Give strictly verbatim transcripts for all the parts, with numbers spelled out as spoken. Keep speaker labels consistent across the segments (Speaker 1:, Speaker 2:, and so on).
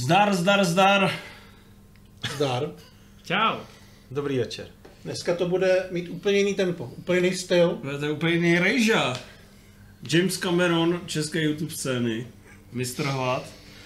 Speaker 1: Zdar, zdar, zdar.
Speaker 2: Zdar.
Speaker 3: Čau.
Speaker 4: Dobrý večer.
Speaker 2: Dneska to bude mít úplně jiný tempo, úplně jiný styl.
Speaker 1: To je úplně jiný rejža. James Cameron české YouTube scény. mistr Hlad.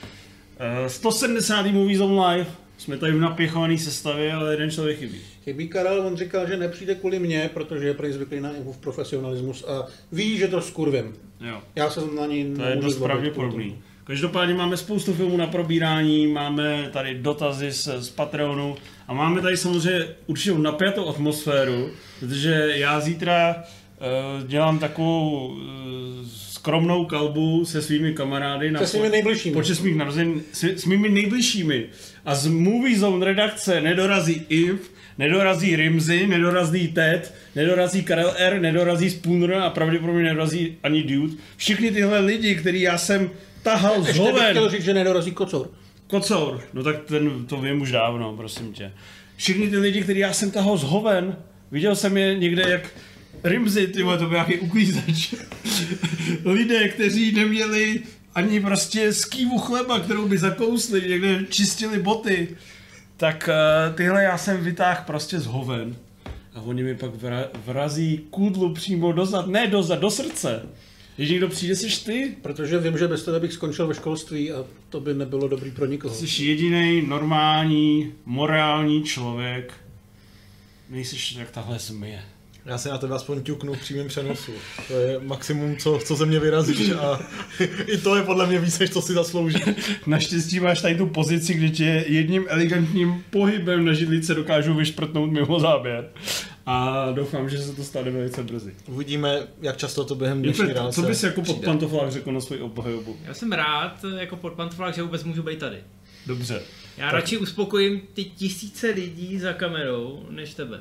Speaker 1: Uh, sto sedmdesát Movies on Live. Jsme tady v napěchované sestavě, ale jeden člověk chybí.
Speaker 2: Chybí Karel, on říkal, že nepřijde kvůli mně, protože je prý zvyklý na v profesionalismus a ví, že to skurvím.
Speaker 1: Jo.
Speaker 2: Já se na ní
Speaker 1: To je dost pravděpodobný. Každopádně máme spoustu filmů na probírání, máme tady dotazy z, z Patreonu a máme tady samozřejmě určitou napjatou atmosféru, protože já zítra uh, dělám takovou uh, skromnou kalbu se svými kamarády.
Speaker 2: Se svými nejbližšími.
Speaker 1: Počet mých narozenin, s, s mými nejbližšími. A z Movie Zone redakce nedorazí Iv, nedorazí Rimzy, nedorazí Ted, nedorazí Karel R, nedorazí Spooner a pravděpodobně nedorazí ani Dude. Všichni tyhle lidi, který já jsem tahal z
Speaker 2: Ještě
Speaker 1: hoven.
Speaker 2: bych chtěl říct, že nedorazí Kocour.
Speaker 1: Kocour, no tak ten, to vím už dávno, prosím tě. Všichni ty lidi, který já jsem tahal z hoven, viděl jsem je někde jak Rimzy, ty vole, to byl nějaký uklízeč. Lidé, kteří neměli ani prostě skývu chleba, kterou by zakousli, někde čistili boty. Tak uh, tyhle já jsem vytáhl prostě z hoven. A oni mi pak vra- vrazí kůdlu přímo dozad, ne dozad, do srdce. Když někdo přijde, jsi ty?
Speaker 2: Protože vím, že bez tebe bych skončil ve školství a to by nebylo dobrý pro nikoho.
Speaker 1: Jsi jediný normální, morální člověk. Nejsiš jak tahle zmije.
Speaker 4: Já se na tebe aspoň ťuknu v přímém přenosu. To je maximum, co, co ze mě vyrazíš a i to je podle mě víc, než co si zaslouží.
Speaker 1: Naštěstí máš tady tu pozici, kde tě jedním elegantním pohybem na židlice dokážu vyšprtnout mimo záběr. A doufám, že se to stane velice brzy.
Speaker 4: Uvidíme, jak často to během dnešní ráno.
Speaker 1: Co bys jako pod pantoflák řekl na svoji obhajobu?
Speaker 3: Já jsem rád jako pod pantoflák, že vůbec můžu být tady.
Speaker 1: Dobře.
Speaker 3: Já tak radši uspokojím ty tisíce lidí za kamerou, než tebe.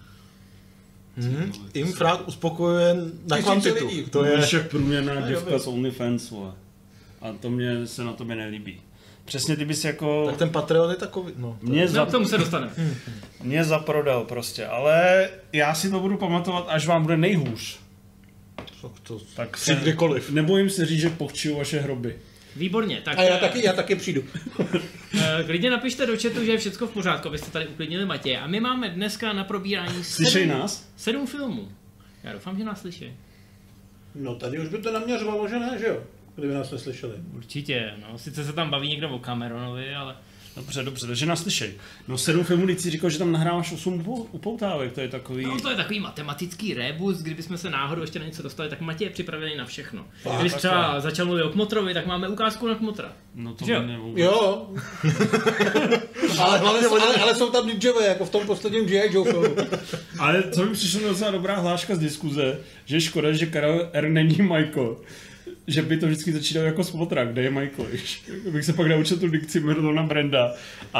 Speaker 4: Hmm. Jim rád uspokojuje na kvantitu.
Speaker 2: Lidí.
Speaker 1: To je však průměrná děvka z OnlyFans, vole. A to mě se na tobě nelíbí. Přesně ty bys jako...
Speaker 4: Tak ten Patreon je takový, no.
Speaker 1: Mě za...
Speaker 3: No, k tomu se dostaneme.
Speaker 1: Mě zaprodal prostě, ale já si to budu pamatovat, až vám bude nejhůř.
Speaker 4: Tak to
Speaker 1: tak
Speaker 4: se kdykoliv.
Speaker 1: Nebojím se říct, že pochčiju vaše hroby.
Speaker 3: Výborně. Tak
Speaker 2: a já taky, já taky přijdu.
Speaker 3: Klidně napište do chatu, že je všechno v pořádku, abyste tady uklidnili Matěje. A my máme dneska na probírání
Speaker 1: sedm, nás?
Speaker 3: sedm filmů. Já doufám, že nás slyší.
Speaker 2: No tady už by to na mě řvalo, že ne, že jo? Kdyby nás neslyšeli.
Speaker 3: Určitě, no. Sice se tam baví někdo o Cameronovi, ale...
Speaker 1: Dobře, dobře, takže nás slyšej. No sedm filmů, když si říkal, že tam nahráváš osm upoutávek, to je takový...
Speaker 3: No to je takový matematický rebus, kdybychom se náhodou ještě na něco dostali, tak Matěj je připravený na všechno.
Speaker 2: Fakt,
Speaker 3: Když třeba
Speaker 1: takhle.
Speaker 3: začal mluvit o Kmotrovi, tak máme ukázku na Kmotra.
Speaker 1: No to
Speaker 3: jo?
Speaker 2: Jo. ale, ale, ale, ale jsou tam didžové, jako v tom posledním G I. Joe filmu.
Speaker 1: Ale co mi přišlo docela dobrá hláška z diskuze, že je škoda, že Karel R není Michael. Že by to vždycky začínalo jako Smotra, kde je Michael, víš. Bych se pak naučil tu dikci Marlona Branda a,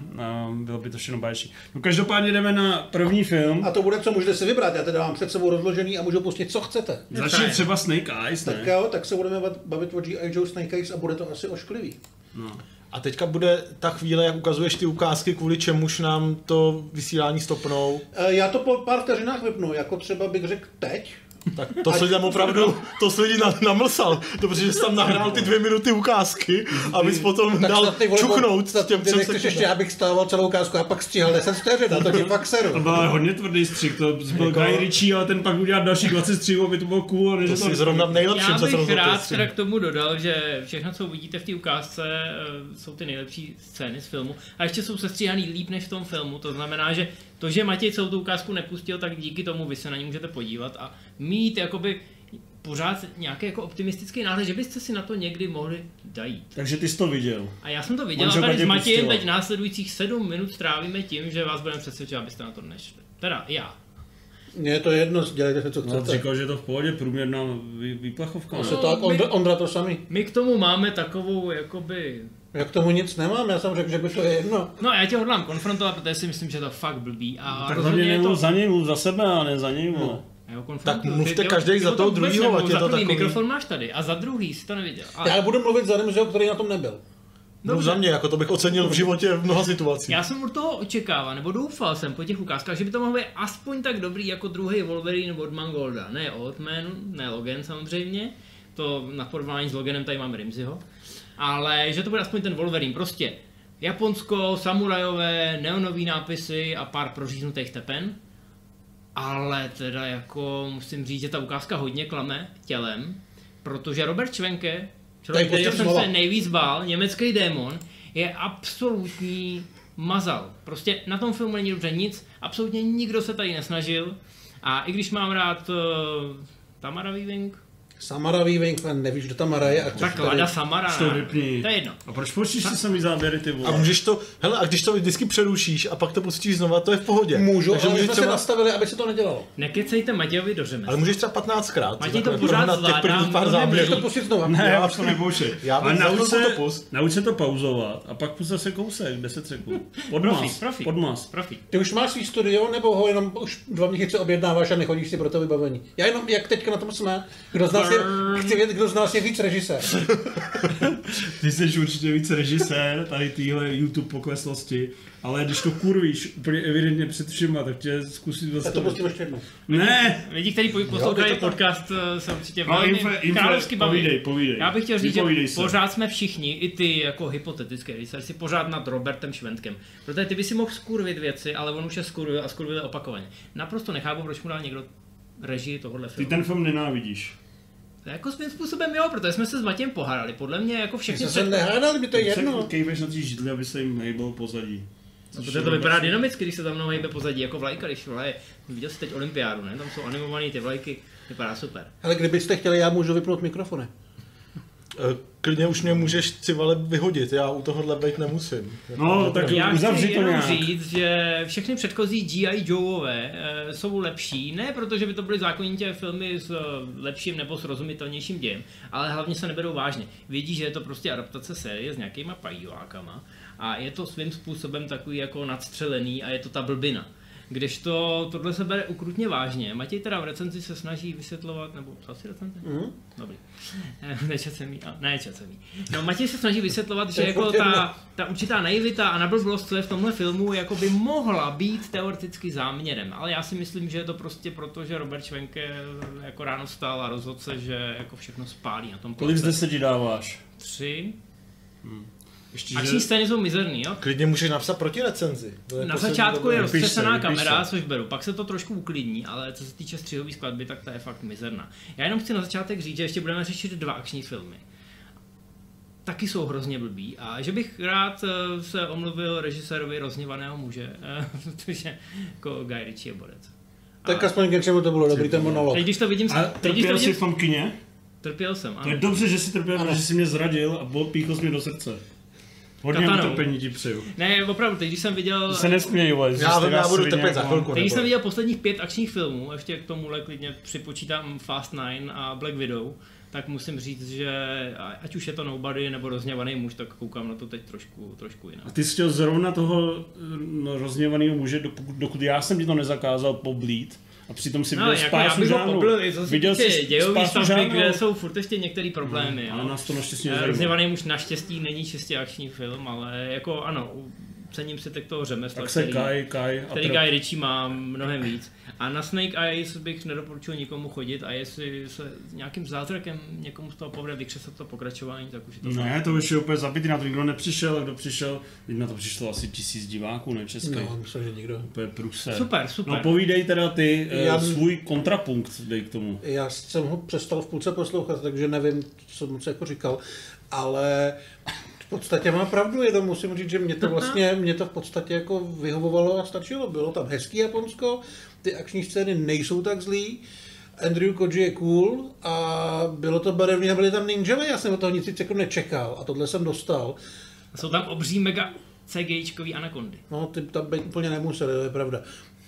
Speaker 1: a bylo by to všechno báječný. No každopádně jdeme na první film.
Speaker 2: A to bude, co můžete si vybrat, já teda mám před sebou rozložený a můžu pustit, co chcete.
Speaker 1: Začne třeba Snake Eyes, ne?
Speaker 2: Tak jo, tak se budeme bavit o G I. Joe Snake Eyes a bude to asi ošklivý.
Speaker 1: No.
Speaker 4: A teďka bude ta chvíle, jak ukazuješ ty ukázky, kvůli čemuž nám to vysílání stopnou.
Speaker 2: Já to po pár vteřinách vypnu, jako třeba bych řekl teď.
Speaker 4: Tak to jsi tam opravdu, to jsi lidi namlsal, to protože jsi tam nahrál ty dvě minuty ukázky, abys potom
Speaker 2: Tak
Speaker 4: dal čuknout
Speaker 2: s těm třem sekundám. Ještě já bych stával celou ukázku a pak stříhal deset vteřin, a to ti pak seru.
Speaker 1: To byl hodně tvrdý střih, to byl
Speaker 4: Jako...
Speaker 1: Guy Ritchie, ale ten pak udělal další dvacet střihů, aby to bylo cool.
Speaker 4: To, to si zrovna v nejlepším
Speaker 3: já
Speaker 4: se
Speaker 3: bych rád teda k tomu dodal, že všechno, co uvidíte v té ukázce, jsou ty nejlepší scény z filmu a ještě jsou sestříhaný líp než v tom filmu, to znamená, že to, že Matěj celou tu ukázku nepustil, tak díky tomu vy se na ní můžete podívat a mít jakoby pořád nějaký jako optimistický náhled, že byste si na to někdy mohli dajít.
Speaker 1: Takže ty jsi to viděl.
Speaker 3: A já jsem to viděl
Speaker 1: Manželka
Speaker 3: a tady
Speaker 1: tě
Speaker 3: s Matějem
Speaker 1: pustila.
Speaker 3: teď následujících sedm minut strávíme tím, že vás budeme přesvědčit, abyste na to nešli. Teda já.
Speaker 2: Mně je to jedno, dělejte si, co
Speaker 1: No,
Speaker 2: chcete.
Speaker 1: říkal, že je to v pohodě, průměrná vý, výplechovka.
Speaker 2: No,
Speaker 1: No,
Speaker 2: se to tak Ondra, Ondra to samý.
Speaker 3: My k tomu máme takovou jakoby...
Speaker 2: Já k tomu nic nemám, já jsem řekl, že by to je jedno.
Speaker 3: No já tě hodlám konfrontovat, protože si myslím, že to fakt blbý. A
Speaker 1: tak
Speaker 3: rozhodně
Speaker 1: hlavně
Speaker 3: je
Speaker 1: nemluv
Speaker 3: to...
Speaker 1: za něj, mluv za sebe a ne za něj. No.
Speaker 3: Já ho
Speaker 4: Tak mluvte
Speaker 3: Ty- ty-
Speaker 4: každý
Speaker 3: ty
Speaker 4: za
Speaker 3: o
Speaker 4: toho
Speaker 3: tom vůbec
Speaker 4: druhýho,
Speaker 3: nemluv,
Speaker 4: ať je
Speaker 3: za
Speaker 4: to
Speaker 3: první
Speaker 4: takový-
Speaker 3: mikrofon máš tady a za druhý si to neviděl. Ale...
Speaker 2: Já budu mluvit za Remziho, který na tom nebyl.
Speaker 4: No za mě, jako to bych ocenil v životě v mnoha situacích.
Speaker 3: Já jsem od toho očekával, nebo doufal jsem po těch ukázkách, že by to mohlo být aspoň tak dobrý jako druhý Wolverine od Mangolda. Ne Oldman, ne Logan samozřejmě, to na porovnání s Loganem tady máme Rimziho, ale že to bude aspoň ten Wolverine, prostě Japonsko, samurajové, neonový nápisy a pár proříznutých tepen. Ale teda jako musím říct, že ta ukázka hodně klame tělem, protože Robert Schwenke, člověk, kterého jsem se nejvíc bál, německý démon, je absolutní mazal. Prostě na tom filmu není dobře nic, absolutně nikdo se tady nesnažil. A i když mám rád uh, Tamara Weaving,
Speaker 2: Samara Weaving, nevíš, kdo tam hraje. A
Speaker 3: tak Lada Samara, to je jedno.
Speaker 1: A proč počíš si samý záběry, ty vole?
Speaker 4: A můžeš to, hele, a když to vždycky přerušíš a pak to pustíš znova, to je v pohodě.
Speaker 2: Můžu,
Speaker 4: takže
Speaker 2: ale
Speaker 4: můžeš
Speaker 2: jsme
Speaker 4: třeba...
Speaker 2: se nastavili, aby se to nedělalo.
Speaker 3: Nekecejte Matějovi do řemesla.
Speaker 4: Ale můžeš třeba patnáctkrát.
Speaker 3: Matěj to pořád zvládá,
Speaker 2: Můžeš to pustit znova.
Speaker 1: Ne, já už to nebouši.
Speaker 4: Ale nauč se,
Speaker 1: to pust. Nauč se to pauzovat a pak pust zase kousek, deset sekund. Podmas,
Speaker 3: profi,
Speaker 1: podmas.
Speaker 3: Profi.
Speaker 2: Ty už máš svý studio, nebo ho jenom už dva měsíce objednáváš a nechodíš si pro to vybavení? Já jenom, jak teďka na tom jsme, kdo z nás je, chci vědět, kdo z nás je víc režisér.
Speaker 1: Ty jsi určitě víc režisér tady týhle YouTube pokleslosti, ale když to kurvíš úplně evidentně před všema, tak tě zkusit
Speaker 2: Já to pustím ještě jednou.
Speaker 1: Ne!
Speaker 3: Lidi, kteří poslouchají podcast, se určitě
Speaker 1: No,
Speaker 3: velmi
Speaker 1: infe, infe,
Speaker 3: královsky baví.
Speaker 1: Povídej, povídej.
Speaker 3: Já bych chtěl říct, že
Speaker 1: se.
Speaker 3: pořád jsme všichni, i ty jako hypotetické režiséři, si pořád nad Robertem Schwentkem. Protože ty by si mohl skurvit věci, ale on už je skurvil a skurvil opakovaně. Naprosto nechápu, proč mu dal někdo režii tohohle
Speaker 1: Ty
Speaker 3: filmu.
Speaker 1: ten film nenávidíš.
Speaker 3: Jako svým způsobem jo, protože jsme se s Matějem pohádali. Podle mě jako všechny...
Speaker 2: My jsme se nehádali, mi to je jedno.
Speaker 1: Kejveš na té židli, aby se jim hejbal pozadí.
Speaker 3: No, protože to vypadá dynamicky, když se tam mnou hejbe pozadí, jako vlajka, když vlaje. Viděl jsi teď olympiádu, ne? Tam jsou animované ty vlajky, vypadá super.
Speaker 2: Ale kdybyste chtěli, já můžu vypnout mikrofony.
Speaker 4: Klidně už mě můžeš civale vyhodit, já u tohohle být nemusím.
Speaker 1: No, tak
Speaker 3: Já
Speaker 1: uzavři
Speaker 3: chci
Speaker 1: to
Speaker 3: jenom
Speaker 1: nějak.
Speaker 3: říct, že všechny předchozí G I. Joeové e, jsou lepší, ne protože by to byly zákonitě filmy s e, lepším nebo srozumitelnějším dějem, ale hlavně se neberou vážně. Vědí, že je to prostě adaptace série s nějakýma pajívákama a je to svým způsobem takový jako nadstřelený a je to ta blbina. Kdežto tohle se bere ukrutně vážně. Matěj teda v recenzi se snaží vysvětlovat, nebo co asi recenzi?
Speaker 2: Mm.
Speaker 3: Dobrý. Nečet jsem jí, ne, nečet jsem jí. No Matěj se snaží vysvětlovat, že jako ta, ta určitá naivita a nablblost, co je v tomhle filmu, jako by mohla být teoreticky záměrem. Ale já si myslím, že je to prostě proto, že Robert Schwenke jako ráno vstal a rozhodl se, že jako všechno spálí na tom
Speaker 1: Kolik z
Speaker 3: place.
Speaker 1: deseti dáváš?
Speaker 3: Tři.
Speaker 1: Hmm. Ještě,
Speaker 3: Akční
Speaker 1: že...
Speaker 3: scény jsou mizerný, jo?
Speaker 4: Klidně můžeš napsat proti recenzi.
Speaker 3: Na začátku je
Speaker 1: Vypiš se,
Speaker 3: roztřesená
Speaker 1: vypiš
Speaker 3: kamera,
Speaker 1: se.
Speaker 3: což beru, pak se to trošku uklidní, ale co se týče střihové skladby, tak ta je fakt mizerná. Já jenom chci na začátek říct, že ještě budeme řešit dva akční filmy. Taky jsou hrozně blbý a že bych rád eh, se omluvil režisérovi Rozhněvaného muže, eh, protože jako Guy Ritchie je borec.
Speaker 2: Tak aspoň k čemu to bylo dobrý ten monolog.
Speaker 3: Teď když to vidím,
Speaker 1: A
Speaker 3: teď, když to
Speaker 1: trpěl jsi
Speaker 3: vidím,
Speaker 1: v tom kině?
Speaker 3: trpěl jsem,
Speaker 1: To je
Speaker 3: ano.
Speaker 1: dobře, že jsi trpěl, protože jsi mě zradil a bol píchl jsi mě do srdce. Hodně
Speaker 3: Katanou.
Speaker 1: utrpení ti přeju.
Speaker 3: Ne, opravdu, teď když jsem viděl...
Speaker 1: Se nesměj, vole. že
Speaker 4: Já,
Speaker 1: jste
Speaker 4: já
Speaker 1: nás
Speaker 4: budu
Speaker 1: svině
Speaker 4: trpět za
Speaker 1: jako-
Speaker 4: chvilku.
Speaker 3: Teď jsem
Speaker 4: nebo-
Speaker 3: viděl posledních pět akčních filmů, ještě k tomuhle klidně připočítám Fast Nine a Black Widow, tak musím říct, že ať už je to Nobody nebo Rozhněvaný muž, tak koukám na to teď trošku, trošku jinak.
Speaker 1: A ty jsi chtěl zrovna toho no, rozhněvaného muže, dokud, dokud já jsem ti to nezakázal poblít, a přitom si
Speaker 3: No,
Speaker 1: viděl
Speaker 3: jako já
Speaker 1: spásu
Speaker 3: bych ho
Speaker 1: žánru.
Speaker 3: poblil i co se
Speaker 1: Viděl
Speaker 3: týče
Speaker 1: jsi
Speaker 3: dějový
Speaker 1: spásu
Speaker 3: stavby,
Speaker 1: žánru?
Speaker 3: kde jsou furt ještě některé problémy.
Speaker 1: No, ale
Speaker 3: jo.
Speaker 1: nás to naštěstí
Speaker 3: Eh,
Speaker 1: nezajímá.
Speaker 3: Rozhněvaný muž naštěstí není čistě akční film, ale jako ano, cením si tak toho řemesla,
Speaker 1: Tak se
Speaker 3: který,
Speaker 1: kaj, kaj a
Speaker 3: který
Speaker 1: trp.
Speaker 3: Guy Ritchie má mnohem víc. A na Snake Eyes bych nedoporučil nikomu chodit a jestli se nějakým zázrakem někomu z toho povede vykřesat to pokračování, tak už je to
Speaker 1: Ne, to už je úplně zabitý, na to nikdo nepřišel, a kdo přišel, teď na to přišlo asi tisíc diváků, ne českých.
Speaker 2: No, myslím, že nikdo.
Speaker 1: Úplně průser.
Speaker 3: Super, super.
Speaker 1: No povídej teda ty
Speaker 2: Já-
Speaker 1: Já... svůj kontrapunkt, dej k tomu.
Speaker 2: Já jsem ho přestal v půlce poslouchat, takže nevím, co moc jako říkal, ale v podstatě má pravdu, jenom musím říct, že mě to vlastně, mě to v podstatě jako vyhovovalo a stačilo. Bylo tam hezký Japonsko, ty akční scény nejsou tak zlý, Andrew Koji je cool a bylo to barevné a byly tam ninjové, já jsem od toho nic víc jako nečekal a tohle jsem dostal.
Speaker 3: Jsou tam obří mega CGIčkový anakondy.
Speaker 2: No, ty tam být úplně nemuseli, to je pravda.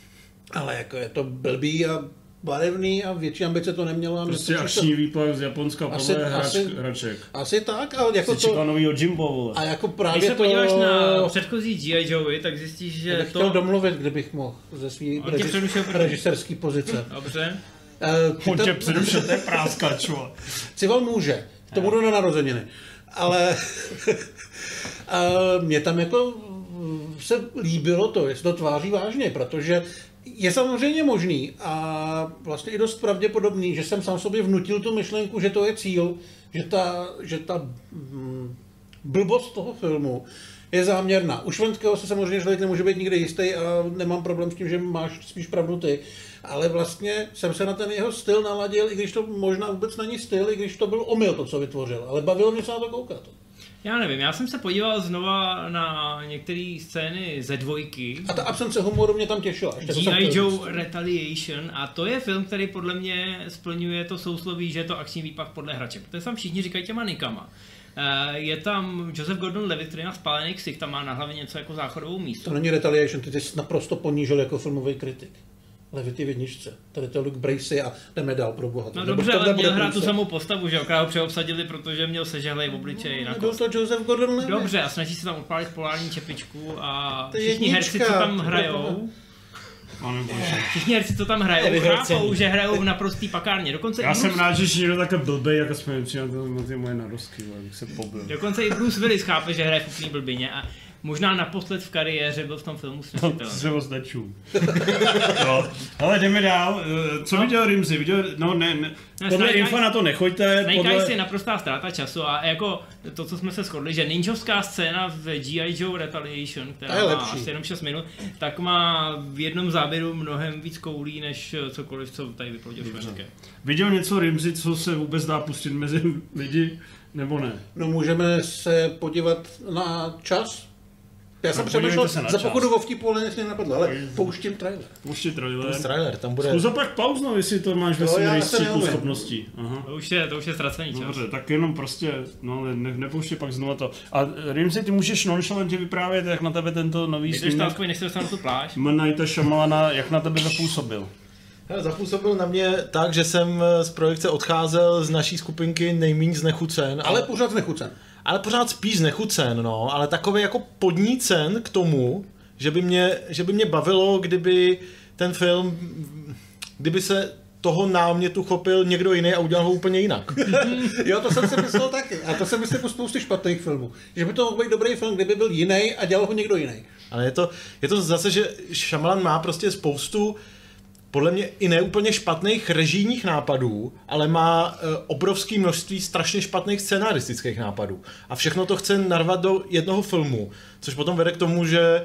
Speaker 2: Ale jako je to blbý a barevný a větší ambice to nemělo. A
Speaker 1: Prostě
Speaker 2: mě to
Speaker 1: akční výplach z Japonska
Speaker 2: Asi-
Speaker 1: podle hrač,
Speaker 2: asi-
Speaker 1: hraček.
Speaker 2: Asi tak, ale jako
Speaker 1: Jsi čekal
Speaker 2: to...
Speaker 1: novýho Jimbo, vole.
Speaker 2: A jako
Speaker 3: Když
Speaker 2: právě
Speaker 3: se
Speaker 2: to...
Speaker 3: podíváš na předchozí G I. Joey, tak zjistíš,
Speaker 2: Já
Speaker 3: že
Speaker 2: bych chtěl
Speaker 3: to...
Speaker 2: domluvit, kdybych mohl ze svý
Speaker 3: On tě přerušil první.
Speaker 2: režisérský pozice.
Speaker 3: Dobře.
Speaker 2: Uh,
Speaker 1: On tě předušel, to je práskač, vole.
Speaker 2: Cival může, to budu na narozeniny. Ale uh, mě tam jako se líbilo to, jestli to tváří vážně, protože je samozřejmě možný a vlastně i dost pravděpodobný, že jsem sám sobě vnutil tu myšlenku, že to je cíl, že ta, že ta mm, blbost toho filmu je záměrná. U Šventského se samozřejmě člověk nemůže být nikdy jistý a nemám problém s tím, že máš spíš pravdu ty. Ale vlastně jsem se na ten jeho styl naladil, i když to možná vůbec není styl, i když to byl omyl to, co vytvořil. Ale bavilo mě se na to koukat.
Speaker 3: Já nevím, já jsem se podíval znova na některé scény ze dvojky.
Speaker 2: A ta absence humoru mě tam těšila.
Speaker 3: G I. Joe Retaliation a to je film, který podle mě splňuje to sousloví, že je to akční výpad podle hrače. Protože tam všichni říkají těma nikama. Je tam Joseph Gordon-Levitt, který má spálený ksich, tam má na hlavě něco jako záchodovou místo.
Speaker 2: To není Retaliation, ty jsi naprosto ponížil jako filmový kritik. Levitt je v jedničce. Tady to je Luke Bracey a jdeme dál pro boha.
Speaker 3: No dobře, ale měl hrát tu samou postavu, že okrát ho přeobsadili, protože měl sežehlej v obličeji.
Speaker 2: No, byl to Joseph Gordon-Levitt.
Speaker 3: Dobře, a snaží se tam odpálit polární čepičku a všichni herci, co tam hrajou, všichni herci, co tam hrajou, chápou, že hrajou v naprostý pakárně. Dokonce
Speaker 1: Já
Speaker 3: i Bruce...
Speaker 1: jsem rád, že někdo takhle blbej, jako jsme přijel na ty moje narosky, abych se pobil.
Speaker 3: Dokonce i Bruce Willis chápe, že hraje v úplný blbině a možná naposled v kariéře byl v tom filmu snesitelný.
Speaker 1: To se označuju. No, ale jdeme dál. Co no. viděl Rimsey? Viděl, no ne, ne. Podle Snake info Eyes, na to nechoďte.
Speaker 3: Snake
Speaker 1: podle...
Speaker 3: Eyes je naprostá ztráta času a jako to, co jsme se shodli, že ninjovská scéna v G I. Joe Retaliation, která má asi jenom šest minut, tak má v jednom záběru mnohem víc koulí, než cokoliv, co tady vyplodil Švendské.
Speaker 1: Viděl něco Rimsey, co se vůbec dá pustit mezi lidi, nebo ne?
Speaker 2: No můžeme se podívat na čas. Já jsem no, přemýšlel, za pochodu vo vtipu, ale nic mě napadlo, ale pouštím trailer.
Speaker 1: Pouštím trailer.
Speaker 4: trailer, tam bude...
Speaker 1: Zkus pak pauznou, jestli to máš ve svém rejstříku schopností. Aha.
Speaker 3: To už je, to už je ztracený čas.
Speaker 1: Dobře, tak jenom prostě, no ne, nepouště pak znovu to. A Rimsey, ty můžeš nonchalantně vyprávět, jak na tebe tento nový
Speaker 3: snímek... Než se dostanu tu pláž.
Speaker 1: M. Nighta Shyamalana, jak na tebe zapůsobil?
Speaker 4: Zapůsobil na mě tak, že jsem z projekce odcházel z naší skupinky nejméně znechucen.
Speaker 2: Ale pořád znechucen.
Speaker 4: Ale pořád spíš znechucen, no, ale takový jako podnícen k tomu, že by mě, že by mě bavilo, kdyby ten film, kdyby se toho námětu chopil někdo jiný a udělal ho úplně jinak.
Speaker 2: Jo, to jsem si myslel taky. A to jsem myslel po spoustě špatných filmů. Že by to mohl být dobrý film, kdyby byl jiný a dělal ho někdo jiný.
Speaker 4: Ale je to, je to zase, že Shyamalan má prostě spoustu podle mě i neúplně špatných režijních nápadů, ale má e, obrovské množství strašně špatných scenaristických nápadů. A všechno to chce narvat do jednoho filmu, což potom vede k tomu, že e,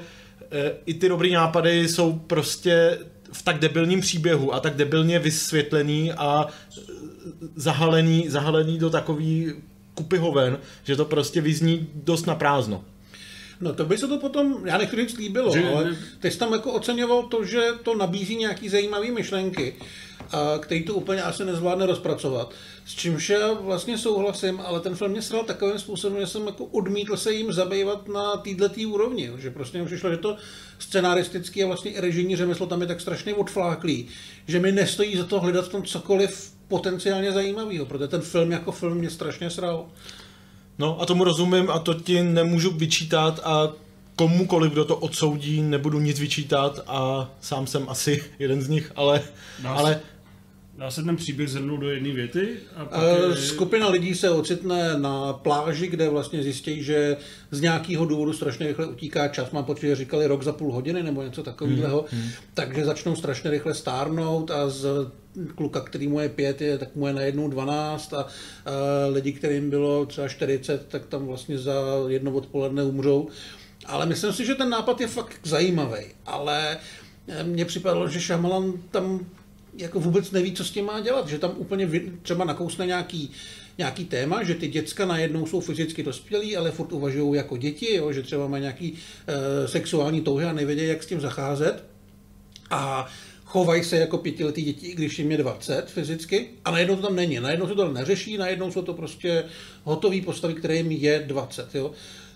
Speaker 4: i ty dobrý nápady jsou prostě v tak debilním příběhu a tak debilně vysvětlený a e, zahalený, zahalený do takový kupy hoven, že to prostě vyzní dost na prázdno.
Speaker 2: No to by se to potom, já nechci říct líbilo, že, ale ty jsi tam jako oceňoval to, že to nabízí nějaký zajímavý myšlenky, a který to úplně asi nezvládne rozpracovat. S čímž já vlastně souhlasím, ale ten film mě sral takovým způsobem, že jsem jako odmítl se jim zabývat na této úrovni, že prostě mi přišlo, že to scenaristický a vlastně i režijní řemeslo tam je tak strašně odfláklý, že mi nestojí za to hledat v tom cokoliv potenciálně zajímavého, protože ten film jako film mě strašně sral.
Speaker 4: No a tomu rozumím a to ti nemůžu vyčítat a komukoliv, kdo to odsoudí, nebudu nic vyčítat a sám jsem asi jeden z nich, ale...
Speaker 1: Dá,
Speaker 4: ale...
Speaker 1: Se, dá se ten příběh zhrnout do jedné věty? A pak
Speaker 2: uh,
Speaker 1: je...
Speaker 2: Skupina lidí se ocitne na pláži, kde vlastně zjistí, že z nějakého důvodu strašně rychle utíká čas. Mám pocit, že říkali rok za půl hodiny nebo něco takového. Hmm, hmm. Takže začnou strašně rychle stárnout a z kluka, který mu je pět, je, tak mu je najednou dvanáct a, a lidi, kterým bylo třeba čtyřicet, tak tam vlastně za jedno odpoledne umřou. Ale myslím si, že ten nápad je fakt zajímavý, ale mně připadalo, že Shyamalan tam jako vůbec neví, co s tím má dělat, že tam úplně třeba nakousne nějaký, nějaký téma, že ty děcka najednou jsou fyzicky dospělí, ale furt uvažují jako děti, jo, že třeba mají nějaký e, sexuální touhy a nevědí, jak s tím zacházet. A chovají se jako pětiletí děti, když jim je dvacet fyzicky, a najednou to tam není. Najednou se to neřeší, najednou jsou to prostě hotový postavy, které jim je dvacet. Jo.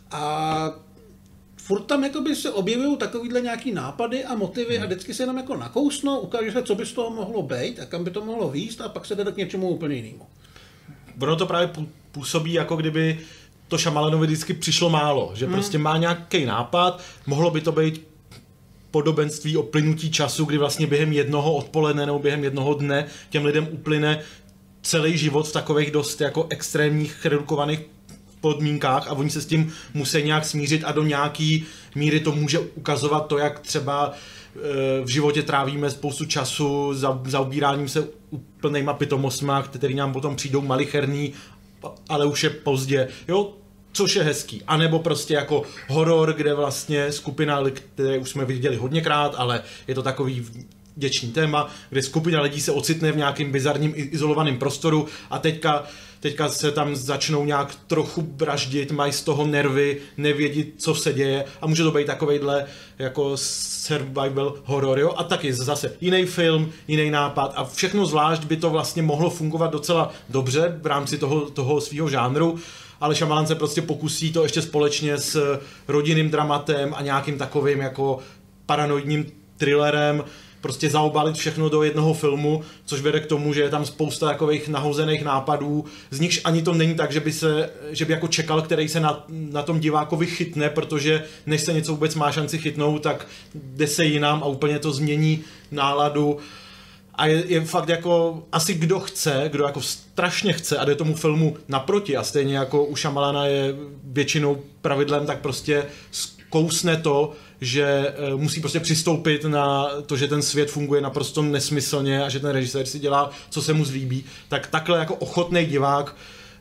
Speaker 2: A furt tam jakoby se objevují takovýhle nějaký nápady a motivy a vždycky se nám jako nakousnou, ukáže se, co by z toho mohlo být a kam by to mohlo výjist a pak se jde k něčemu úplně jinému.
Speaker 4: Ono to právě působí, jako kdyby to Shyamalanovi vždycky přišlo málo, že hmm. prostě má nějaký nápad, mohlo by to být podobenství o plynutí času, kdy vlastně během jednoho odpoledne nebo během jednoho dne těm lidem uplyne celý život v takových dost jako extrémních redukovaných podmínkách a oni se s tím musí nějak smířit a do nějaký míry to může ukazovat to, jak třeba v životě trávíme spoustu času za, zaobíráním se úplnejma pitomostma, který nám potom přijdou malicherný, ale už je pozdě. Jo, což je hezký. A nebo prostě jako horor, kde vlastně skupina, které už jsme viděli hodněkrát, ale je to takový děčný téma, kde skupina lidí se ocitne v nějakým bizarním izolovaném prostoru a teďka, teďka se tam začnou nějak trochu vraždit, mají z toho nervy, nevědí, co se děje a může to být takovejhle jako survival horror, jo? A taky zase jiný film, jiný nápad a všechno zvlášť by to vlastně mohlo fungovat docela dobře v rámci toho, toho svého žánru, ale Shyamalan se prostě pokusí to ještě společně s rodinným dramatem a nějakým takovým jako paranoidním thrillerem prostě zaobalit všechno do jednoho filmu, což vede k tomu, že je tam spousta takových nahozených nápadů, z nichž ani to není tak, že by se, že by jako čekal, který se na, na tom divákovi chytne, protože než se něco vůbec má šanci chytnout, tak jde se jinam a úplně to změní náladu. A je, je fakt jako, asi kdo chce, kdo jako strašně chce a jde tomu filmu naproti a stejně jako u Shyamalana je většinou pravidlem, tak prostě kousne to, že musí prostě přistoupit na to, že ten svět funguje naprosto nesmyslně a že ten režisér si dělá, co se mu zlíbí, tak takhle jako ochotný divák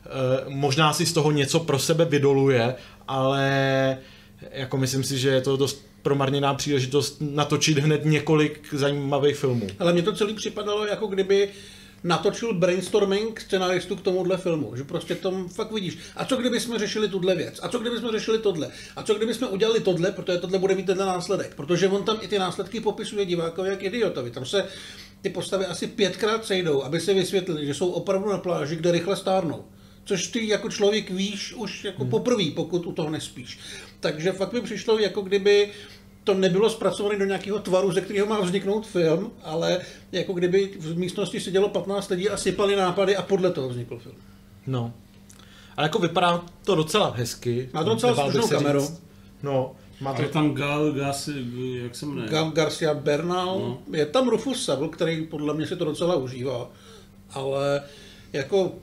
Speaker 4: možná si z toho něco pro sebe vydoluje, ale jako myslím si, že je to dost promarněná příležitost natočit hned několik zajímavých filmů.
Speaker 2: Ale mně to celý připadalo, jako kdyby natočil brainstorming scenáristů k tomuhle filmu, že prostě tom fakt vidíš. A co kdyby jsme řešili tuhle věc? A co kdyby jsme řešili tohle? A co kdyby jsme udělali tohle, protože tohle bude mít tenhle následek? Protože on tam i ty následky popisuje divákovi jak idiotovi. Tam se ty postavy asi pětkrát sejdou, aby se vysvětlili, že jsou opravdu na pláži, kde rychle stárnou. Což ty jako člověk víš už jako hmm. poprvé, pokud u toho nespíš. Takže fakt mi přišlo, jako kdyby to nebylo zpracované do nějakého tvaru, ze kterého má vzniknout film, ale jako kdyby v místnosti sedělo patnáct lidí a sypali nápady a podle toho vznikl film.
Speaker 4: No. Ale jako vypadá to docela hezky.
Speaker 2: Má to docela slušnou kameru.
Speaker 4: No.
Speaker 1: Má to... Je tam Gal, Gas, jak se jmenuje?
Speaker 2: Gal Garcia Bernal. No. Je tam Rufus Sewell, který podle mě si to docela užívá. Ale jako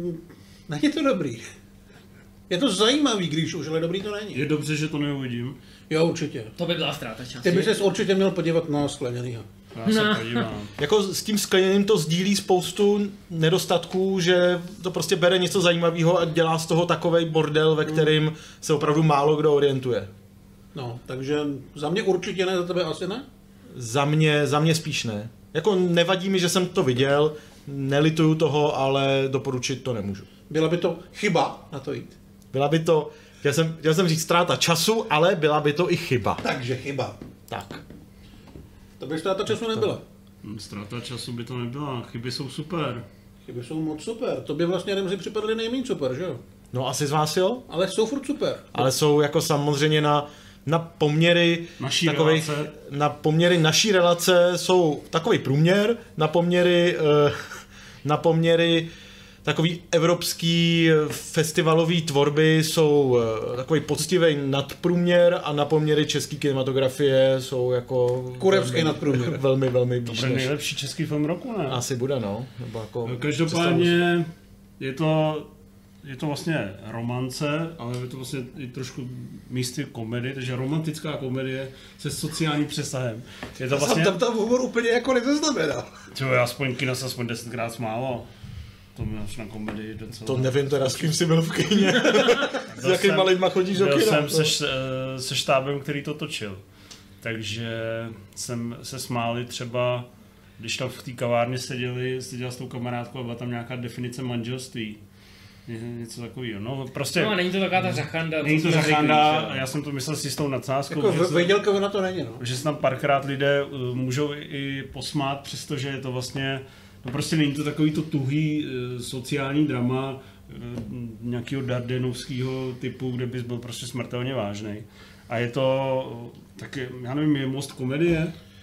Speaker 2: není to dobrý. Je to zajímavý, když už, ale dobrý to není.
Speaker 1: Je dobře, že to neuvidím.
Speaker 2: Jo, určitě.
Speaker 3: To by byla ztráta času.
Speaker 2: Ty bys se určitě měl podívat na Skleněnýho.
Speaker 1: Já se no. podívám.
Speaker 4: Jako s tím Skleněným to sdílí spoustu nedostatků, že to prostě bere něco zajímavého a dělá z toho takovej bordel, ve kterým se opravdu málo kdo orientuje.
Speaker 2: No, takže za mě určitě ne, za tebe asi ne?
Speaker 4: Za mě, za mě spíš ne. Jako nevadí mi, že jsem to viděl, nelituju toho, ale doporučit to nemůžu.
Speaker 2: Byla by to chyba na to jít.
Speaker 4: Byla by to, chtěl jsem, chtěl jsem říct ztráta času, ale byla by to i chyba.
Speaker 2: Takže chyba.
Speaker 4: Tak.
Speaker 2: To by ztráta času nebyla.
Speaker 1: Ztráta času by to nebyla, chyby jsou super.
Speaker 2: Chyby jsou moc super, to by vlastně Remzi připadly nejméně super, že jo?
Speaker 4: No asi z vás jo?
Speaker 2: Ale jsou furt super.
Speaker 4: Ale jsou jako samozřejmě na, na poměry
Speaker 1: naší
Speaker 4: takových,
Speaker 1: relace.
Speaker 4: Na poměry naší relace jsou takový průměr, na poměry, uh, na poměry takový evropský festivalový tvorby jsou takový poctivý nadprůměr a na poměry české kinematografie jsou jako
Speaker 2: kurevský nadprůměr.
Speaker 4: Velmi, velmi výš.
Speaker 1: To bude nejlepší český film roku, ne?
Speaker 4: Asi bude, no. Nebo jako
Speaker 1: každopádně je to, je to vlastně romance, ale je to vlastně i trošku místy komedie, takže romantická komedie se sociálním přesahem. Je to vlastně...
Speaker 2: Tam tam humor úplně jako nezaznamenal.
Speaker 1: Čo, já aspoň kina se aspoň desetkrát smálo. To máš na komedii docela.
Speaker 4: To nevím teda, s kým jsi byl v kyně. S jakýma lidma chodíš do kina.
Speaker 1: Byl jsem se, se štábem, který to točil. Takže jsem se smáli třeba, když tam v té kavárně seděli, seděla s tou kamarádkou a byla tam nějaká definice manželství. Něco takového. No, prostě,
Speaker 3: no a není to taková ta řachanda.
Speaker 1: Není to řachanda a já jsem to myslel s jistou nadsázkou.
Speaker 2: Jako Vejdělkovi na to není, no.
Speaker 1: Že se tam párkrát lidé uh, můžou i posmát, přestože je to vlastně, no prostě není to takový to tuhý uh, sociální drama uh, nějakého dardenovského typu, kde bys byl prostě smrtelně vážnej. A je to, tak já nevím, je most komedie?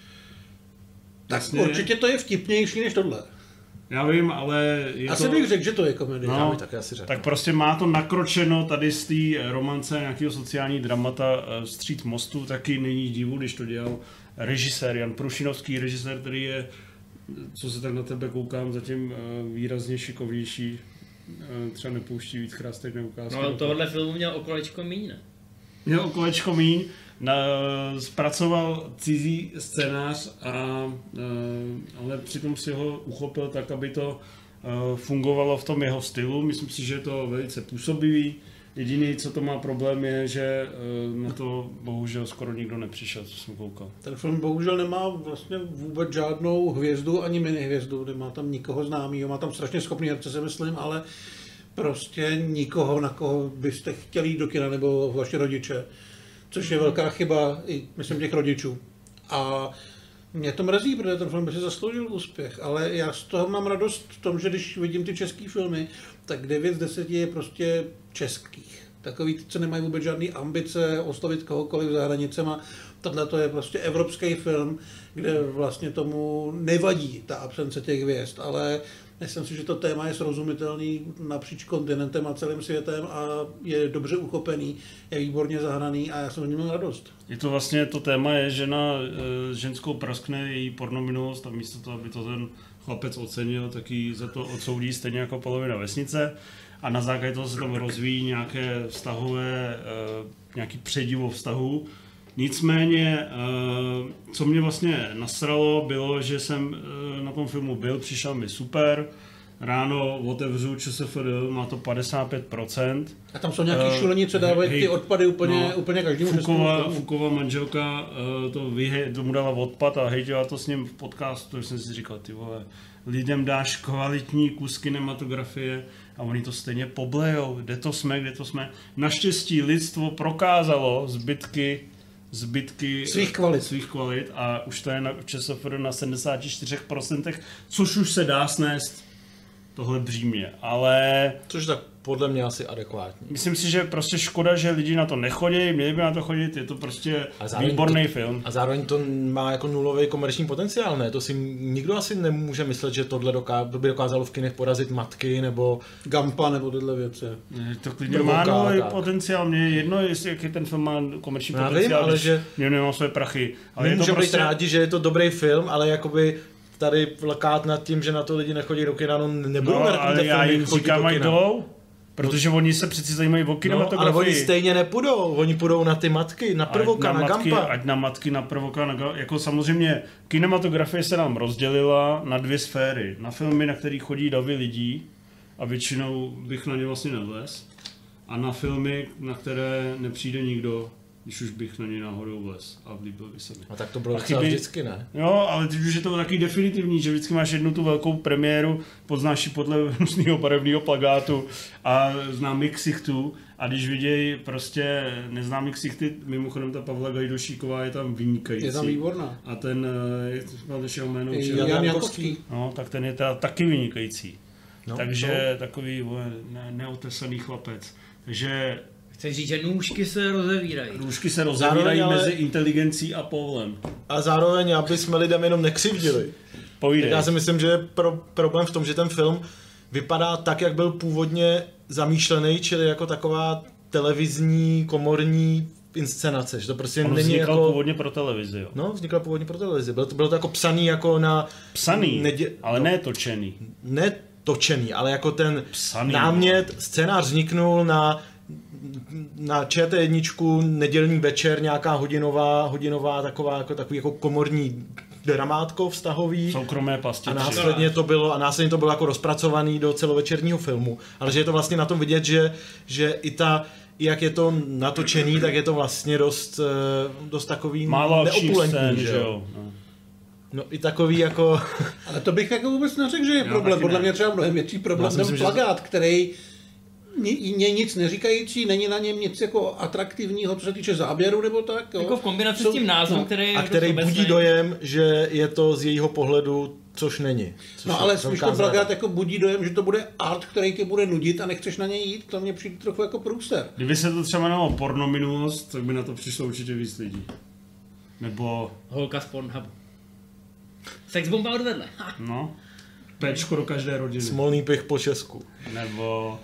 Speaker 2: Tak
Speaker 1: vlastně,
Speaker 2: určitě to je vtipnější než tohle.
Speaker 1: Já vím, ale je
Speaker 2: asi
Speaker 1: to...
Speaker 2: bych řekl, že to je komedie.
Speaker 1: No,
Speaker 2: tak, asi řekl.
Speaker 1: tak prostě má to nakročeno tady z té romance nějakého sociální dramata Stříc mostu, taky není divu, když to dělal režisér Jan Prušinovský, režisér, který je, co se tak na tebe koukám, zatím výrazně šikovnější, třeba nepouští víckrát stejné ukázky.
Speaker 3: No tohle filmu měl o kolečko míň, ne?
Speaker 1: Měl o kolečko míň, na, zpracoval cizí scénář, a, ale přitom si ho uchopil tak, aby to fungovalo v tom jeho stylu. Myslím si, že je to velice působivý, Jediný, co to má problém, je, že na to bohužel skoro nikdo nepřišel, co jsem koukal.
Speaker 2: Ten film bohužel nemá vlastně vůbec žádnou hvězdu ani mini hvězdu, nemá tam nikoho známýho, má tam strašně schopný herce, si myslím, ale prostě nikoho, na koho byste chtěli jít do kina, nebo vaši rodiče, což je velká chyba, i myslím, těch rodičů. A mě to mrzí, protože ten film by si zasloužil úspěch, ale já z toho mám radost v tom, že když vidím ty český filmy, tak devět z deseti je prostě českých. Takový, co nemají vůbec žádné ambice oslovit kohokoliv za hranicema. Tohle to je prostě evropský film, kde vlastně tomu nevadí ta absence těch hvězd, ale myslím si, že to téma je srozumitelný napříč kontinentem a celým světem a je dobře uchopený, je výborně zahraný a já jsem o něm měl radost.
Speaker 1: Je to vlastně, to téma je, že na e, ženskou praskne její pornominulost a místo toho, aby to ten chlapec ocenil, tak ji za to odsoudí stejně jako polovina vesnice a na základě toho se tam rozvíjí nějaké vztahové, e, nějaký předivo vztahu. Nicméně, e, co mě vlastně nasralo, bylo, že jsem e, na tom filmu byl, přišel mi super, ráno otevřu ČSFD, má to padesát pět procent.
Speaker 2: A tam jsou nějaký uh, šulení, co dávají ty odpady úplně, no, úplně každému.
Speaker 1: Fukova, Fukova manželka uh, to vyhe, tomu dala odpad a hejtila to s ním v podcastu, takže jsem si říkal, ty vole, lidem dáš kvalitní kus kinematografie a oni to stejně poblejou, kde to jsme, kde to jsme. Naštěstí lidstvo prokázalo zbytky zbytky
Speaker 2: svých kvalit.
Speaker 1: svých kvalit a už to je na ČSFD na sedmdesát čtyři procent, což už se dá snést tohle břímě, ale...
Speaker 4: Což tak podle mě asi adekvátní.
Speaker 1: Myslím si, že prostě škoda, že lidi na to nechodí, měli by na to chodit, je to prostě výborný
Speaker 4: to,
Speaker 1: film.
Speaker 4: A zároveň to má jako nulový komerční potenciál, ne? To si nikdo asi nemůže myslet, že tohle doká- by dokázalo v kinech porazit Matky nebo...
Speaker 2: Gampa nebo tyhle věci.
Speaker 1: Ne, to klidně má nulový potenciál, mě je jedno, jestli jaký ten film má komerční
Speaker 4: já
Speaker 1: potenciál,
Speaker 4: vím, ale že...
Speaker 1: mě nemám své prachy. Ale
Speaker 4: můžeme
Speaker 1: je to prostě...
Speaker 4: být rádi, že je to dobrý film, ale jakoby... tady plakát nad tím, že na to lidi nechodí do kina, no nebudou
Speaker 1: no, ale já jim říkám, ať jdou, protože no, oni se přeci zajímají o kinematografii.
Speaker 4: No, ale oni stejně nepůjdou, oni půjdou na ty Matky, na Prvoka, na, na
Speaker 1: matky,
Speaker 4: Gampa.
Speaker 1: Ať na Matky, na Prvoka, na Gampa, jako samozřejmě kinematografie se nám rozdělila na dvě sféry. Na filmy, na kterých chodí davy lidí a většinou bych na ně vlastně nevlez. A na filmy, na které nepřijde nikdo, když už bych na něj náhodou vlez a líbil by se mi.
Speaker 4: A tak to bylo docela vždycky, ne?
Speaker 1: Jo, ale teď už je to taky definitivní, že vždycky máš jednu tu velkou premiéru, poznáš ji podle různého barevného plakátu a známých ksichtů a když vidějí prostě neznámý ksichty, mimochodem ta Pavla Gajdošíková je tam vynikající.
Speaker 2: Je tam výborná.
Speaker 1: A ten, jak to jméno?
Speaker 2: Jan Jakovský.
Speaker 1: No, tak ten je teda taky vynikající.
Speaker 4: No,
Speaker 1: Takže no. Takový ne, neotesaný chlapec. Takže
Speaker 3: chceš říct, že nůžky se rozevírají.
Speaker 1: Nůžky se rozevírají ale... mezi inteligencí a Pavlem.
Speaker 4: A zároveň, aby jsme lidem jenom nekřivdili.
Speaker 1: Povídej.
Speaker 4: Já si myslím, že je pro, problém v tom, že ten film vypadá tak, jak byl původně zamýšlený, čili jako taková televizní, komorní inscenace. Že to prostě
Speaker 1: On
Speaker 4: není
Speaker 1: vznikal
Speaker 4: jako...
Speaker 1: původně pro televizi, jo?
Speaker 4: No, vznikal původně pro televizi. Bylo to, bylo to jako psaný jako na...
Speaker 1: Psaný, nedě... ale
Speaker 4: no,
Speaker 1: ne točený.
Speaker 4: Ne točený, ale jako ten
Speaker 1: psaný,
Speaker 4: námět, no. Scénář vzniknul na na Č T jedna nedělní večer, nějaká hodinová, hodinová taková, jako, takový jako komorní dramátko vztahový.
Speaker 1: Soukromé pasti.
Speaker 4: A následně to bylo, a následně to bylo jako rozpracovaný do celovečerního filmu. Ale že je to vlastně na tom vidět, že, že i ta, jak je to natočený, tak je to vlastně dost, dost takový neopulentní, že jo. No. No i takový jako...
Speaker 2: Ale to bych jako vůbec neřekl, že je no, problém. Podle mě třeba mnohem větší problém ten myslím, plakát, že... který je nic neříkající, není na něm nic jako atraktivního, co se týče záběru nebo tak. Jo.
Speaker 3: Jako v kombinaci Jsou, s tím názvem, no, který
Speaker 4: a který budí dojem, že je to z jejího pohledu, což není. Což
Speaker 2: no ale spíš ten plakát jako budí dojem, že to bude art, který tě bude nudit a nechceš na něj jít, to mě přijde trochu jako průser.
Speaker 1: Kdyby se to třeba jmenovalo pornominulost, tak by na to přišlo určitě víc lidí. Nebo...
Speaker 3: Holka z Pornhubu. Sexbomba odvedle.
Speaker 1: No. Péčko do každé rodiny.
Speaker 4: Smolný pich po Česku.
Speaker 1: Nebo...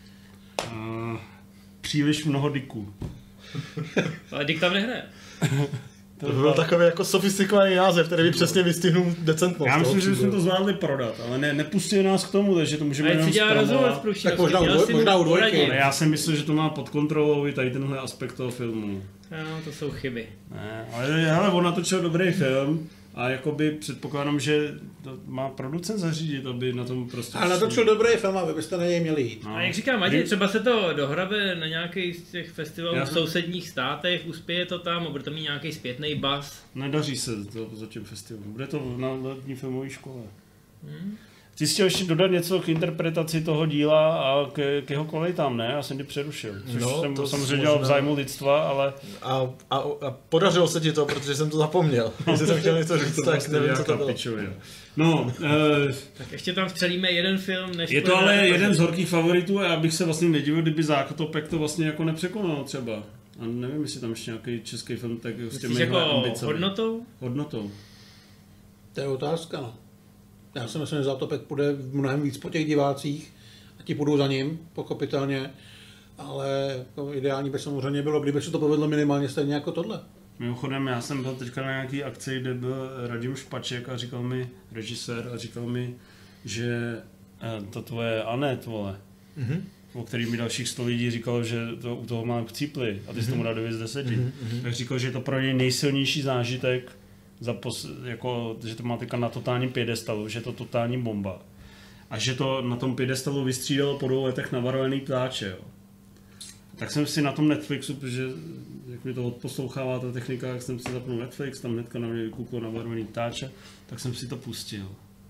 Speaker 1: Uh, příliš mnoho diků.
Speaker 3: Ale dik tam nehraje.
Speaker 4: To by byl takový jako sofistikovaný název, který by přesně vystihnul decentnost.
Speaker 1: Já myslím, že bychom to zvládli prodat, ale ne, nepustili nás k tomu, takže to můžeme jenom
Speaker 3: zpromovat.
Speaker 2: Tak možná, udvoj, možná u dvojky.
Speaker 1: Já si myslím, že to má pod kontrolou i tady tenhle aspekt toho filmu.
Speaker 3: No, to jsou chyby.
Speaker 1: Ne, ale hele, on natočil dobrý film A jakoby předpokládám, že to má producent zařídit, aby na tom prostě...
Speaker 2: Ale natočil dobrý film a vy byste na něj měli jít.
Speaker 3: No. A jak říká Matěj, třeba se to dohrabe na nějaký z těch festivalů v sousedních státech, uspěje to tam a bude to mít nějaký zpětný buzz.
Speaker 1: Nedaří se to zatím festivalu, bude to na letní filmové škole. Hmm. Ty jsi chtěl ještě dodat něco k interpretaci toho díla a k, k jeho kvalitám, ne? Já jsem tě přerušil, což
Speaker 4: no,
Speaker 1: jsem
Speaker 4: to
Speaker 1: samozřejmě dělal v zájmu lidstva, ale...
Speaker 4: A, a, a podařilo se ti to, protože jsem to zapomněl. Jestli jsem chtěl něco říct, tak nevím, co to bylo.
Speaker 1: Pičově. No, uh,
Speaker 3: tak ještě tam střelíme jeden film, než...
Speaker 1: Je to ale jeden z horkých favoritů a já bych se vlastně nedivil, kdyby Zákotopek to vlastně jako nepřekonal třeba. A nevím, jestli tam ještě nějaký český film tak s těmi
Speaker 3: jako
Speaker 1: ambicemi.
Speaker 3: hodnotou?
Speaker 1: Hodnotou.
Speaker 2: To je otázka, no. Já si myslím, že Zátopek půjde mnohem víc po těch divácích a ti půjdou za ním, pochopitelně, ale jako ideální by samozřejmě bylo, kdyby se to povedlo minimálně stejně jako tohle.
Speaker 1: Mimochodem, já jsem byl teďka na nějaký akci, kde byl Radim Špaček a říkal mi, režisér, a říkal mi, že to tvoje Anet, vole, mm-hmm. o který mi dalších sto lidí říkalo, že to, u toho mám chcípli a ty jsi tomu dal devět z deseti. Mm-hmm. Tak říkal, že je to pro něj nejsilnější zážitek, za pos, jako, že to má teďka na totálním piedestalu, že je to totální bomba. A že to na tom piedestalu vystřídalo po dvou letech nabarvený ptáče. Jo. Tak jsem si na tom Netflixu, protože jak mi to odposlouchává ta technika, jak jsem si zapnul Netflix, tam hnedka na mě vykouklo nabarvený ptáče, tak jsem si to pustil.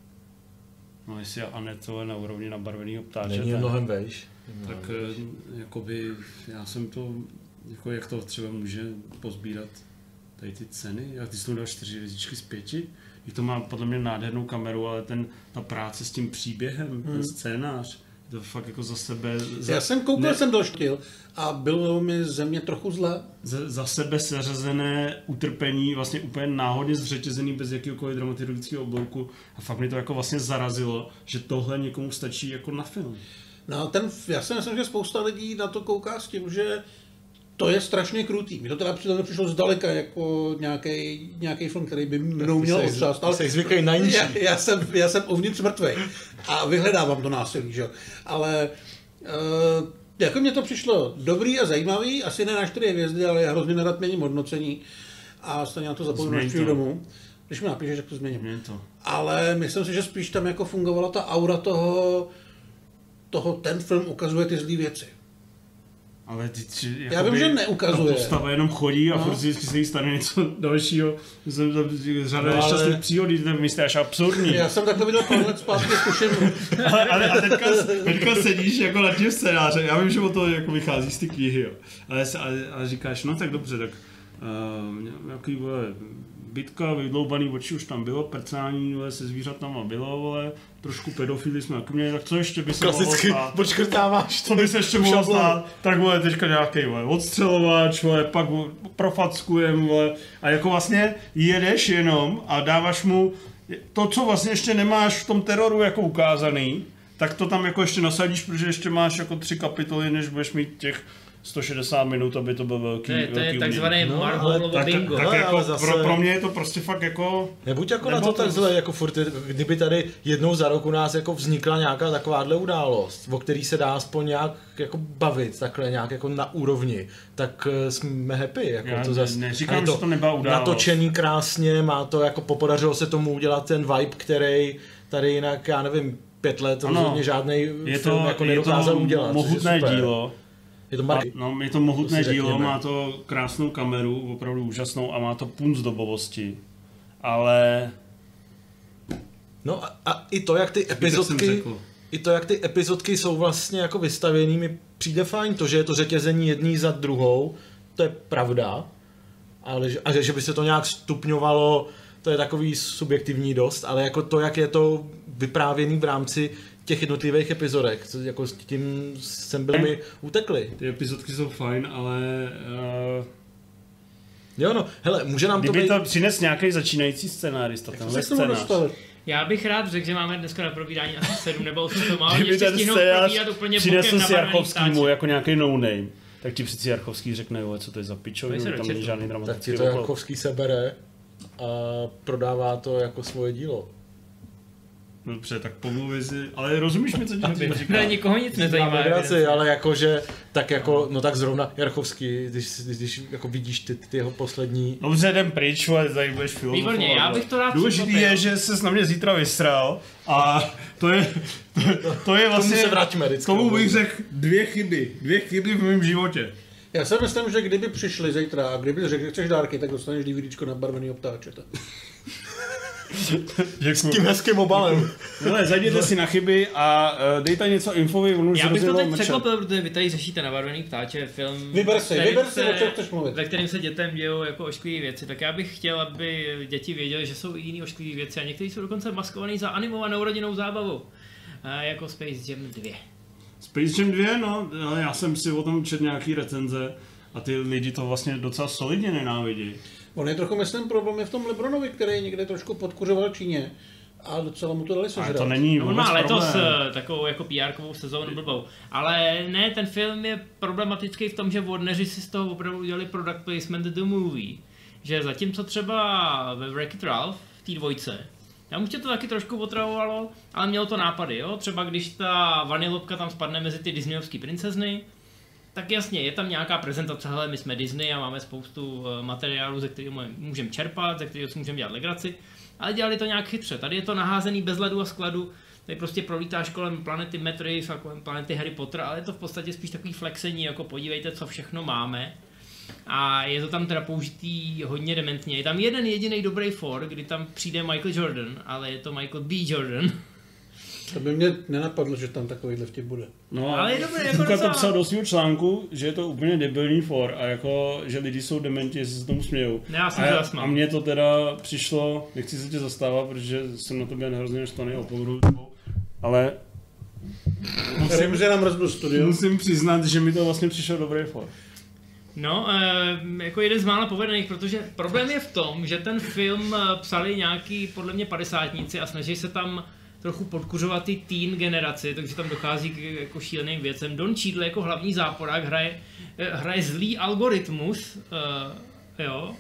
Speaker 1: No jestli Anetové na úrovni nabarveného ptáče.
Speaker 4: Není mnohem vejš.
Speaker 1: Tak jakoby, já jsem to, jako jak to třeba může pozbírat tady ty ceny, já ty jsem dal čtyři hvězdičky z pěti, i to má podle mě nádhernou kameru, ale ten, ta práce s tím příběhem, hmm. ten scénář, to fakt jako za sebe... Za,
Speaker 2: já jsem koukal, ne, jsem doštil a bylo mi ze mě trochu zle.
Speaker 1: Za, za sebe seřazené utrpení, vlastně úplně náhodně zřetězený bez jakéhokoliv dramaturgického oblouku a fakt mě to jako vlastně zarazilo, že tohle někomu stačí jako na film.
Speaker 2: No ten, já si myslím, že spousta lidí na to kouká s tím, že to je strašně krutý. Mi to teda přitom přišlo zdaleka jako nějaký nějaký film, který by mnou měl otřást. Ale
Speaker 4: jsi zvyklý na ničí.
Speaker 2: Já, já, jsem, já jsem uvnitř mrtvej a vyhledávám to násilí, že? Ale uh, jako mně to přišlo dobrý a zajímavý, asi ne na čtyři hvězdy, ale já hrozně nerad měním hodnocení a stejně na to zapomenu, až přijdu domů. Když mi napíšeš, jak to změním.
Speaker 1: To.
Speaker 2: Ale myslím si, že spíš tam jako fungovala ta aura toho, toho ten film ukazuje ty zlý věci.
Speaker 1: Ale ty tři,
Speaker 2: já vím, že neukazuje.
Speaker 1: Ta postava jenom chodí a no. furt vždycky se jí stane něco dalšího. Jsem řada nešťastných no, ale... příhodí, ten místo je až absurdní.
Speaker 2: Já jsem takhle viděl pár let zpátky zkušenou.
Speaker 1: ale, ale a teďka, teďka sedíš jako nad tím scénářem. Já vím, že o to jako vychází z ty knihy, jo. Ale, ale, ale říkáš, no tak dobře, tak uh, nějaký vole, bitka, vydloubaný oči už tam bylo, prcání vole, se zvířatama bylo, vole, trošku pedofily jsme jako měli, tak co ještě by se mohlo stát?
Speaker 4: Počkrtáváš,
Speaker 1: co by se ještě mohlo stát? Tak vole, teďka nějaký vole, odstřelovač, vole, pak profackujem, vole, a jako vlastně jedeš jenom a dáváš mu to, co vlastně ještě nemáš v tom teroru jako ukázaný, tak to tam jako ještě nasadíš, protože ještě máš jako tři kapitoly, než budeš mít těch sto šedesát minut, aby to byl velký.
Speaker 3: To je, to je takzvané no, Marvelovo
Speaker 1: tak,
Speaker 3: bingo.
Speaker 1: Tak, tak jako zase... pro, pro mě je to prostě fakt jako...
Speaker 4: Nebuď jako na to tak zle, jako furt, kdyby tady jednou za rok u nás jako vznikla nějaká takováhle událost, o který se dá aspoň nějak jako bavit, takhle nějak jako na úrovni, tak jsme happy. Jako
Speaker 1: Já
Speaker 4: to zas,
Speaker 1: neříkám, to, že to nebyla událost.
Speaker 4: Natočený krásně, má to jako podařilo se tomu udělat ten vibe, který tady jinak, já nevím, pět let ano, rozhodně žádnej film jako nedokázal udělat.
Speaker 1: Mohutné dílo.
Speaker 4: Je to, mar-
Speaker 1: no, je to mohutné to dílo, má to krásnou kameru, opravdu úžasnou a má to punc dobovosti, ale...
Speaker 4: No a, a i to, jak ty epizodky, i to, jak ty epizodky jsou vlastně jako vystavěný, mi přijde fajn. To, že je to řetězení jedný za druhou, to je pravda, ale že, a že, že by se to nějak stupňovalo, to je takový subjektivní dost, ale jako to, jak je to vyprávěný v rámci těch jednotlivých epizodek, co jako s tím jsem byl mi utekli.
Speaker 1: Ty epizodky jsou fajn, ale... Uh...
Speaker 4: Jo no, hele, může nám
Speaker 1: Kdyby
Speaker 4: to být...
Speaker 1: to přines nějaký začínající scénárista, tenhle scénář.
Speaker 3: Já bych rád řekl, že máme dneska na probírání asi sedm nebo osm filmů, ale ještě stihnou probírat úplně bokem
Speaker 1: si Jarchovskýmu jako nějaký no-name, tak ti přeci Jarchovský řekne, jo, co to je za pičovinu, tam není žádný dramatický
Speaker 4: tak ti to Jarchovský sebere a prodává to jako svoje dílo.
Speaker 1: Dobře, tak pomluvi si, ale rozumíš mi, co ti to říká?
Speaker 3: Ne, nikoho nic nezajímá.
Speaker 4: Graci, ale jakože, tak jako, no tak zrovna Jarchovský, když, když, když jako vidíš ty, ty jeho poslední...
Speaker 1: Dobře, jdem pryč, ale tady budeš filozofovat.
Speaker 3: Výborně, já bych to rád
Speaker 1: důležitý je, že ses na mě zítra vysral a to je, to, to je vlastně...
Speaker 4: Tomu se vrátíme vždycky.
Speaker 1: Tomu bych řekl dvě chyby, dvě chyby v mém životě.
Speaker 2: Já si myslím, že kdyby přišli zítra a kdyby řekl, že chceš dárky, tak dostaneš DVDčko na barvený ptáče.
Speaker 4: S tím hezkým obalem.
Speaker 1: No, zajděte si na chyby a uh, dejte něco infovi, on už
Speaker 3: Já bych to teď
Speaker 1: mečem.
Speaker 3: překvapil, protože vy tady řešíte Nabarvený ptáče, film,
Speaker 2: Vyber si,
Speaker 3: kterým
Speaker 2: vyber si,
Speaker 3: se-
Speaker 2: o čem chceš mluvit.
Speaker 3: ve kterém se dětem dějou jako ošklivé věci, tak já bych chtěl, aby děti věděly, že jsou i jiné ošklivé věci a někteří jsou dokonce maskovaný za animovanou rodinnou zábavu, a jako Space Jam dva.
Speaker 1: Space Jam dva, no, ale já jsem si o tom četl nějaký recenze a ty lidi to vlastně docela solidně nenávidí.
Speaker 2: On je trochu, myslím, problém je v tom Lebronovi, který někde trošku podkuřoval Číně a docela mu to dali
Speaker 1: Ale
Speaker 2: sežrat.
Speaker 1: to není
Speaker 3: No, on
Speaker 1: vůbec
Speaker 3: má letos
Speaker 1: problém.
Speaker 3: eh, takovou jako P R-kovou sezónu blbou, ale ne, ten film je problematický v tom, že Warneri si z toho opravdu udělali product placement the movie, že zatímco třeba ve Wreck-It Ralph v té dvojce, já už tě to taky trošku otravovalo, ale mělo to nápady, jo, třeba když ta vanilopka tam spadne mezi ty disneyovský princezny, tak jasně, je tam nějaká prezentace, hele, my jsme Disney a máme spoustu uh, materiálu, ze kterého můžeme čerpat, ze kterého si můžeme dělat legraci, ale dělali to nějak chytře. Tady je to naházený bez ledu a skladu, tady prostě prolítáš kolem planety Matrix a kolem planety Harry Potter, ale je to v podstatě spíš takový flexení, jako podívejte, co všechno máme. A je to tam teda použitý hodně dementně. Je tam jeden jediný dobrý for, kdy tam přijde Michael Jordan, ale je to Michael B. Jordan.
Speaker 2: To by mě nenapadlo, že tam takovýhle vtip bude.
Speaker 1: No,
Speaker 3: Ale je dobré, jako
Speaker 1: Kuka to
Speaker 3: docela-
Speaker 1: psal do svého článku, že je to úplně debilní for a jako, že lidi jsou dementi, že se tomu smějou.
Speaker 3: Ne, já jsem
Speaker 1: a,
Speaker 3: to
Speaker 1: já-
Speaker 3: zasmál.
Speaker 1: a mně to teda přišlo, nechci se tě zastávat, protože jsem na tobě hrozně naštvaný o pohodu, ale musím,
Speaker 2: Rimze nám rozbil studio.
Speaker 1: musím přiznat, že mi to vlastně přišel dobrý for.
Speaker 3: No, e, jako jeden z mála povedených, protože problém je v tom, že ten film eh, psali nějaký podle mě padesátníci a snaží se tam trochu podkuřovat ty teen generaci, takže tam dochází k jako šíleným věcem. Don Cheadle jako hlavní záporák hraje, eh, hraje zlý algoritmus, e, jo,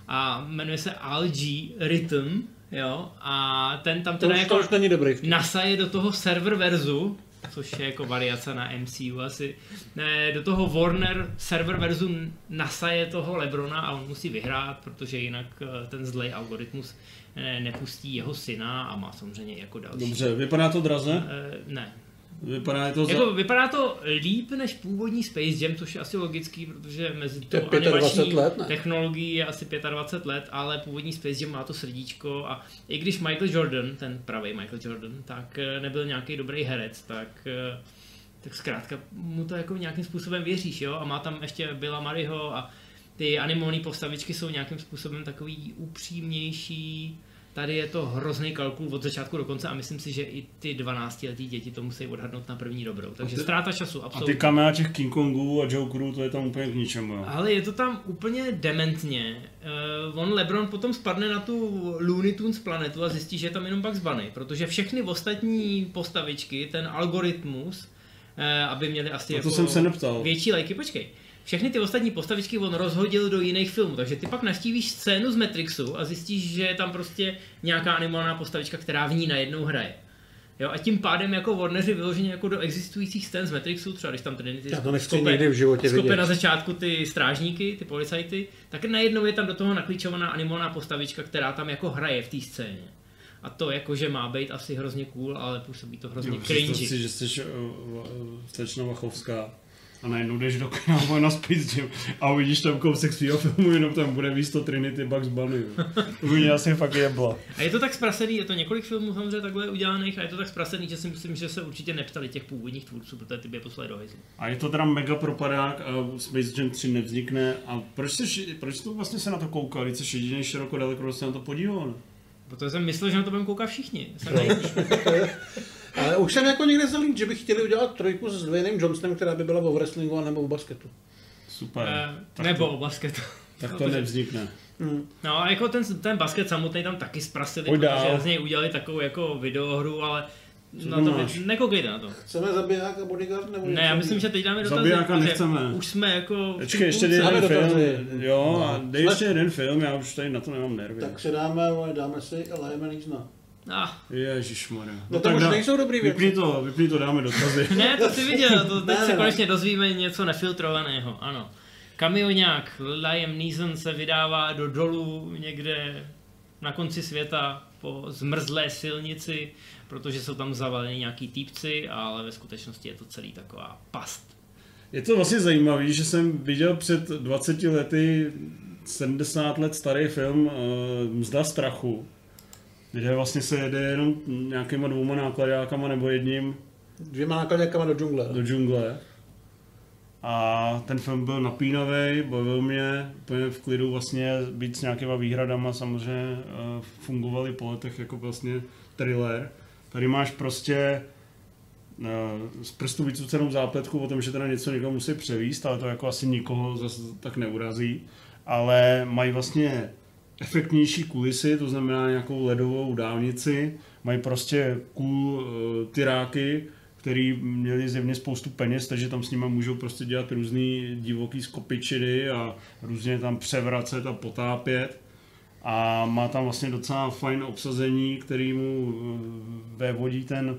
Speaker 3: a jmenuje se Al G Rhythm, jo, a ten tam
Speaker 2: To
Speaker 3: teda
Speaker 2: už,
Speaker 3: jako
Speaker 2: to už není dobrý vtip.
Speaker 3: nasaje do toho server verzu, což je jako variace na M C U asi, ne, do toho Warner server verzu nasaje toho Lebrona a on musí vyhrát, protože jinak eh, ten zlej algoritmus eh, nepustí jeho syna a má samozřejmě jako další.
Speaker 1: Dobře, vypadá to draze?
Speaker 3: Eh, ne.
Speaker 1: Vypadá to za...
Speaker 3: Jako, vypadá to líp než původní Space Jam, což je asi logický, protože mezi
Speaker 2: To je
Speaker 3: tou
Speaker 2: dvacet
Speaker 3: animační
Speaker 2: let, ne?
Speaker 3: technologií je asi dvacet pět let, ale původní Space Jam má to srdíčko a i když Michael Jordan, ten pravý Michael Jordan, tak eh, nebyl nějaký dobrý herec, tak, eh, tak zkrátka mu to jako nějakým způsobem věříš, jo? A má tam ještě Billa Murrayho a ty animované postavičky jsou nějakým způsobem takový upřímnější. Tady je to hrozný kalkul od začátku do konce a myslím si, že i ty dvanáctiletí děti to musí odhadnout na první dobrou. Takže
Speaker 1: ty-
Speaker 3: ztráta času,
Speaker 1: A
Speaker 3: absolutně.
Speaker 1: ty kamera těch King Kongů a Jokerů, to je tam úplně k ničemu, jo.
Speaker 3: Ale je to tam úplně dementně. Uh, on LeBron potom spadne na tu Looney Tunes planetu a zjistí, že je tam jenom Bugs Bunny, protože všechny ostatní postavičky, ten algoritmus, uh, aby měli asi
Speaker 1: Na to
Speaker 3: jako
Speaker 1: jsem se neptal.
Speaker 3: větší lajky, počkej. Všechny ty ostatní postavičky on rozhodil do jiných filmů, takže ty pak navštívíš scénu z Matrixu a zjistíš, že je tam prostě nějaká animovaná postavička, která v ní najednou hraje. Jo, a tím pádem jako Warneri vyloženě jako do existujících scén z Matrixu, třeba když tam Trinity
Speaker 2: Já to nechci
Speaker 3: skope-
Speaker 2: nikdy v životě
Speaker 3: skope
Speaker 2: vidět.
Speaker 3: na začátku ty strážníky, ty policajty, tak najednou je tam do toho naklíčovaná animovaná postavička, která tam jako hraje v té scéně. A to jakože má být asi hrozně cool, ale působí to hrozně
Speaker 1: Jo, představ
Speaker 3: cringy.
Speaker 1: si, že jsi uh, uh, slečna Vachovská a najednou jdeš do kina na Space Jam a uvidíš tam kousek svýho filmu, jenom tam bude místo Trinity Bugs Bunny. Jo. To by mě asi fakt jebla.
Speaker 3: A je to tak zprasený, je to několik filmů samozřejmě takhle udělaných a je to tak zprasený, že si myslím, že se určitě neptali těch původních tvůrců, protože ty by je poslali do hajzlu.
Speaker 1: A je to teda mega propadák a Space Jam tři nevznikne. A proč, jsi, proč to vlastně se na to koukal? Když jsi jediný široko daleko, kdo se na to podíval?
Speaker 3: Protože jsem myslel, že na to budeme koukat všichni. Jsem naivní.
Speaker 2: Ale už jsem jako někde zalít, že by chtěli udělat trojku s Dwaynem Johnsonem, která by byla o wrestlingu a nebo o basketu.
Speaker 1: Super.
Speaker 3: Eh,
Speaker 1: tak
Speaker 3: Nebo
Speaker 1: to,
Speaker 3: o basketu.
Speaker 1: tak to nevznikne.
Speaker 2: Hmm.
Speaker 3: No a jako ten, ten basket samotný tam taky zprasili,
Speaker 1: Pojď
Speaker 3: protože
Speaker 1: dál.
Speaker 3: z něj udělali takovou jako videohru, ale na
Speaker 1: to
Speaker 3: to
Speaker 1: máš?
Speaker 3: vy, nekoukejte na to.
Speaker 2: Chceme zabiják a bodyguard nebo
Speaker 3: Ne, já myslím, že teď dáme dotazy.
Speaker 1: Zabijáka
Speaker 3: protože
Speaker 1: nechceme.
Speaker 3: Už jsme jako... v
Speaker 1: Počkej, ještě
Speaker 3: půlce.
Speaker 2: Dáme
Speaker 1: jeden film.
Speaker 2: dotazy.
Speaker 1: Jo, a
Speaker 2: No.
Speaker 1: dej ještě jeden film, já už tady na to nemám nervy.
Speaker 2: Tak si dáme, vole, dáme si a lejeme lízna.
Speaker 3: Ah.
Speaker 1: Ježišmarja.
Speaker 2: No, no to už nejsou dobrý věci.
Speaker 1: Vypni to, vypni to, dáme dotazy.
Speaker 3: Ne, to jsi viděl, to teď
Speaker 2: ne,
Speaker 3: se
Speaker 2: ne,
Speaker 3: konečně dozvíme něco nefiltrovaného, ano. Kamioňák Liam Neeson se vydává do dolů někde na konci světa po zmrzlé silnici, protože jsou tam zavaleni nějaký týpci, ale ve skutečnosti je to celý taková past.
Speaker 1: Je to vlastně zajímavé, že jsem viděl před dvaceti lety sedmdesát let starý film uh, Mzda strachu, kde vlastně se jede jenom nějakýma dvouma nákladákama nebo jedním
Speaker 2: Dvěma nákladákama do džungle.
Speaker 1: do džungle. A ten film byl napínavý, bavil mě, úplně v klidu vlastně, být s nějakýma výhradama, samozřejmě uh, fungovaly po letech jako vlastně thriller. Tady máš prostě uh, z prstu vycucenou zápletku o tom, že teda něco někdo musí převíst, ale to jako asi nikoho zase tak neurazí. Ale mají vlastně efektnější kulisy, to znamená nějakou ledovou dálnici, mají prostě cool uh, tyráky, který měli zjevně spoustu peněz, takže tam s nimi můžou prostě dělat různý divoký skopičiny a různě tam převracet a potápět. A má tam vlastně docela fajn obsazení, který mu vévodí ten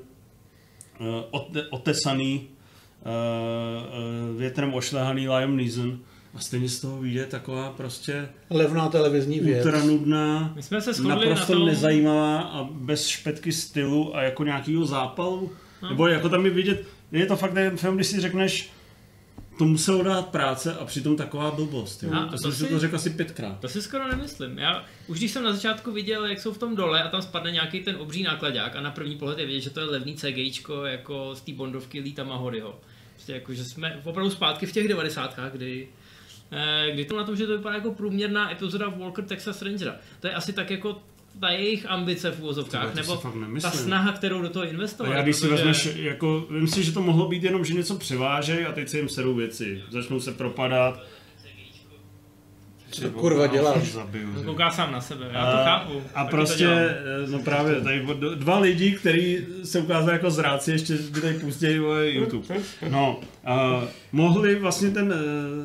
Speaker 1: otesaný, větrem ošlehaný Liam Neeson. A stejně z toho vyjde taková prostě
Speaker 2: levná televizní věc.
Speaker 1: ultranudná,
Speaker 3: My jsme se shodli
Speaker 1: naprosto
Speaker 3: na tom...
Speaker 1: nezajímavá a bez špetky stylu a jako nějakýho zápalu.
Speaker 3: No.
Speaker 1: Nebo jako tam je vidět, je to fakt ten film, když si řekneš, to muselo dát práce a přitom taková blbost. Jo?
Speaker 3: A,
Speaker 1: to,
Speaker 3: to
Speaker 1: jsem
Speaker 3: si-
Speaker 1: si to řekl asi pětkrát.
Speaker 3: To si skoro nemyslím. Já už když jsem na začátku viděl, jak jsou v tom dole a tam spadne nějaký ten obří nákladák a na první pohled je vidět, že to je levný CGIčko jako z té Bondovky Lee Tamahoryho. Prostě jako, že jsme opravdu zpátky v těch devadesátkách, kdy eh, kdy to na tom, že to vypadá jako průměrná epizoda Walker Texas Rangera. To je asi tak jako ta jejich ambice v uvozovkách,
Speaker 1: Tyhle, to
Speaker 3: nebo
Speaker 1: si fakt
Speaker 3: ta
Speaker 1: nemyslím.
Speaker 3: snaha, kterou do toho
Speaker 1: A
Speaker 3: investovali.
Speaker 1: já když si
Speaker 3: protože-
Speaker 1: vezmeš, jako, vím si, že to mohlo být jenom, že něco převážej a teď se jim serou věci. Začnou se propadat.
Speaker 2: Co to kurva děláš?
Speaker 1: Zabiju,
Speaker 3: On
Speaker 1: že?
Speaker 3: kouká sám na sebe, já to chápu.
Speaker 1: A
Speaker 3: taky to
Speaker 1: prostě,
Speaker 3: dělám.
Speaker 1: no právě, tady dva lidi, kteří se ukázali jako zráci, ještě by tady pustili YouTube. No, uh, mohli vlastně ten uh,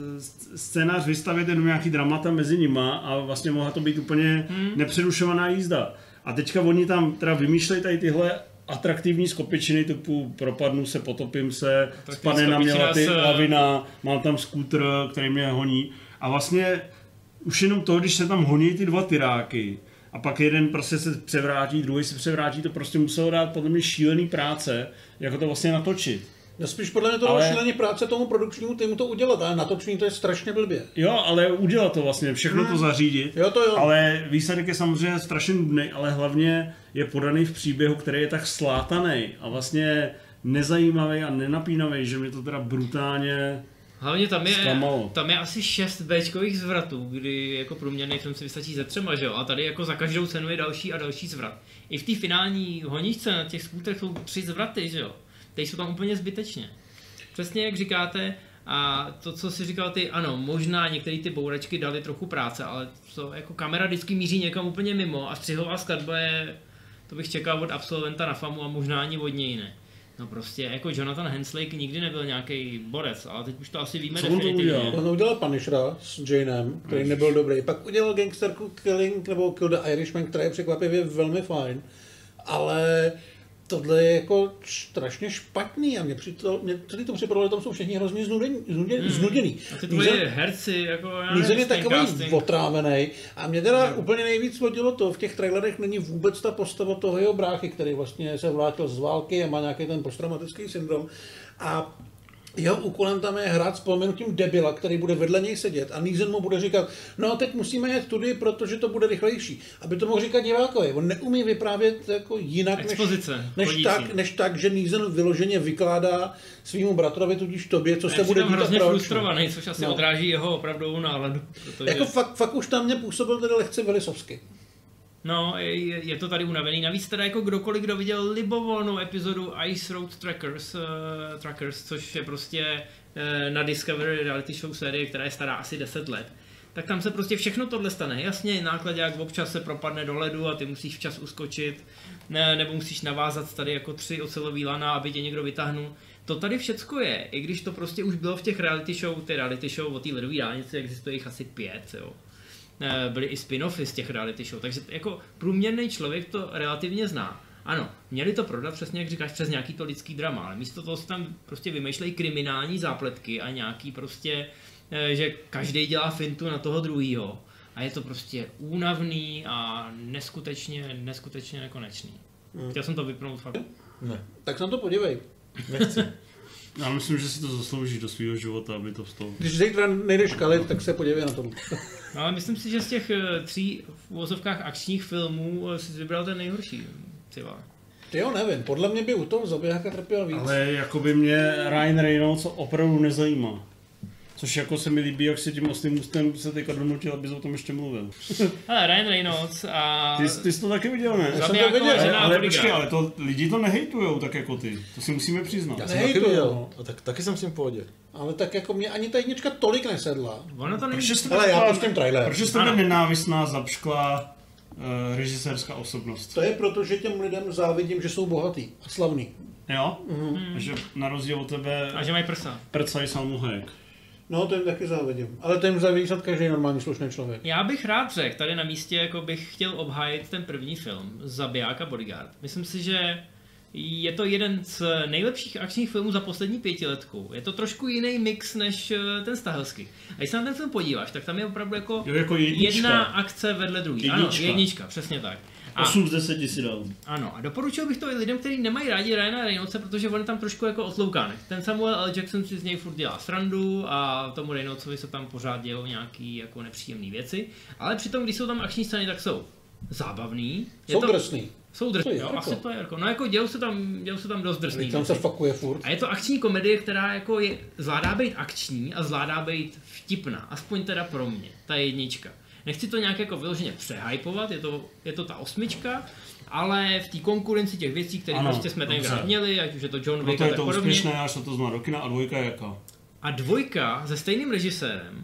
Speaker 1: scénář vystavět jenom nějaký dramata mezi nima a vlastně mohla to být úplně hmm. nepřerušovaná jízda. A teďka oni tam teda vymýšlejí tady tyhle atraktivní skopičiny typu propadnu se, potopím se, spadne na mě laty,
Speaker 3: s-
Speaker 1: lavina, mám tam skútr, který mě honí. A vlastně už jenom to, když se tam honí ty dva tyráky a pak jeden prostě se převrátí, druhý se převrátí, to prostě muselo dát podle mě šílený práce, jako to vlastně natočit.
Speaker 2: No spíš podle mě to
Speaker 1: Ale-
Speaker 2: ale... šílený práce tomu produkčnímu týmu to udělat, ale natočení to je strašně blbě.
Speaker 1: Jo, ale udělat to vlastně, všechno to zařídit.
Speaker 2: Jo, to jo.
Speaker 1: Ale výsledek je samozřejmě strašně nudný, ale hlavně je podaný v příběhu, který je tak slátaný a vlastně nezajímavý a nenapínavý, že mi to teda brutálně...
Speaker 3: Hlavně tam je,
Speaker 1: zklamalo.
Speaker 3: tam je asi šest béčkových zvratů, kdy jako průměrný film si vystačí ze třema, že jo? A tady jako za každou cenu je další a další zvrat. I v té finální honíčce na těch skútrech jsou tři zvraty, že jo? Teď jsou tam úplně zbytečně. Přesně jak říkáte, a to, co si říkal ty, ano, možná některé ty bouračky dali trochu práce, ale to jako kamera vždycky míří někam úplně mimo a střihová skladba je, to bych čekal od absolventa na FAMu a možná ani od něj ne. No prostě jako Jonathan Henslake nikdy nebyl nějaký borec, ale teď už to asi víme
Speaker 1: Co on to
Speaker 3: definitivně.
Speaker 1: udělal?
Speaker 2: On udělal Punishera s Janem, který nebyl dobrý. Pak udělal Gangsterku Killing nebo Kill the Irishman, která je překvapivě velmi fajn. Ale tohle je jako strašně špatný a mě, přito, mě celý to připadalo, že tam jsou všichni hrozně znuděný. Znuděný,
Speaker 3: Hmm.
Speaker 2: znuděný.
Speaker 3: A ty tvoje herci, jako já
Speaker 2: Neeson
Speaker 3: nevím,
Speaker 2: je
Speaker 3: ten
Speaker 2: takový
Speaker 3: casting.
Speaker 2: otrávený a mě teda úplně nejvíc vodilo to, v těch trailerech není vůbec ta postava toho jeho bráchy, který vlastně se vrátil z války a má nějaký ten posttraumatický syndrom a jeho úkolem tam je hrát s proměnutím debila, který bude vedle něj sedět a Neeson mu bude říkat, no teď musíme jet tudy, protože to bude rychlejší, aby to mohl říkat divákovi. On neumí vyprávět jako jinak, než,
Speaker 3: Expozice,
Speaker 2: než,
Speaker 3: chodící.
Speaker 2: tak, než tak, že Neeson vyloženě vykládá svýmu bratrovi, tudíž tobě, co
Speaker 3: A
Speaker 2: se
Speaker 3: je
Speaker 2: bude
Speaker 3: přitom
Speaker 2: dít a
Speaker 3: hrozně
Speaker 2: proč.
Speaker 3: frustrovaný, což asi
Speaker 2: No.
Speaker 3: odráží jeho opravdovou náladu. Protože...
Speaker 2: Jako fakt, fakt už tam mě působil tedy lehce velisovsky.
Speaker 3: No, je, je to tady unavený. Navíc teda jako kdokoliv, kdo viděl libovolnou epizodu Ice Road Trackers, uh, Trackers což je prostě uh, na Discovery reality show série, která je stará asi deset let, tak tam se prostě všechno tohle stane. Jasně, nákladák občas se propadne do ledu a ty musíš včas uskočit, ne, nebo musíš navázat tady jako tři ocelový lana, aby tě někdo vytáhnul. To tady všecko je, i když to prostě už bylo v těch reality show, ty reality show o té ledové dálnici, existuje jich asi pět, jo. byly i spin-offy z těch reality show, takže jako průměrný člověk to relativně zná. Ano, měli to prodat přesně, jak říkáš, přes nějaký to lidský drama, ale místo toho se tam prostě vymýšlejí kriminální zápletky a nějaký prostě, že každý dělá fintu na toho druhýho. A je to prostě únavný a neskutečně, neskutečně nekonečný. Hmm. Chtěl jsem to vypnout fakt.
Speaker 2: Ne. Tak se na to podívej.
Speaker 4: Nechci.
Speaker 1: Já myslím, že si to zaslouží do svého života, aby to vstalo.
Speaker 2: Když zítra nejdeš kalit, tak se podívej na to.
Speaker 3: No, ale myslím si, že z těch tří v uvozovkách akčních filmů jsi vybral ten nejhorší. Třeba.
Speaker 2: Ty jo, nevím. Podle mě by u toho zabijáka trpěl víc.
Speaker 1: Ale jakoby mě Ryan Reynolds opravdu nezajímá. Což jako se mi líbí, jak si tím oslým ústem se teďka donutil, abys o tom ještě mluvil.
Speaker 3: Ale Ryan Reynolds a...
Speaker 1: Ty, ty jsi to taky viděl, ne?
Speaker 2: Já jsem to viděl.
Speaker 1: Ale, ale počkej, ale to, lidi to nehejtujou tak jako ty. To si musíme přiznat.
Speaker 4: Já jsem taky viděl. A tak, taky jsem s tím v pohodě.
Speaker 2: Ale tak jako mě ani ta jednička tolik nesedla.
Speaker 3: Ono to není...
Speaker 2: Ale já pustím trailer.
Speaker 1: Protože jste nenávistná, zapšklá uh, režisérská osobnost.
Speaker 2: To je proto, že těm lidem závidím, že jsou bohatý a slavný.
Speaker 1: Jo? Mm. Že na rozdíl od tebe...
Speaker 3: A že mají prsa.
Speaker 1: Prcají Salmu Hayek.
Speaker 2: No, to jim taky závidím. Ale to jim závidí snad každý normální slušný člověk.
Speaker 3: Já bych rád řekl, tady na místě jako bych chtěl obhájit ten první film, Zabiják a Bodyguard. Myslím si, že je to jeden z nejlepších akčních filmů za poslední pětiletku. Je to trošku jiný mix než ten Stahelský. A když se na ten film podíváš, tak tam je opravdu jako,
Speaker 1: jo, jako
Speaker 3: jedna akce vedle druhé. Ano, jednička, přesně tak.
Speaker 1: A, osm z deseti si dal.
Speaker 3: Ano, a doporučil bych to i lidem, kteří nemají rádi Ryana Reynoldse, protože on je tam trošku jako otloukánek. Ten Samuel L. Jackson si z něj furt dělá srandu a tomu Reynoldsovi se tam pořád dějou nějaký jako nepříjemné věci. Ale přitom, když jsou tam akční scény, tak jsou zábavný.
Speaker 2: Jsou to... drsný.
Speaker 3: Jsou drsný, jo, asi to je jako. No jako dějou se tam, dějou se tam dost drsný.
Speaker 2: Tam se fakuje furt.
Speaker 3: A je to akční komedie, která jako je, zvládá být akční a zvládá být vtipná. Aspoň teda pro mě, ta jednička. Nechci to nějak jako vyloženě přehypovat, je to, je to ta osmička, ale v té konkurenci těch věcí, které prostě jsme tenkrát měli, ať už je to John Wick a tak podobně.
Speaker 1: To je to úspěšné, až to znamená Rokina a dvojka je jaká?
Speaker 3: A dvojka se stejným režisérem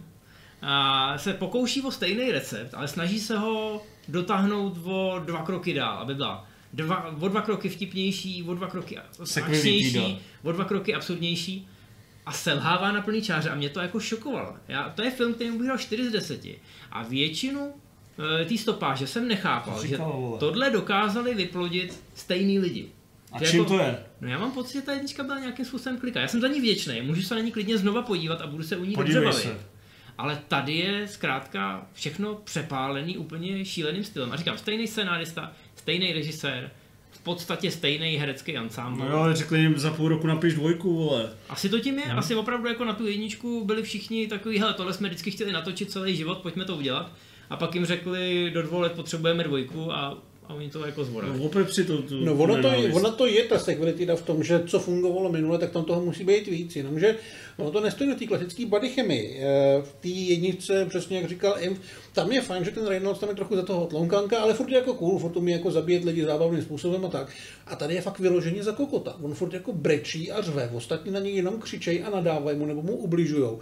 Speaker 3: a se pokouší o stejný recept, ale snaží se ho dotáhnout o dva kroky dál, aby byla dva, o dva kroky vtipnější, o dva kroky akčnější, o dva kroky absurdnější. A selhává na plný čáře a mě to jako šokovalo. Já, to je film, který bych dal čtyři z deseti. A většinu e, té stopáže jsem nechápal, to říkal, že vole. Tohle dokázali vyplodit stejný lidi.
Speaker 1: A že čím jako, to je?
Speaker 3: No já mám pocit, že ta jednička byla nějakým způsobem kliká. Já jsem za ní vděčný, můžu se na ní klidně znova podívat a budu se u ní dobře bavit. Ale tady je zkrátka všechno přepálený úplně šíleným stylem. A říkám, stejný scenárista, stejný režisér, v podstatě stejný herecký ansámbl.
Speaker 1: No jo, ale řekli jim za půl roku napiš dvojku, vole.
Speaker 3: Asi to tím je, no. Asi opravdu jako na tu jedničku byli všichni takový, hele, tohle jsme vždycky chtěli natočit celý život, pojďme to udělat. A pak jim řekli, do dvou let potřebujeme dvojku a, a oni to jako zvorali.
Speaker 1: No opět si to, tu,
Speaker 2: no ono to, je, ono to je ta stability v tom, že co fungovalo minule, tak tam toho musí být víc, jenomže ono to nestojí na té klasické body chemii. V té jedničce, přesně jak říkal Imf, tam je fajn, že ten Reynolds tam je trochu za toho tloukánka, ale furt je jako cool, furt umí jako zabíjet lidi zábavným způsobem a tak. A tady je fakt vyloženě za kokota. On furt jako brečí a řve, ostatní na něj jenom křičejí a nadávají mu nebo mu ubližujou.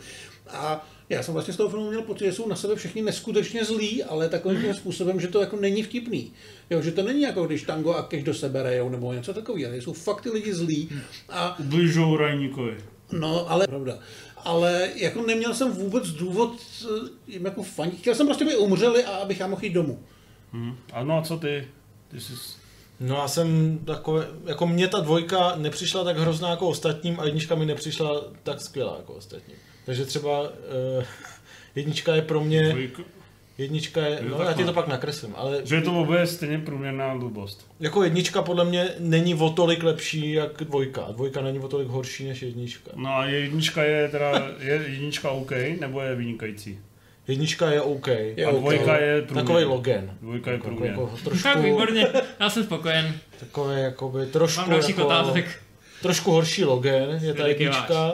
Speaker 2: A já jsem vlastně z toho filmu měl pocit, že jsou na sebe všichni neskutečně zlí, ale takovým způsobem, že to jako není vtipný. Jo, že to není jako když Tango a Cash do sebe rejou nebo něco takového. Jsou fakt ty lidi zlí. A
Speaker 1: ubližujou Rajníkovi.
Speaker 2: No, ale pravda. Ale jako neměl jsem vůbec důvod jim jako fandit. Chtěl jsem prostě, aby umřeli a abych já mohl jít domů.
Speaker 1: Hmm. A no a co ty? Ty jsi...
Speaker 4: No já jsem takové, jako mě ta dvojka nepřišla tak hrozná jako ostatním a jednička mi nepřišla tak skvělá jako ostatním. Takže třeba uh, jednička je pro mě, dvojka. jednička je, no já ti to pak nakreslím, ale...
Speaker 1: Že je to vůbec stejně průměrná blbost.
Speaker 4: Jako jednička podle mě není o tolik lepší jak dvojka, dvojka není o tolik horší než jednička.
Speaker 1: No a jednička je teda, je jednička OK, nebo je vynikající?
Speaker 4: Jednička je OK.
Speaker 1: Je a dvojka okay. je průměr.
Speaker 4: Takovej Logan.
Speaker 1: Dvojka je průměr.
Speaker 4: Jako, jako, trošku,
Speaker 3: tak výborně, já jsem spokojen.
Speaker 4: Takové jakoby trošku...
Speaker 3: Mám dalších
Speaker 4: jako,
Speaker 3: otázek.
Speaker 4: Trošku horší Logan je ta jednička.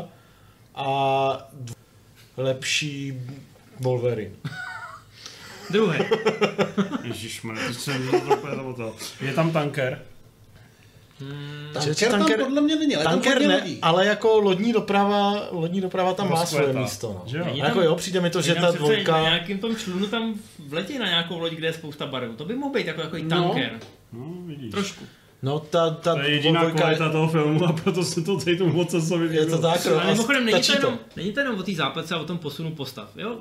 Speaker 4: A dv... lepší Wolverine.
Speaker 3: Druhé.
Speaker 1: Ježišmarja, ty jsem to je tam tanker.
Speaker 2: Hmm, tanker, tanker tam podle mě není, ale
Speaker 4: tanker ne, lodí. Ale jako lodní doprava, lodní doprava tam má svoje místo. No.
Speaker 3: Tam,
Speaker 4: jako jo, přijde mi to, že ta dvojka...
Speaker 3: Na nějakým tom člunu tam vletí na nějakou loď, kde je spousta barů. To by mohl být jako takový tanker.
Speaker 1: No, vidíš.
Speaker 3: Trošku.
Speaker 4: No, ta, ta
Speaker 1: to je jediná dvojka... kvalita toho filmu a proto se to tady tomu moc se
Speaker 4: je to tak,
Speaker 3: ale mimochodem, není to, jenom, není to jenom o té zápletce a o tom posunu postav. Jo?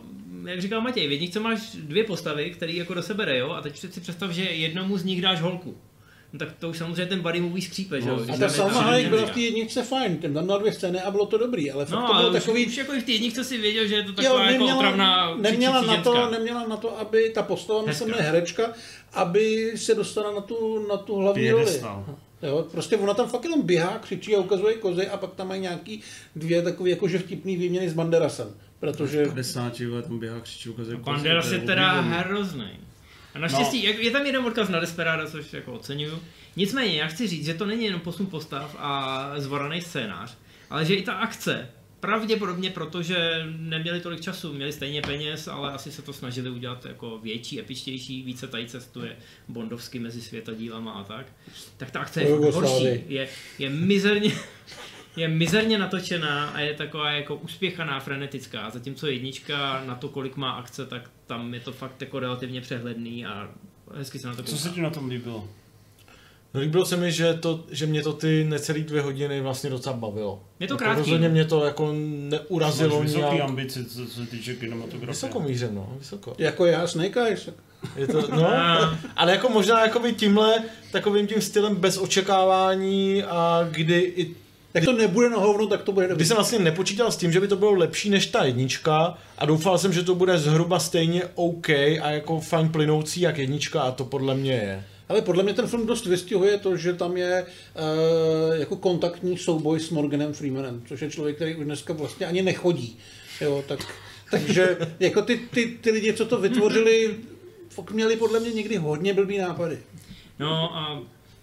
Speaker 3: jak říkal Matěj, v jedničce máš dvě postavy, které jako do sebe jdou a teď si představ, že jednomu z nich dáš holku. No tak to už samozřejmě ten buddy movie skřípe, že jo?
Speaker 2: A ta Salma Hayek byla v té jedničce fajn, ten tam měl dvě scény a bylo to dobrý, ale fakt
Speaker 3: no,
Speaker 2: to bylo
Speaker 3: ale
Speaker 2: takový...
Speaker 3: už jako i v té jedničce si věděl, že je to taková
Speaker 2: jo, neměla,
Speaker 3: jako otravná
Speaker 2: neměla na, to,
Speaker 3: ženská.
Speaker 2: neměla na to, aby ta postava, myslím, je herečka, aby se dostala na tu, na tu hlavní roli. Jo, prostě ona tam fakt jenom běhá, křičí a ukazuje kozy a pak tam mají nějaký dvě takové jakože vtipný výměny s Banderasem. Protože...
Speaker 1: padesát let tam běhá, křičí, ukazuje kozy.
Speaker 3: Banderas je teda hrozný. A naštěstí, no. je tam jeden odkaz na Desperado, což jako oceňuju. Nicméně, já chci říct, že to není jenom posun postav a zvoraný scénář, ale že i ta akce, pravděpodobně protože neměli tolik času, měli stejně peněz, ale asi se to snažili udělat jako větší, epičtější, více tady cestuje bondovsky mezi světadílama a tak. Tak ta akce je horší, je, je mizerně... Je mizerně natočená a je taková jako uspěchaná, frenetická, zatímco jednička na to, kolik má akce, tak tam je to fakt jako relativně přehledný a hezky se na to kouká.
Speaker 1: Co se ti na tom líbilo?
Speaker 4: No líbilo se mi, že, to, že mě to ty necelý dvě hodiny vlastně docela bavilo.
Speaker 3: Je to
Speaker 4: jako
Speaker 3: krátký.
Speaker 4: Rozhodně mě to jako neurazilo
Speaker 1: Máš vysoký
Speaker 4: nějak...
Speaker 1: ambici, co se týče kinematografie.
Speaker 4: Vysoko mířím, no, vysoko.
Speaker 2: Jako já, Snake Eyes.
Speaker 4: Je to, no, ale jako možná jakoby tímhle, takovým tím stylem bez očekávání a kdy i
Speaker 2: Jak to nebude na hovno, tak to bude dobrý.
Speaker 4: Když jsem vlastně nepočítal s tím, že by to bylo lepší než ta jednička a doufal jsem, že to bude zhruba stejně OK a jako fajn plynoucí jak jednička a to podle mě je.
Speaker 2: Ale podle mě ten film dost vystihuje to, že tam je uh, jako kontaktní souboj s Morganem Freemanem, což je člověk, který už dneska vlastně ani nechodí. Jo, tak, takže jako ty, ty, ty lidi, co to vytvořili, měli podle mě někdy hodně blbý nápady.
Speaker 3: No a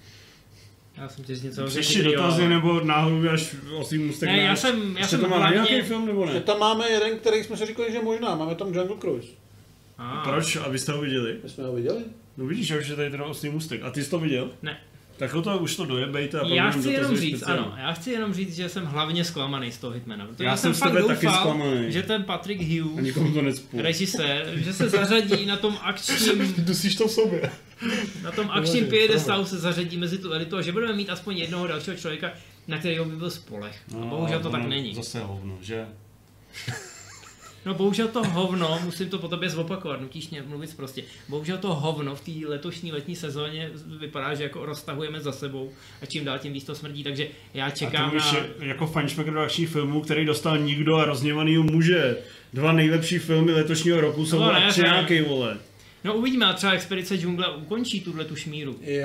Speaker 3: já jsem tě z něco
Speaker 1: Řeši dotazy, nebo náhodou až Oslý můstek.
Speaker 3: Ne, já jsem, já jsem
Speaker 1: to má
Speaker 3: hlavně...
Speaker 1: nějaký film, nebo ne?
Speaker 2: Že tam máme jeden, který jsme si říkali, že možná, máme tam Jungle Cruise.
Speaker 3: A.
Speaker 1: Proč? Abyste ho viděli?
Speaker 2: My jsme ho viděli.
Speaker 1: No vidíš, že už je tady teda Oslý můstek. A ty jsi to viděl?
Speaker 3: Ne.
Speaker 1: Tak to už to dojebejte a
Speaker 3: Já chci jenom říct,
Speaker 1: speciálně.
Speaker 3: ano, já chci jenom říct, že jsem hlavně zklamaný z toho Hitmana. Protože
Speaker 1: Já
Speaker 3: já
Speaker 1: jsem
Speaker 3: jsem
Speaker 1: z
Speaker 3: fakt
Speaker 1: tebe
Speaker 3: doufal,
Speaker 1: taky zklamaný.
Speaker 3: že ten Patrick
Speaker 1: A
Speaker 3: Hughes,
Speaker 1: nikomu to necpu.
Speaker 3: režisér, že se zařadí na tom akčním,
Speaker 4: Dusíš to v sobě.
Speaker 3: na tom akčním piedestalu se zařadí mezi tu elitu a že budeme mít aspoň jednoho dalšího člověka, na kterého by byl spoleh. A bohužel to tak není.
Speaker 1: Zase hovno, že?
Speaker 3: No bohužel to hovno, musím to po tobě zopakovat, nutíš mě mluvit prostě. Bohužel to hovno v té letošní letní sezóně vypadá, že jako roztahujeme za sebou a čím dál tím víc to smrdí, takže já čekám
Speaker 1: a to už
Speaker 3: na...
Speaker 1: je jako fanšpekr akčních filmů, který dostal Nikdo a Rozněvanýho muže. Dva nejlepší filmy letošního roku jsou
Speaker 3: No, ne,
Speaker 1: akčňáky, vole.
Speaker 3: No uvidíme, a třeba Expedice džungle ukončí tuhle tu šmíru.
Speaker 2: Jo.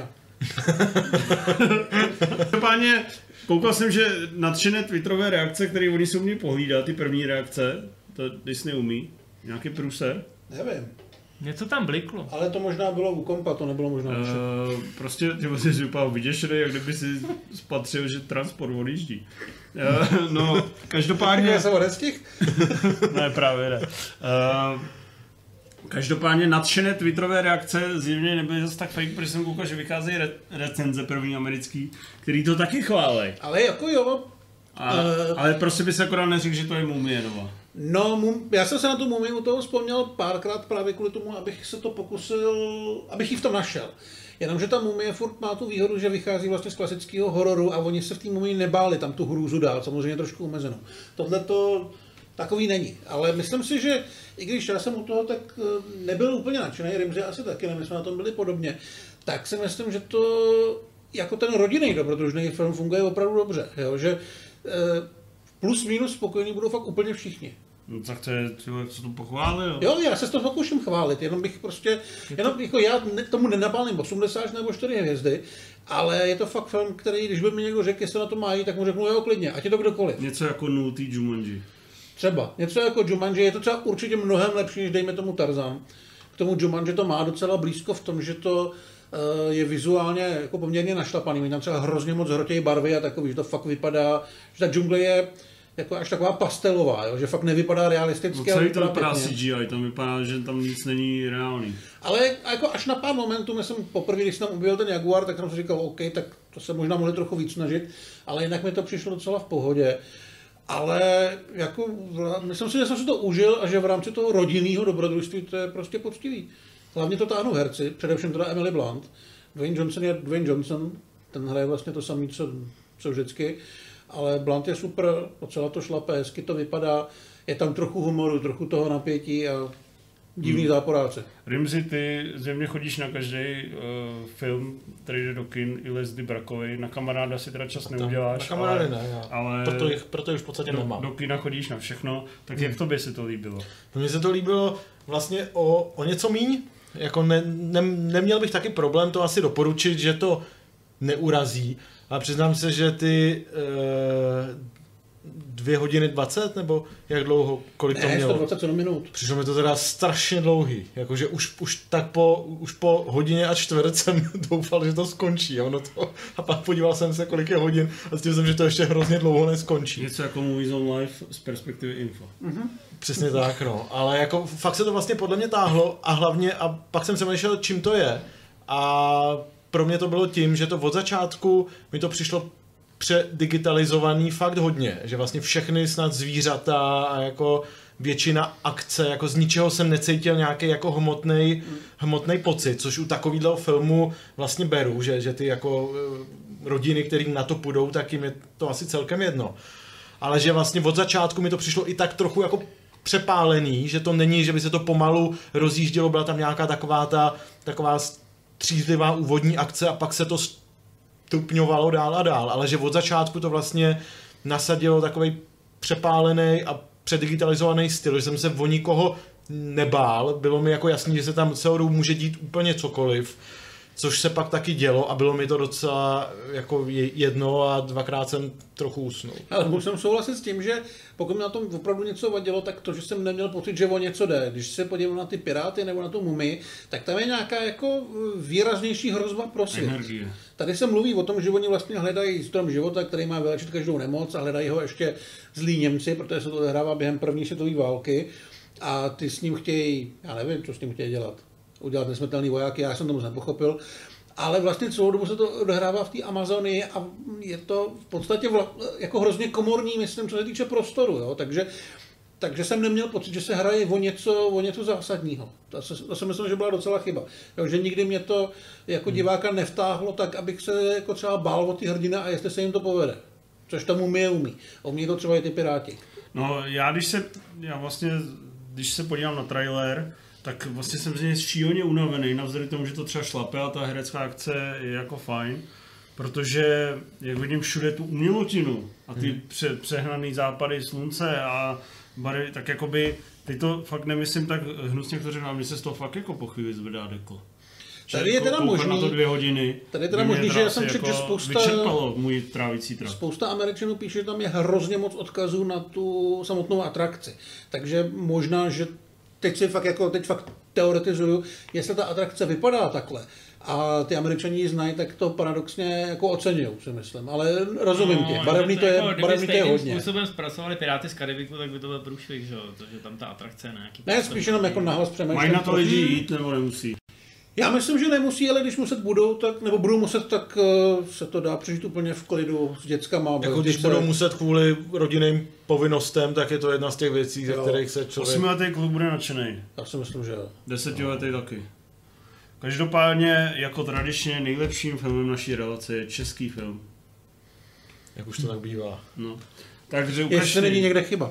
Speaker 1: Páně, koukal jsem, že nadšené twitterové reakce, které oni si umí pohlídat, ty první reakce, to Disney umí, nějaký průser.
Speaker 2: Nevím.
Speaker 3: Něco tam bliklo.
Speaker 2: Ale to možná bylo u kompa, to nebylo možná uh,
Speaker 1: Uh, prostě ty jsi vypadal vyděšený, jak kdyby si spatřil, že transport odjíždí. Uh, no, každopádně...
Speaker 2: Já jsem ho nestihl?
Speaker 1: Ne, právě ne. Uh, každopádně nadšené twitterové reakce zjevně nebyly zase tak fake, protože jsem koukal, že vycházejí re- recenze první americký, který to taky chválej.
Speaker 2: Ale jako jo.
Speaker 1: A,
Speaker 2: Uh,
Speaker 1: ale prostě bys akorát neřekl, že to je Mumie Nova.
Speaker 2: No, mum, já jsem se na tu mumii u toho vzpomněl párkrát právě kvůli tomu, abych se to pokusil, abych ji v tom našel. Jenomže ta mumie furt má tu výhodu, že vychází vlastně z klasického hororu a oni se v té mumii nebáli tam tu hrůzu dát, samozřejmě trošku omezenou. Tohle to takový není, ale myslím si, že i když já jsem u toho tak nebyl úplně nadšený, Rimzi asi taky, ne, my jsme na tom byli podobně, tak si myslím, že to jako ten rodinný dobrodružný film funguje opravdu dobře, jo? Že plus minus spokojení budou fakt úplně všichni.
Speaker 1: No tak to je, člověk, co to pochválil.
Speaker 2: Jo, já se to pokouším chválit, jenom bych prostě, jenom jako já ne, tomu nenapálím osmdesát nebo čtyři hvězdy, ale je to fakt film, který, když by mi někdo řekl, jestli na to mají, tak mu řeknu, jo, klidně, ať je to kdokoliv.
Speaker 1: Něco jako nultý Jumanji.
Speaker 2: Třeba, něco jako Jumanji, je to třeba určitě mnohem lepší, než dejme tomu Tarzan. K tomu Jumanji to má docela blízko v tom, že to uh, je vizuálně jako poměrně našlapaný, mají tam třeba hrozně moc hrotějí barvy a takový, že to fakt vypadá, že ta džungle je jako až taková pastelová, jo? Že fakt nevypadá realisticky.
Speaker 1: No celý to vypadá C G I, tam vypadá, že tam nic není reálný.
Speaker 2: Ale jako až na pár momentů, myslím poprvé, když jsem tam objevil ten Jaguar, tak jsem si říkal, OK, tak to se možná mohli trochu víc snažit, ale jinak mi to přišlo docela v pohodě. Ale jako, myslím si, že jsem si to užil a že v rámci toho rodinného dobrodružství to je prostě poctivý. Hlavně to táhnou herci, především teda Emily Blunt. Dwayne Johnson je Dwayne Johnson, ten hraje vlastně to samé, co, co vždycky. Ale Blunt je super, docela to šlape, hezky to vypadá, je tam trochu humoru, trochu toho napětí a Divný hmm. záporáce.
Speaker 1: Rimzi, ty zřejmě chodíš na každý uh, film, který jde do kin, i Lesdy Brakovej. Na kamaráda si teda čas neuděláš.
Speaker 4: Na kamarády ale, ne, já.
Speaker 1: ale
Speaker 4: proto, jich, proto už v podstatě
Speaker 1: do,
Speaker 4: nemám.
Speaker 1: Do kina chodíš na všechno, tak hmm. jak tobě se to líbilo?
Speaker 4: Mně se to líbilo vlastně o, o něco míň. Jako ne, ne, neměl bych taky problém to asi doporučit, že to neurazí. A přiznám se, že ty e, dvě hodiny dvacet, nebo jak dlouho, kolik to
Speaker 2: ne,
Speaker 4: mělo?
Speaker 2: sto dvacet minut.
Speaker 4: Přišlo mi to teda strašně dlouhý, jakože už, už tak po, už po hodině a čtvrt jsem doufal, že to skončí. A, ono to, a pak podíval jsem se, kolik je hodin a zjistil jsem, že to ještě hrozně dlouho neskončí.
Speaker 1: Něco jako Movies on Live z perspektivy info.
Speaker 2: Mm-hmm.
Speaker 4: Přesně tak, no. Ale jako fakt se to vlastně podle mě táhlo a hlavně, a pak jsem přemýšlel, čím to je. A pro mě to bylo tím, že to od začátku mi to přišlo předigitalizovaný fakt hodně, že vlastně všechny snad zvířata a jako většina akce, jako z ničeho jsem necítil nějaký jako hmotnej, hmotnej pocit, což u takovýhle filmu vlastně beru, že, že ty jako rodiny, kterým na to půjdou, tak jim je to asi celkem jedno. Ale že vlastně od začátku mi to přišlo i tak trochu jako přepálený, že to není, že by se to pomalu rozjíždělo, byla tam nějaká taková ta, taková střízlivá úvodní akce a pak se to stupňovalo dál a dál, ale že od začátku to vlastně nasadilo takovej přepálený a předdigitalizovaný styl, že jsem se o nikoho nebál, bylo mi jako jasný, že se tam celou dobu může dít úplně cokoliv, což se pak taky dělo a bylo mi to docela jako jedno a dvakrát jsem trochu usnul.
Speaker 2: Ale musím souhlasit s tím, že pokud mi na tom opravdu něco vadilo, tak to, že jsem neměl pocit, že o něco jde. Když se podívám na ty Piráty nebo na tu Mumii, tak tam je nějaká jako výraznější hrozba pro svět.
Speaker 1: Energie.
Speaker 2: Tady se mluví o tom, že oni vlastně hledají strom života, který má vylečit každou nemoc a hledají ho ještě zlí Němci, protože se to odehrává během první světové války a ty s ním chtějí, já nevím, co s ním chtějí dělat. Udělat nesmrtelný vojáky, já jsem tomu nepochopil, ale vlastně celou dobu se to odehrává v té Amazonii a je to v podstatě vla, jako hrozně komorní, myslím, co se týče prostoru, jo? Takže, takže jsem neměl pocit, že se hraje o něco, o něco zásadního. To, se, to si myslím, že byla docela chyba. Jo? Že nikdy mě to jako diváka nevtáhlo tak, abych se jako třeba bál o ty hrdina a jestli se jim to povede. Což tomu mě umí. Umí to třeba i ty Piráti.
Speaker 1: No já když se, já vlastně, když se podívám na trailer, tak vlastně jsem z něj šíleně unavený, navzdory tomu, že to třeba šlape a ta herecká akce je jako fajn, protože jak vidím všude tu umělotinu a ty hmm. pře, přehnaný západy slunce a barvy, tak jakoby, teď to fakt nemyslím tak hnusně, jak to řeknu, mně se z toho fakt jako po chvíli zvedá deko.
Speaker 2: Tady je teda možný,
Speaker 1: na to dvě hodiny,
Speaker 2: tady je teda možný, že já jsem četl,
Speaker 1: jako
Speaker 2: že spousta,
Speaker 1: vyčerpalo můj trávicí trakt.
Speaker 2: Spousta Američanů píše, že tam je hrozně moc odkazů na tu samotnou atrakci. Takže možná, že teď si fakt jako, teď fakt teoretizuju, jestli ta atrakce vypadá takhle a ty Američani ji znají, tak to paradoxně jako oceňují, si myslím, ale rozumím
Speaker 3: no,
Speaker 2: tě, barevný to je,
Speaker 3: jako,
Speaker 2: barevný to je hodně.
Speaker 3: Kdyby způsobem zpracovali Piráty z Karibiku, tak by to byl průšvih, že jo, že tam ta atrakce je nějaký...
Speaker 2: Ne, spíš jenom jako nahlas přemýšlím.
Speaker 1: Mají na to lidi jít, nebo nemusí?
Speaker 2: Já myslím, že nemusí, ale když muset budou, tak, nebo budou muset, tak uh, se to dá přežít úplně v klidu s dětskama.
Speaker 4: Jako když budou muset kvůli rodinným povinnostem, tak je to jedna z těch věcí, ze kterých se člověk...
Speaker 1: Osmiletý kluk bude nadšenej.
Speaker 2: Já si myslím, že jo.
Speaker 1: Desetiletý no. taky. Každopádně jako tradičně nejlepším filmem naší relace je český film.
Speaker 4: Jak už to tak bývá.
Speaker 1: No. Takže ukaž
Speaker 2: Jestli není někde chyba.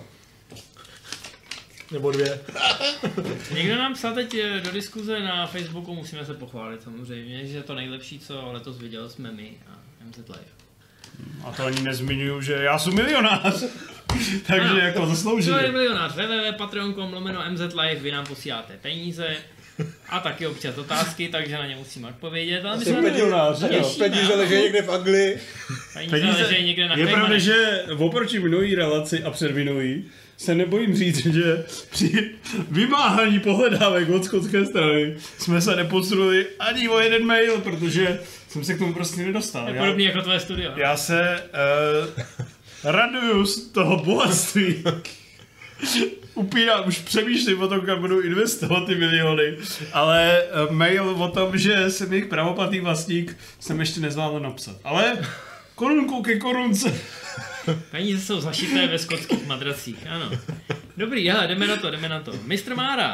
Speaker 4: Nebo dvě.
Speaker 3: Někdo nám psal teď do diskuze na Facebooku, musíme se pochválit samozřejmě, že to nejlepší, co letos viděl, jsme my a M Z Live.
Speaker 1: A to ani nezmiňuju, že já jsem milionář. Takže ano, jako zaslouží.
Speaker 3: To je milionář. w w w tečka patreon tečka com lomeno M Z Live, vy nám posíláte peníze a taky občas otázky, takže na ně musíme odpovědět. Ale my jsme
Speaker 1: milionář,
Speaker 2: peníze leží někde v Anglii.
Speaker 3: Peníze, peníze leží někde na
Speaker 1: Je pravda, že oproti minulý relaci a předminulý se nebojím říct, že při vymáhání pohledávek od skotské strany jsme se neposunuli ani o jeden mail, protože jsem se k tomu prostě nedostal.
Speaker 3: Je podobný jako tvoje studio.
Speaker 1: Já se uh, raduju z toho bohatství. Upínám, už přemýšlím o tom, kam budu investovat ty miliony, ale uh, mail o tom, že jsem jejich pravoplatný vlastník, jsem ještě nezvládl napsat. Ale korunku ke korunce.
Speaker 3: Peníze jsou zašité ve skotských madracích, ano. Dobrý, hele, jdeme na to, jdeme na to. mistr Mára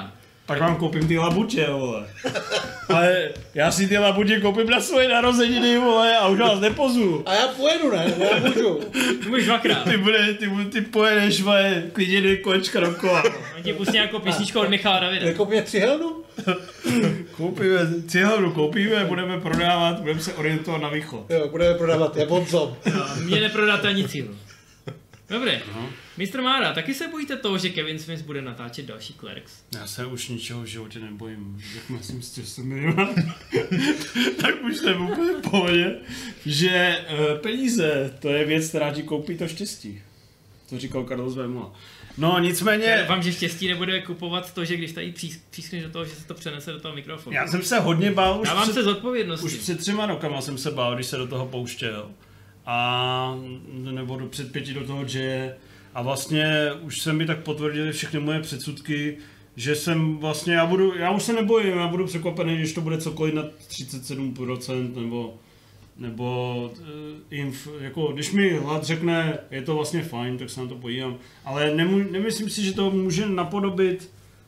Speaker 1: pak vám koupím ty labutě, vole. Ale já si ty labutě koupím na svoje narozeniny, vole, a už vás nepozvu.
Speaker 2: A já pojedu, ne? Já můžu.
Speaker 3: Ty můžeš dvakrát.
Speaker 1: Ty, bude, ty, ty pojedeš, vole, klidně dvě kolečka dokola.
Speaker 3: On ti pustí nějakou písničku od Michala Davida.
Speaker 2: Nekoupíme cihelnu?
Speaker 1: Koupíme, cihelnu koupíme, budeme prodávat, budeme se orientovat na východ.
Speaker 2: Jo, budeme prodávat Japoncom.
Speaker 3: No, mě neprodáte ani cíl. Dobré. Uh-huh. mistr Mára, taky se bojíte toho, že Kevin Smith bude natáčet další Clerks?
Speaker 1: Já se už ničeho v životě nebojím. Jak myslím si, že jsem milionár, tak už jsem úplně v pohodě, že uh, peníze, to je věc, která ti koupí to štěstí. To říkal Carlos Vémola. No nicméně...
Speaker 3: Já doufám, že štěstí nebude kupovat to, že když tady přískneš do toho, že se to přenese do toho mikrofonu.
Speaker 1: Já jsem se hodně bál už
Speaker 3: Dávám
Speaker 1: před,
Speaker 3: se zodpovědnosti.
Speaker 1: Už před třema rokama jsem se bál, když se do toho pouštěl. A nebo do před pěti do toho J. A vlastně už se mi tak potvrdily všechny moje předsudky, že jsem vlastně, já budu, já už se nebojím, já budu překvapený, když to bude cokoliv na třicet sedm procent nebo nebo uh, inf, jako když mi hlad řekne, je to vlastně fajn, tak se na to podívám, ale nemů, nemyslím si, že to může napodobit,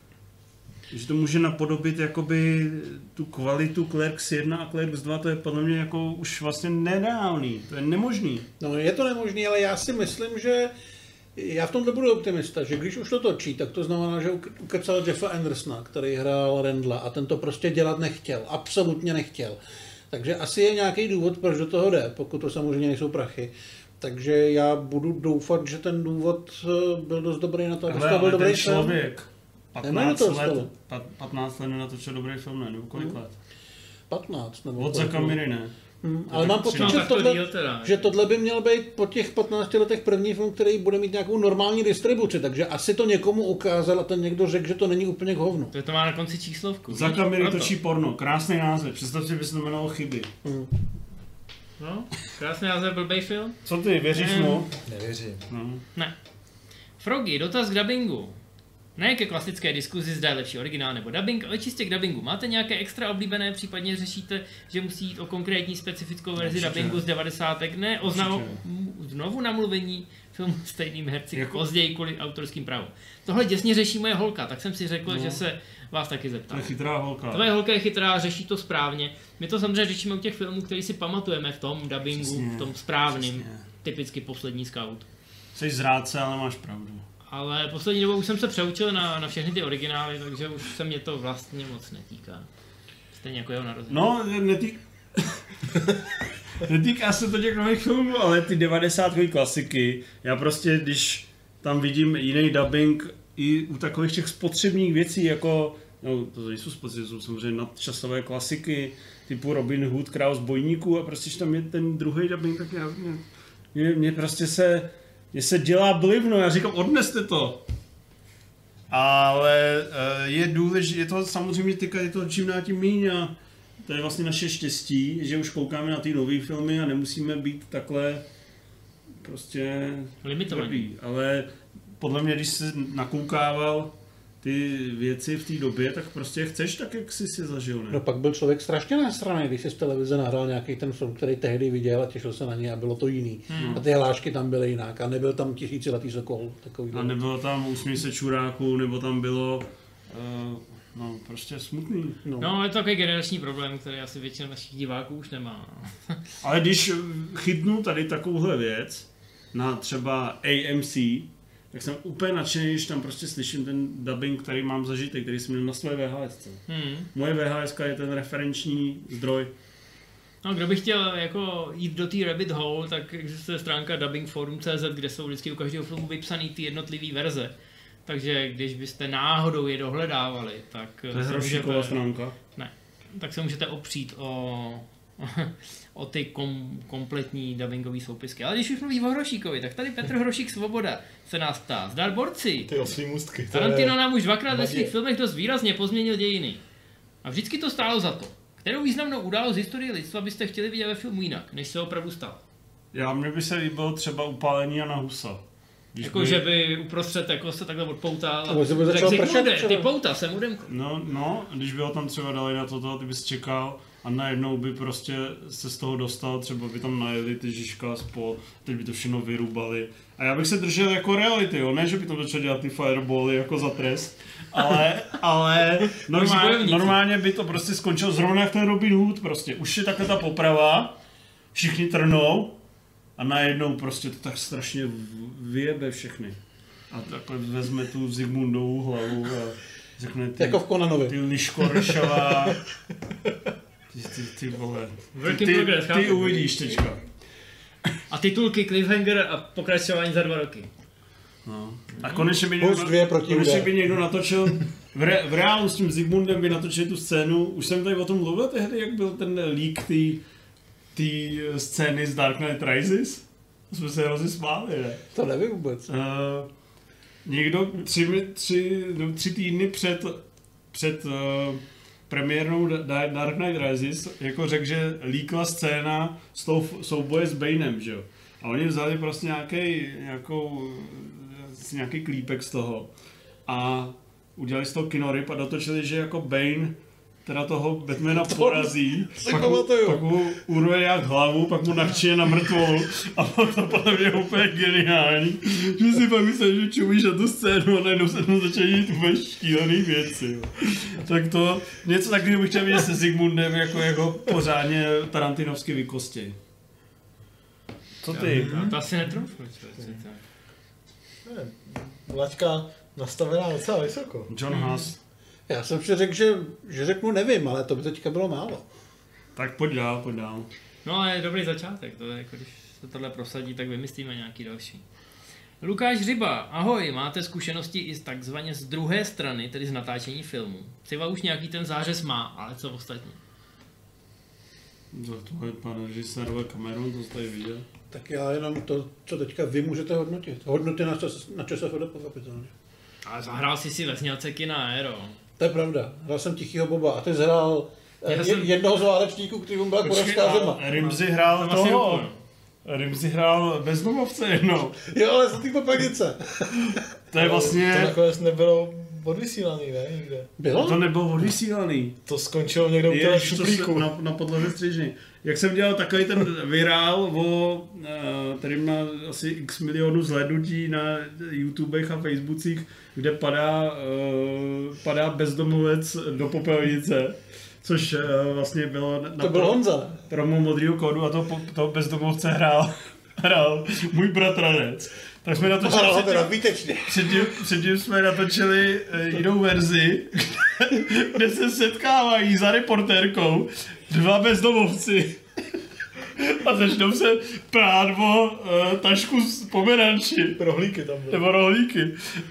Speaker 1: že to může napodobit jakoby tu kvalitu Clerks jedna a Clerks dva, to je podle mě jako už vlastně nereálný, to je nemožný.
Speaker 2: No je to nemožný, ale já si myslím, že já v tomto budu optimista, že když už to točí, tak to znamená, že ukecal Jeffa Andersona, který hrál Randla a ten to prostě dělat nechtěl, absolutně nechtěl. Takže asi je nějaký důvod, proč do toho jde, pokud to samozřejmě nejsou prachy. Takže já budu doufat, že ten důvod byl dost dobrý na to, aby to byl dobrý
Speaker 1: ten člověk, patnáct let, patnáct let nenatočil dobrý film, ne? Nebo kolik hmm. let?
Speaker 2: patnáct nebo
Speaker 1: od za kamery, ne?
Speaker 2: Hmm, ale mám pocit, že tohle, že tohle by měl být po těch patnácti letech první film, který bude mít nějakou normální distribuci, takže asi to někomu ukázal a ten někdo řekl, že to není úplně k hovnu.
Speaker 3: To, to má na konci číslovku.
Speaker 1: Za kamery točí porno, krásný název, představ si, by se to jmenovalo Chyby.
Speaker 2: Hmm.
Speaker 3: No, krásný název, blbej film.
Speaker 1: Co ty, věříš ne. mu?
Speaker 4: Nevěřím.
Speaker 1: No.
Speaker 3: Ne. Froggy, dotaz k dabingu. Ne ke klasické diskuzi, zda je lepší originál nebo dubbing, ale čistě k dubbingu. Máte nějaké extra oblíbené, případně řešíte, že musí jít o konkrétní specifickou verzi Určitě. dubbingu z devadesátek, ne o znovu namluvení filmu stejným herci jako? Později kvůli autorským právům. Tohle děsně řeší moje holka, tak jsem si řekl, no. že se vás taky zeptám.
Speaker 1: To je chytrá holka.
Speaker 3: Tvoje holka je chytrá, řeší to správně. My to samozřejmě řešíme u těch filmů, který si pamatujeme v tom dubbingu, Přesně. v tom správným, Přesně. typicky Poslední scout.
Speaker 1: Jsi zrádce, ale máš pravdu.
Speaker 3: Ale poslední dobou už jsem se přeučil na, na všechny ty originály, takže už se mě to vlastně moc netýká. Stejně jako jeho narození.
Speaker 1: No, netýká... netýká se to těch nových filmů, ale ty devadesátkový klasiky, já prostě, když tam vidím jiný dubbing i u takových těch spotřebních věcí, jako, no to nejsou spotřební, jsou samozřejmě nadčasové klasiky, typu Robin Hood, Král z bojníků a prostě, že tam je ten druhý dubbing, tak já, mě, mě, mě prostě se... Mně se dělá blivno, já říkám, odneste to. Ale je důležité, je to samozřejmě týká, je to čím dál tím míň a to je vlastně naše štěstí, že už koukáme na ty nové filmy a nemusíme být takhle prostě limitovaný. Ale podle mě, když jsi nakoukával ty věci v té době, tak prostě chceš tak, jak jsi si zažil, ne?
Speaker 2: No pak byl člověk strašně nasraný, když si z televize nahrál nějaký ten film, který tehdy viděl a těšil se na něj a bylo to jiný. Hmm. A ty hlášky tam byly jinak a nebyl tam tisíciletý sokol. Takový
Speaker 1: a nebylo tam Usměj se čuráku, nebo tam bylo, uh, no prostě smutný.
Speaker 3: No. no je to takový generační problém, který asi většina našich diváků už nemá.
Speaker 1: Ale když chytnu tady takovouhle věc na třeba A M C, tak jsem úplně nadšený, když tam prostě slyším ten dubbing, který mám zažitý, který jsem měl na své V H S. Hmm. Moje V H S je ten referenční zdroj.
Speaker 3: No, kdo by chtěl jako jít do té rabbit hole, tak existuje stránka dubbingforum tečka cé zet, kde jsou vždycky u každého filmu vypsané ty jednotlivé verze. Takže když byste náhodou je dohledávali, tak
Speaker 1: to je
Speaker 3: se můžete...
Speaker 1: stránka.
Speaker 3: Ne, tak se můžete opřít o... o ty kom, kompletní dubbingové soupisky. Ale když už mluví o Hrošíkovi, tak tady Petr Hrošík Svoboda se nás ptá. Zdar borci!
Speaker 4: Ty oslí můstky.
Speaker 3: Tarantino nám už dvakrát ve svých filmech dost výrazně pozměnil dějiny. A vždycky to stálo za to. Kterou významnou událost z historie lidstva byste chtěli vidět ve filmu jinak, než se opravdu stalo?
Speaker 1: Já, mně by se líbilo třeba upálení Jana Husa.
Speaker 3: Jako, by... že by uprostřed jako se takhle odpoutal
Speaker 2: a řekl si,
Speaker 3: pršet, ty pouta jsem udemkl.
Speaker 1: No, no, když by ho tam třeba dali na toto, ty bys čekal. a najednou by prostě se z toho dostal, třeba by tam najeli ty Žižka spol, teď by to všechno vyrubali. A já bych se držel jako reality, jo, ne, že by tam začal dělat ty firebally jako za trest, ale, ale normálně, normálně by to prostě skončilo zrovna jak ten Robin Hood prostě. Už je takhle ta poprava, všichni trnou a najednou prostě to tak strašně vyjebe všechny. A takhle vezme tu Zigmundovu hlavu a řekne ty,
Speaker 2: jako v Conanovi.
Speaker 1: Ty Liškorešová, ty, ty, ty vole, ty, ty,
Speaker 3: progress,
Speaker 1: ty uvidíš teďka.
Speaker 3: A titulky, cliffhanger a pokračování za dva roky.
Speaker 1: No. A konečně by, někdo,
Speaker 2: dvě proti
Speaker 1: konečně by někdo natočil, v, re, v reálu s tím Zigmundem by natočili tu scénu, už jsem tady o tom mluvil tehdy, jak byl ten leak té scény z Dark Knight Rises. Jsme se hrozně smáli, ne?
Speaker 2: To nevím vůbec.
Speaker 1: Uh, někdo tři, tři, tři týdny před, před uh, premiérnou Dark Knight Rises jako řekl, že líkla scéna z toho souboje s Banem, že jo. A oni vzali prostě nějaký, nějakou, nějaký klípek z toho a udělali z toho kinorip a dotočili, že jako Bane teda toho Batmana porazí, pak mu, pak mu urve jak hlavu, pak mu navčije na mrtvolu a to podle mě úplně geniální, že si pak myslel, že čumíš na tu scénu a najednou se tam začali jít úplně štílený věci. Jo. Tak to, něco takového bych chtěl vidět se Zigmundem, jako jako pořádně tarantinovsky vykostěj. Co ty?
Speaker 3: Já, to asi netroufnu.
Speaker 4: Laťka nastavená docela vysoko.
Speaker 1: John Haas.
Speaker 2: Já jsem si řekl, že, že řeknu nevím, ale to by teďka bylo málo.
Speaker 1: Tak pojď dál, pojď dál.
Speaker 3: No ale je dobrý začátek, to je jako když se tohle prosadí, tak vymyslíme nějaký další. Lukáš Ryba, ahoj, máte zkušenosti i z takzvaně z druhé strany, tedy z natáčení filmů. Civa už nějaký ten zářez má, ale co ostatní?
Speaker 1: Za tohle pan režisér Cameron, to jste tady viděl.
Speaker 2: Tak já jenom to, co teďka vy můžete hodnotit. Hodnoty na, čas, na ČSFD pochopitelně.
Speaker 3: Ale zahrál jsi si ve snělce kina Aero.
Speaker 2: To je pravda. Hrál jsem Tichýho Boba a ty hrál je,
Speaker 3: jsem...
Speaker 2: jednoho z válečníků, který mu byla Kurovská zima.
Speaker 1: Rimzi hrál
Speaker 3: to
Speaker 1: toho. Rimzi hrál bezdomovce jednou.
Speaker 2: Jo, ale za ty popelnice.
Speaker 1: To je vlastně...
Speaker 4: To nakonec nebylo odvysílaný, ne? Nikde.
Speaker 2: Bylo?
Speaker 1: To nebylo odvysílaný.
Speaker 4: To skončilo někde u toho šuplíku.
Speaker 1: Na, na podlaze střižny. Jak jsem dělal takový ten virál, o, který má asi x milionů zhlédnutí na YouTubech a Facebookích, kde padá, uh, padá bezdomovec do popelnice. Což uh, vlastně bylo na
Speaker 2: to byl Honza.
Speaker 1: promo Modrýho kódu a to, to bezdomovce hrál, hrál můj bratranec. Tak jsme natočili,
Speaker 2: Hrál
Speaker 1: předtím,
Speaker 2: teda výtečně.
Speaker 1: předtím, předtím jsme natočili uh, jinou verzi, kde, kde se setkávají za reportérkou dva bezdomovci a začnou se prát o uh, tašku z pomeranči.
Speaker 4: Rohlíky tam byly.
Speaker 1: Nebo rohlíky.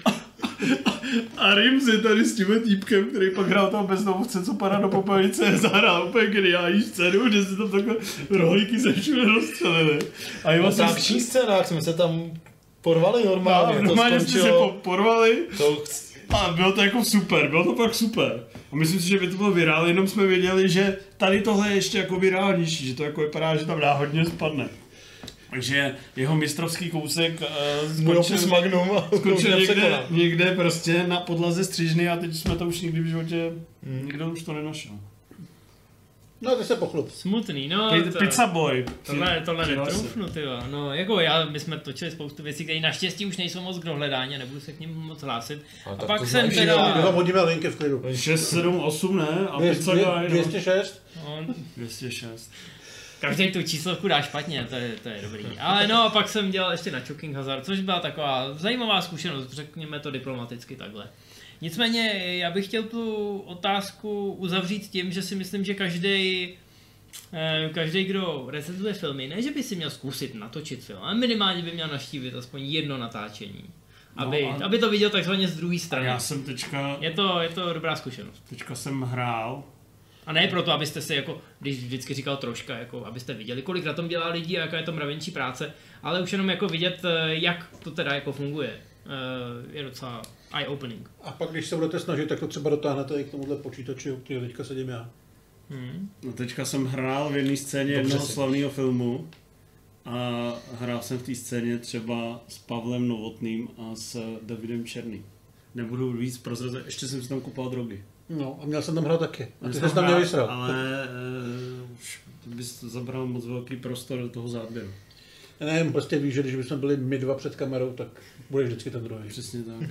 Speaker 1: A Rimzi tady s tím týpkem, který pak hrál toho bezdomovce, co padá do popelnice, zahrál úplně geniální scénu, kde se tam takhle rohlíky se všude rozstřelili. A
Speaker 4: je vlastně akční scénách jsme se tam porvali normálně.
Speaker 1: No, normálně
Speaker 4: to
Speaker 1: jsme se po, porvali
Speaker 4: to...
Speaker 1: a bylo to jako super, bylo to pak super. A myslím si, že by to bylo virál, jenom jsme věděli, že tady tohle je ještě jako virálnější, že to jako vypadá, že tam náhodně spadne. Takže jeho mistrovský kousek uh, skončil,
Speaker 4: Magnum
Speaker 1: skončil někde, někde prostě na podlaze střižny a teď jsme to už nikdy v životě, hmm. nikdo už to nenašel.
Speaker 2: No, ty se pochlup.
Speaker 3: Smutný, no.
Speaker 1: P-
Speaker 3: to,
Speaker 1: Pizza Boy.
Speaker 3: Tohle, tohle netroufnu, tyva. No, jako já, my jsme točili spoustu věcí, které naštěstí už nejsou moc k dohledání, nebudu se k nim moc hlásit. A, a pak jsem teda...
Speaker 2: My vám hodíme linky v klidu.
Speaker 1: šest, sedm, osm, ne? A
Speaker 2: Dvě,
Speaker 1: Pizza
Speaker 2: dvě,
Speaker 1: Guy,
Speaker 2: dvě stě šest?
Speaker 3: No.
Speaker 1: dvě stě šest.
Speaker 3: Každý tu číslovku dá špatně, to je, to je dobrý. Ale no a pak jsem dělal ještě na Choking Hazard, což byla taková zajímavá zkušenost, řekněme to diplomaticky takhle. Nicméně já bych chtěl tu otázku uzavřít tím, že si myslím, že každý, každý, kdo recenzuje filmy, ne že by si měl zkusit natočit film, ale minimálně by měl navštívit aspoň jedno natáčení. Aby, no a... aby to viděl takzvaně z druhé strany.
Speaker 1: Já jsem teďka...
Speaker 3: Je to, je to dobrá zkušenost.
Speaker 1: Teďka jsem hrál.
Speaker 3: A ne proto, abyste si jako, když vždycky říkal troška, jako abyste viděli, kolik na tom dělá lidí a jaká je to mravenčí práce, ale už jenom jako vidět, jak to teda jako funguje. Je docela eye-opening.
Speaker 2: A pak, když se budete snažit, tak to třeba dotáhnete i k tomuhle počítači, u kterého teďka sedím já.
Speaker 3: Hmm.
Speaker 1: No teďka jsem hrál v jedné scéně Dobře jednoho si. slavného filmu a hrál jsem v té scéně třeba s Pavlem Novotným a s Davidem Černým. Nebudu víc prozrazovat, ještě jsem si tam kupoval drogy.
Speaker 2: No a měl jsem tam hrát taky. A ty
Speaker 1: jsem
Speaker 2: jsi tam měl
Speaker 1: rád,
Speaker 2: vysrat.
Speaker 1: Ale uh, už bys zabral moc velký prostor do toho záběru.
Speaker 2: Ne, prostě víš, že když bychom byli my dva před kamerou, tak bude vždycky ten druhý.
Speaker 1: Přesně tak.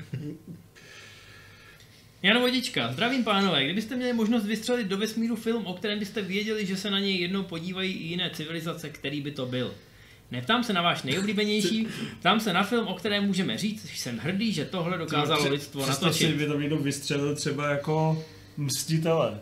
Speaker 3: Jan Vodička, zdravím pánové, kdybyste měli možnost vystřelit do vesmíru film, o kterém byste věděli, že se na něj jednou podívají i jiné civilizace, který by to byl? Neptám se na váš nejoblíbenější, ptám se na film, o kterém můžeme říct, že jsem hrdý, že tohle dokázalo lidstvo
Speaker 1: Představ si,
Speaker 3: natočit.
Speaker 1: by to někdo vystřelil třeba jako Mstitele.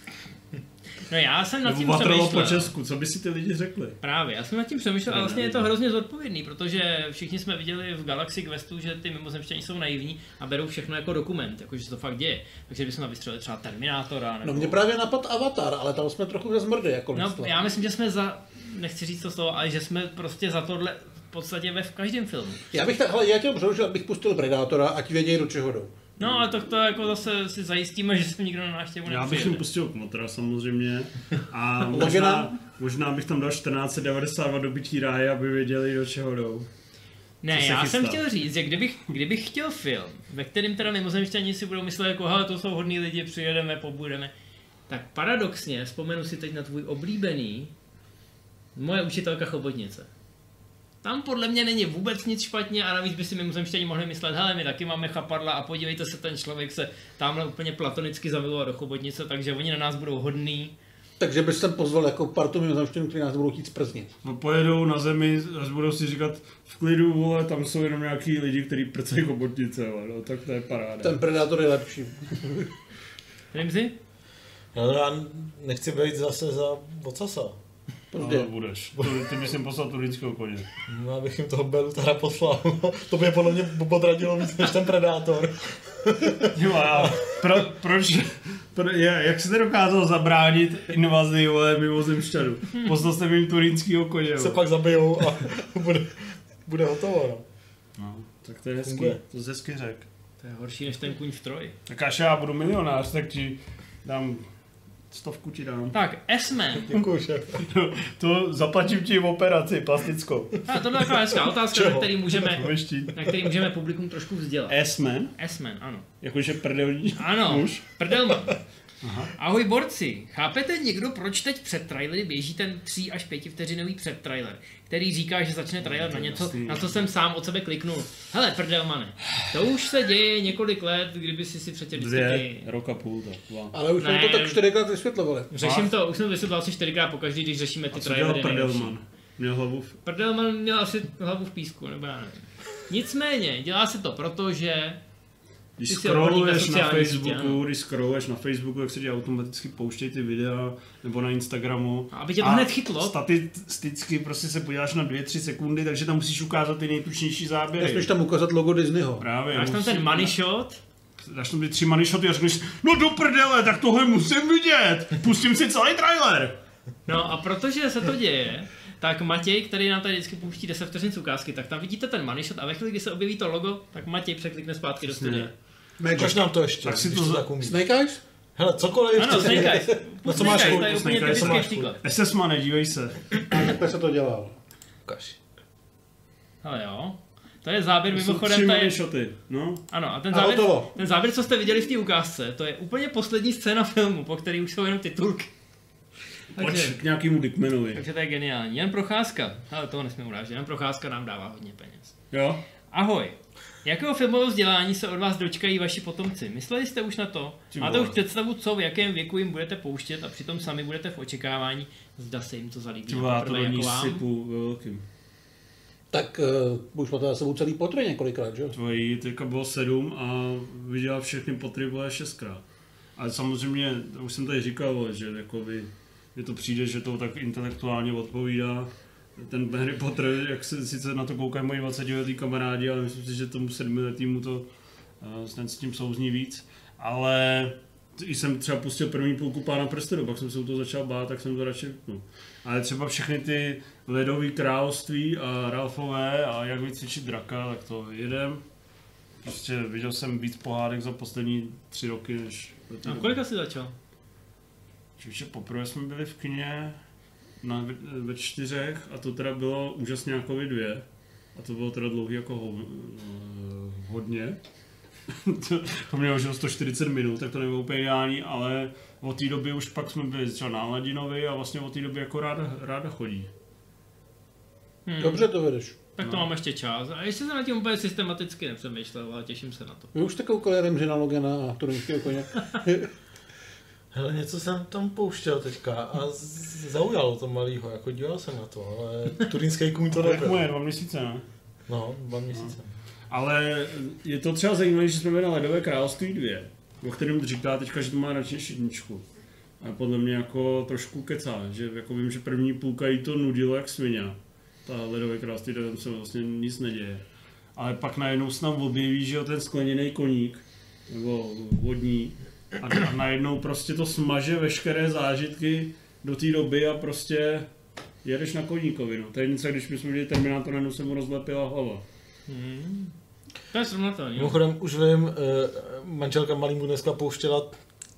Speaker 3: No já jsem nad tím
Speaker 1: Nebo Vatralo po
Speaker 3: přemýšlel.
Speaker 1: Česku, co by si ty lidi řekli?
Speaker 3: Právě, já jsem nad tím přemýšlel a
Speaker 1: Ne,
Speaker 3: vlastně
Speaker 1: ne,
Speaker 3: je to
Speaker 1: ne.
Speaker 3: hrozně zodpovědný, protože všichni jsme viděli v Galaxy Questu, že ty mimozemšťani jsou naivní a berou všechno jako dokument, jakože se to fakt děje. Takže bychom vystřelili třeba Terminátora nebo...
Speaker 2: No mě právě napad Avatar, ale tam jsme trochu ze zmrdy jako
Speaker 3: No,
Speaker 2: lidstvo.
Speaker 3: já myslím, že jsme za, nechci říct to slovo, ale že jsme prostě za tohle v podstatě ve v každém filmu.
Speaker 2: Já bych tak, hele, já tě přerušil, abych pustil Predátora, ať vědějí, do čeho jdou.
Speaker 3: No ale tak to jako zase si zajistíme, že se nikdo na návštěvu
Speaker 1: Já bych
Speaker 3: nepřijede.
Speaker 1: jim pustil Kmotra samozřejmě a
Speaker 2: Logina?
Speaker 1: možná, možná bych tam dal čtrnáct set devadesát dva dobytí ráje, aby věděli, do čeho jdou.
Speaker 3: Ne,
Speaker 1: Co se
Speaker 3: já jsem
Speaker 1: chystá?
Speaker 3: chtěl říct, že kdybych, kdybych chtěl film, ve kterém teda mimozemšťani si budou myslet jako, hele, to jsou hodní lidi, přijedeme, pobudeme, tak paradoxně, vzpomenu si teď na tvůj oblíbený, Moje učitelka chobotnice. Tam podle mě není vůbec nic špatně a navíc by si mimozemšťani mohli myslet, hele, my taky máme chapadla a podívejte se, ten člověk se tamhle úplně platonicky zamiloval do chobotnice, takže oni na nás budou hodný.
Speaker 2: Takže bys tam pozval jako partu mimozemšťanů, kteří nás budou chtít sprznit.
Speaker 1: No, pojedou na zemi, až budou si říkat, v klidu, vole, tam jsou jenom nějaký lidi, kteří prcají chobotnice, vole, no, tak to je paráda.
Speaker 2: Ten Predátor je lepší.
Speaker 3: Rimzi?
Speaker 4: No, já nechci být zase za ocasa.
Speaker 2: Pozdě.
Speaker 1: No, budeš. Ty, ty bys jim poslal turického koně.
Speaker 4: No, abych jim toho Belu teda poslal. To by je podle mě podradilo víc než ten Predátor.
Speaker 1: Jo, a pro, proč, pro, je, jak jste dokázal zabránit invazi, vole, mimozemšťanů? Poslal jste jim turínskýho koně,
Speaker 4: Se
Speaker 1: vole.
Speaker 4: pak zabijou a bude, bude hotovo, no.
Speaker 1: No, tak to je hezký,
Speaker 4: Funguje.
Speaker 1: to jsi hezky řek.
Speaker 3: To je horší než ten kuň v Troji.
Speaker 1: Tak až já budu milionář, tak ti dám, stovku ti dám.
Speaker 3: Tak, S-Man.
Speaker 4: Děkuju, šéf.
Speaker 1: To zaplatím ti operaci plastickou.
Speaker 3: A to je taková hezká otázka, na který můžeme,
Speaker 1: Pověští.
Speaker 3: na který můžeme publikum trošku vzdělat.
Speaker 1: S-man,
Speaker 3: S-Man, ano.
Speaker 1: jakože prdelní
Speaker 3: Ano,
Speaker 1: muž.
Speaker 3: prdelman.
Speaker 1: Aha.
Speaker 3: Ahoj borci, chápete někdo, proč teď před trailery běží ten tři až pěti vteřinový předtrailer, který říká, že začne trailer na něco, na co jsem sám od sebe kliknul. Hele, prdelmane, to už se děje několik let, kdyby si si přečetl
Speaker 1: Dvě,
Speaker 3: ty...
Speaker 1: rok a půl, tak dva.
Speaker 2: Ale už jsme
Speaker 3: Ne.
Speaker 2: to tak čtyřikrát vysvětlovali.
Speaker 3: Řeším to, už jsem vysvětlal asi čtyřikrát pokaždý, když řešíme
Speaker 1: A
Speaker 3: ty
Speaker 1: co dělal
Speaker 3: trailery. nejlepší.
Speaker 1: Prdelman? Měl hlavu v...
Speaker 3: Prdelman měl asi hlavu v písku, nebo já nevím. Nicméně, dělá se to proto, že
Speaker 1: Když
Speaker 3: Ty jsi odborník na
Speaker 1: scrolluješ na
Speaker 3: sociální sítě,
Speaker 1: Facebooku,
Speaker 3: ano.
Speaker 1: když scrolluješ na Facebooku, jak se ti automaticky pouštějí ty videa, nebo na Instagramu.
Speaker 3: A aby tě to hned chytlo.
Speaker 1: Statisticky prostě se podíváš na dvě tři sekundy, takže tam musíš ukázat ty nejtučnější záběry.
Speaker 2: Nesmíš tam ukázat logo Disneyho.
Speaker 1: Právě.
Speaker 3: máš tam
Speaker 1: musí-
Speaker 3: ten money shot,
Speaker 1: Dáš tam ty tři money shoty a řekneš, no do prdele, tak tohle musím vidět, pustím si celý trailer.
Speaker 3: no a protože se to děje, tak Matěj, který nám tady vždycky pouští deset vteřin z ukázky, tak tam vidíte ten money shot a ve chvíli, kdy se objeví to logo, tak Matěj překlikne zpátky do studia.
Speaker 4: Ukaž nám to ještě,
Speaker 1: Tak si
Speaker 4: když
Speaker 1: to
Speaker 4: to
Speaker 1: za-
Speaker 4: tak umíš.
Speaker 2: Snake Eyes?
Speaker 4: Hele, cokoliv.
Speaker 3: Ano, Snake Eyes.
Speaker 4: No, co
Speaker 3: Snake
Speaker 4: máš
Speaker 3: Eyes,
Speaker 4: chuť,
Speaker 3: to je
Speaker 1: Snake
Speaker 3: úplně
Speaker 1: Eyes, co
Speaker 3: typický
Speaker 4: máš chuť?
Speaker 3: příklad.
Speaker 1: S S man, dívej se.
Speaker 2: Takhle se to dělalo.
Speaker 4: Ukaž.
Speaker 3: Ale jo, to je záběr
Speaker 1: To jsou
Speaker 3: mimochodem,
Speaker 1: tři
Speaker 3: to
Speaker 1: money
Speaker 3: je,
Speaker 1: shoty, no.
Speaker 3: ano, a ten
Speaker 2: A
Speaker 3: záběr,
Speaker 2: hotovo.
Speaker 3: ten záběr, co jste viděli v té ukázce, to je úplně poslední scéna filmu, po který už jsou jenom titulky.
Speaker 1: Pojď
Speaker 3: Takže,
Speaker 1: k nějakému Dickmanovi.
Speaker 3: takže to je geniální. Jan Procházka, ale toho nesmím urážet, Jan Procházka nám dává hodně peněz.
Speaker 1: Jo?
Speaker 3: Ahoj. Jakého filmového vzdělání se od vás dočkají vaši potomci? Mysleli jste už na to?
Speaker 1: Ty
Speaker 3: Máte
Speaker 1: vole.
Speaker 3: už představu, co v jakém věku jim budete pouštět a přitom sami budete v očekávání, zda se jim to zalíbí
Speaker 1: Ty vole, já to
Speaker 3: poprvé
Speaker 1: do
Speaker 3: jako
Speaker 1: ní
Speaker 3: vám?
Speaker 1: sypu ve velkým.
Speaker 2: Tak uh, už máte za sebou celý potry několikrát, že jo?
Speaker 1: Tvojí teďka bylo sedm a viděla všechny potřebuje šestkrát. Ale samozřejmě, to už jsem tady říkal, že jako vy, mně to přijde, že to tak intelektuálně odpovídá. Ten Harry Potter, jak se sice na to koukají moji dvacetiletí kamarádi, ale myslím si, že tomu sedmiletýmu to uh, ten s tím souzní víc. Ale i jsem třeba pustil první půlku Pána prstenů, pak jsem se u toho začal bát, tak jsem to radši vypnul. Ale třeba všechny ty Ledové království a Ralfové a jak vycvičit draka, tak to jedem. Prostě viděl jsem víc pohádek za poslední tři roky, než...
Speaker 3: A kolika jsi začal?
Speaker 1: Čiže poprvé jsme byli v kině na, ve čtyřech a to teda bylo úžasně jako vy dvě. A to bylo teda dlouhý jako ho, hodně. to, to mělo že sto čtyřicet minut, tak to nebylo úplně ideální, ale od té doby už pak jsme byli třeba na Ladinovi a vlastně od té doby jako ráda, ráda chodí.
Speaker 3: Hmm.
Speaker 2: Dobře to vedeš.
Speaker 3: Tak to
Speaker 1: No.
Speaker 3: mám ještě čas. A ještě jsem na tím úplně systematicky nepřemýšlel, ale těším se na to.
Speaker 2: Vy už jste koukali Remzi na Logana a Turinského koně.
Speaker 4: Hele, něco jsem tam pouštěl teďka a z- zaujalo to malýho, jako díval jsem na to, ale turínský kůň to
Speaker 1: To jak mu je,
Speaker 4: nebyl.
Speaker 1: dva měsíce, ne?
Speaker 4: No, dva měsíce.
Speaker 1: Ale je to třeba zajímavé, že jsme byli na Ledové království dvě, o kterém říká teďka, že to má radši než jedničku. A podle mě jako trošku kecá, že jako vím, že první půlka jí to nudilo jak svině. Ta Ledové království, tam se vlastně nic neděje. Ale pak najednou se tam objeví, že jo, ten skleněný koník, nebo vodní, a, a najednou prostě to smaže veškeré zážitky do té doby a prostě jedeš na koníkovi, no. To je něco, když my jsme viděli Terminátor, najednou se mu rozlepila hlava.
Speaker 3: Hmm. To je srovnatelný. jo.
Speaker 4: Mimochodem, už vím, eh, manželka malýmu dneska pouštěla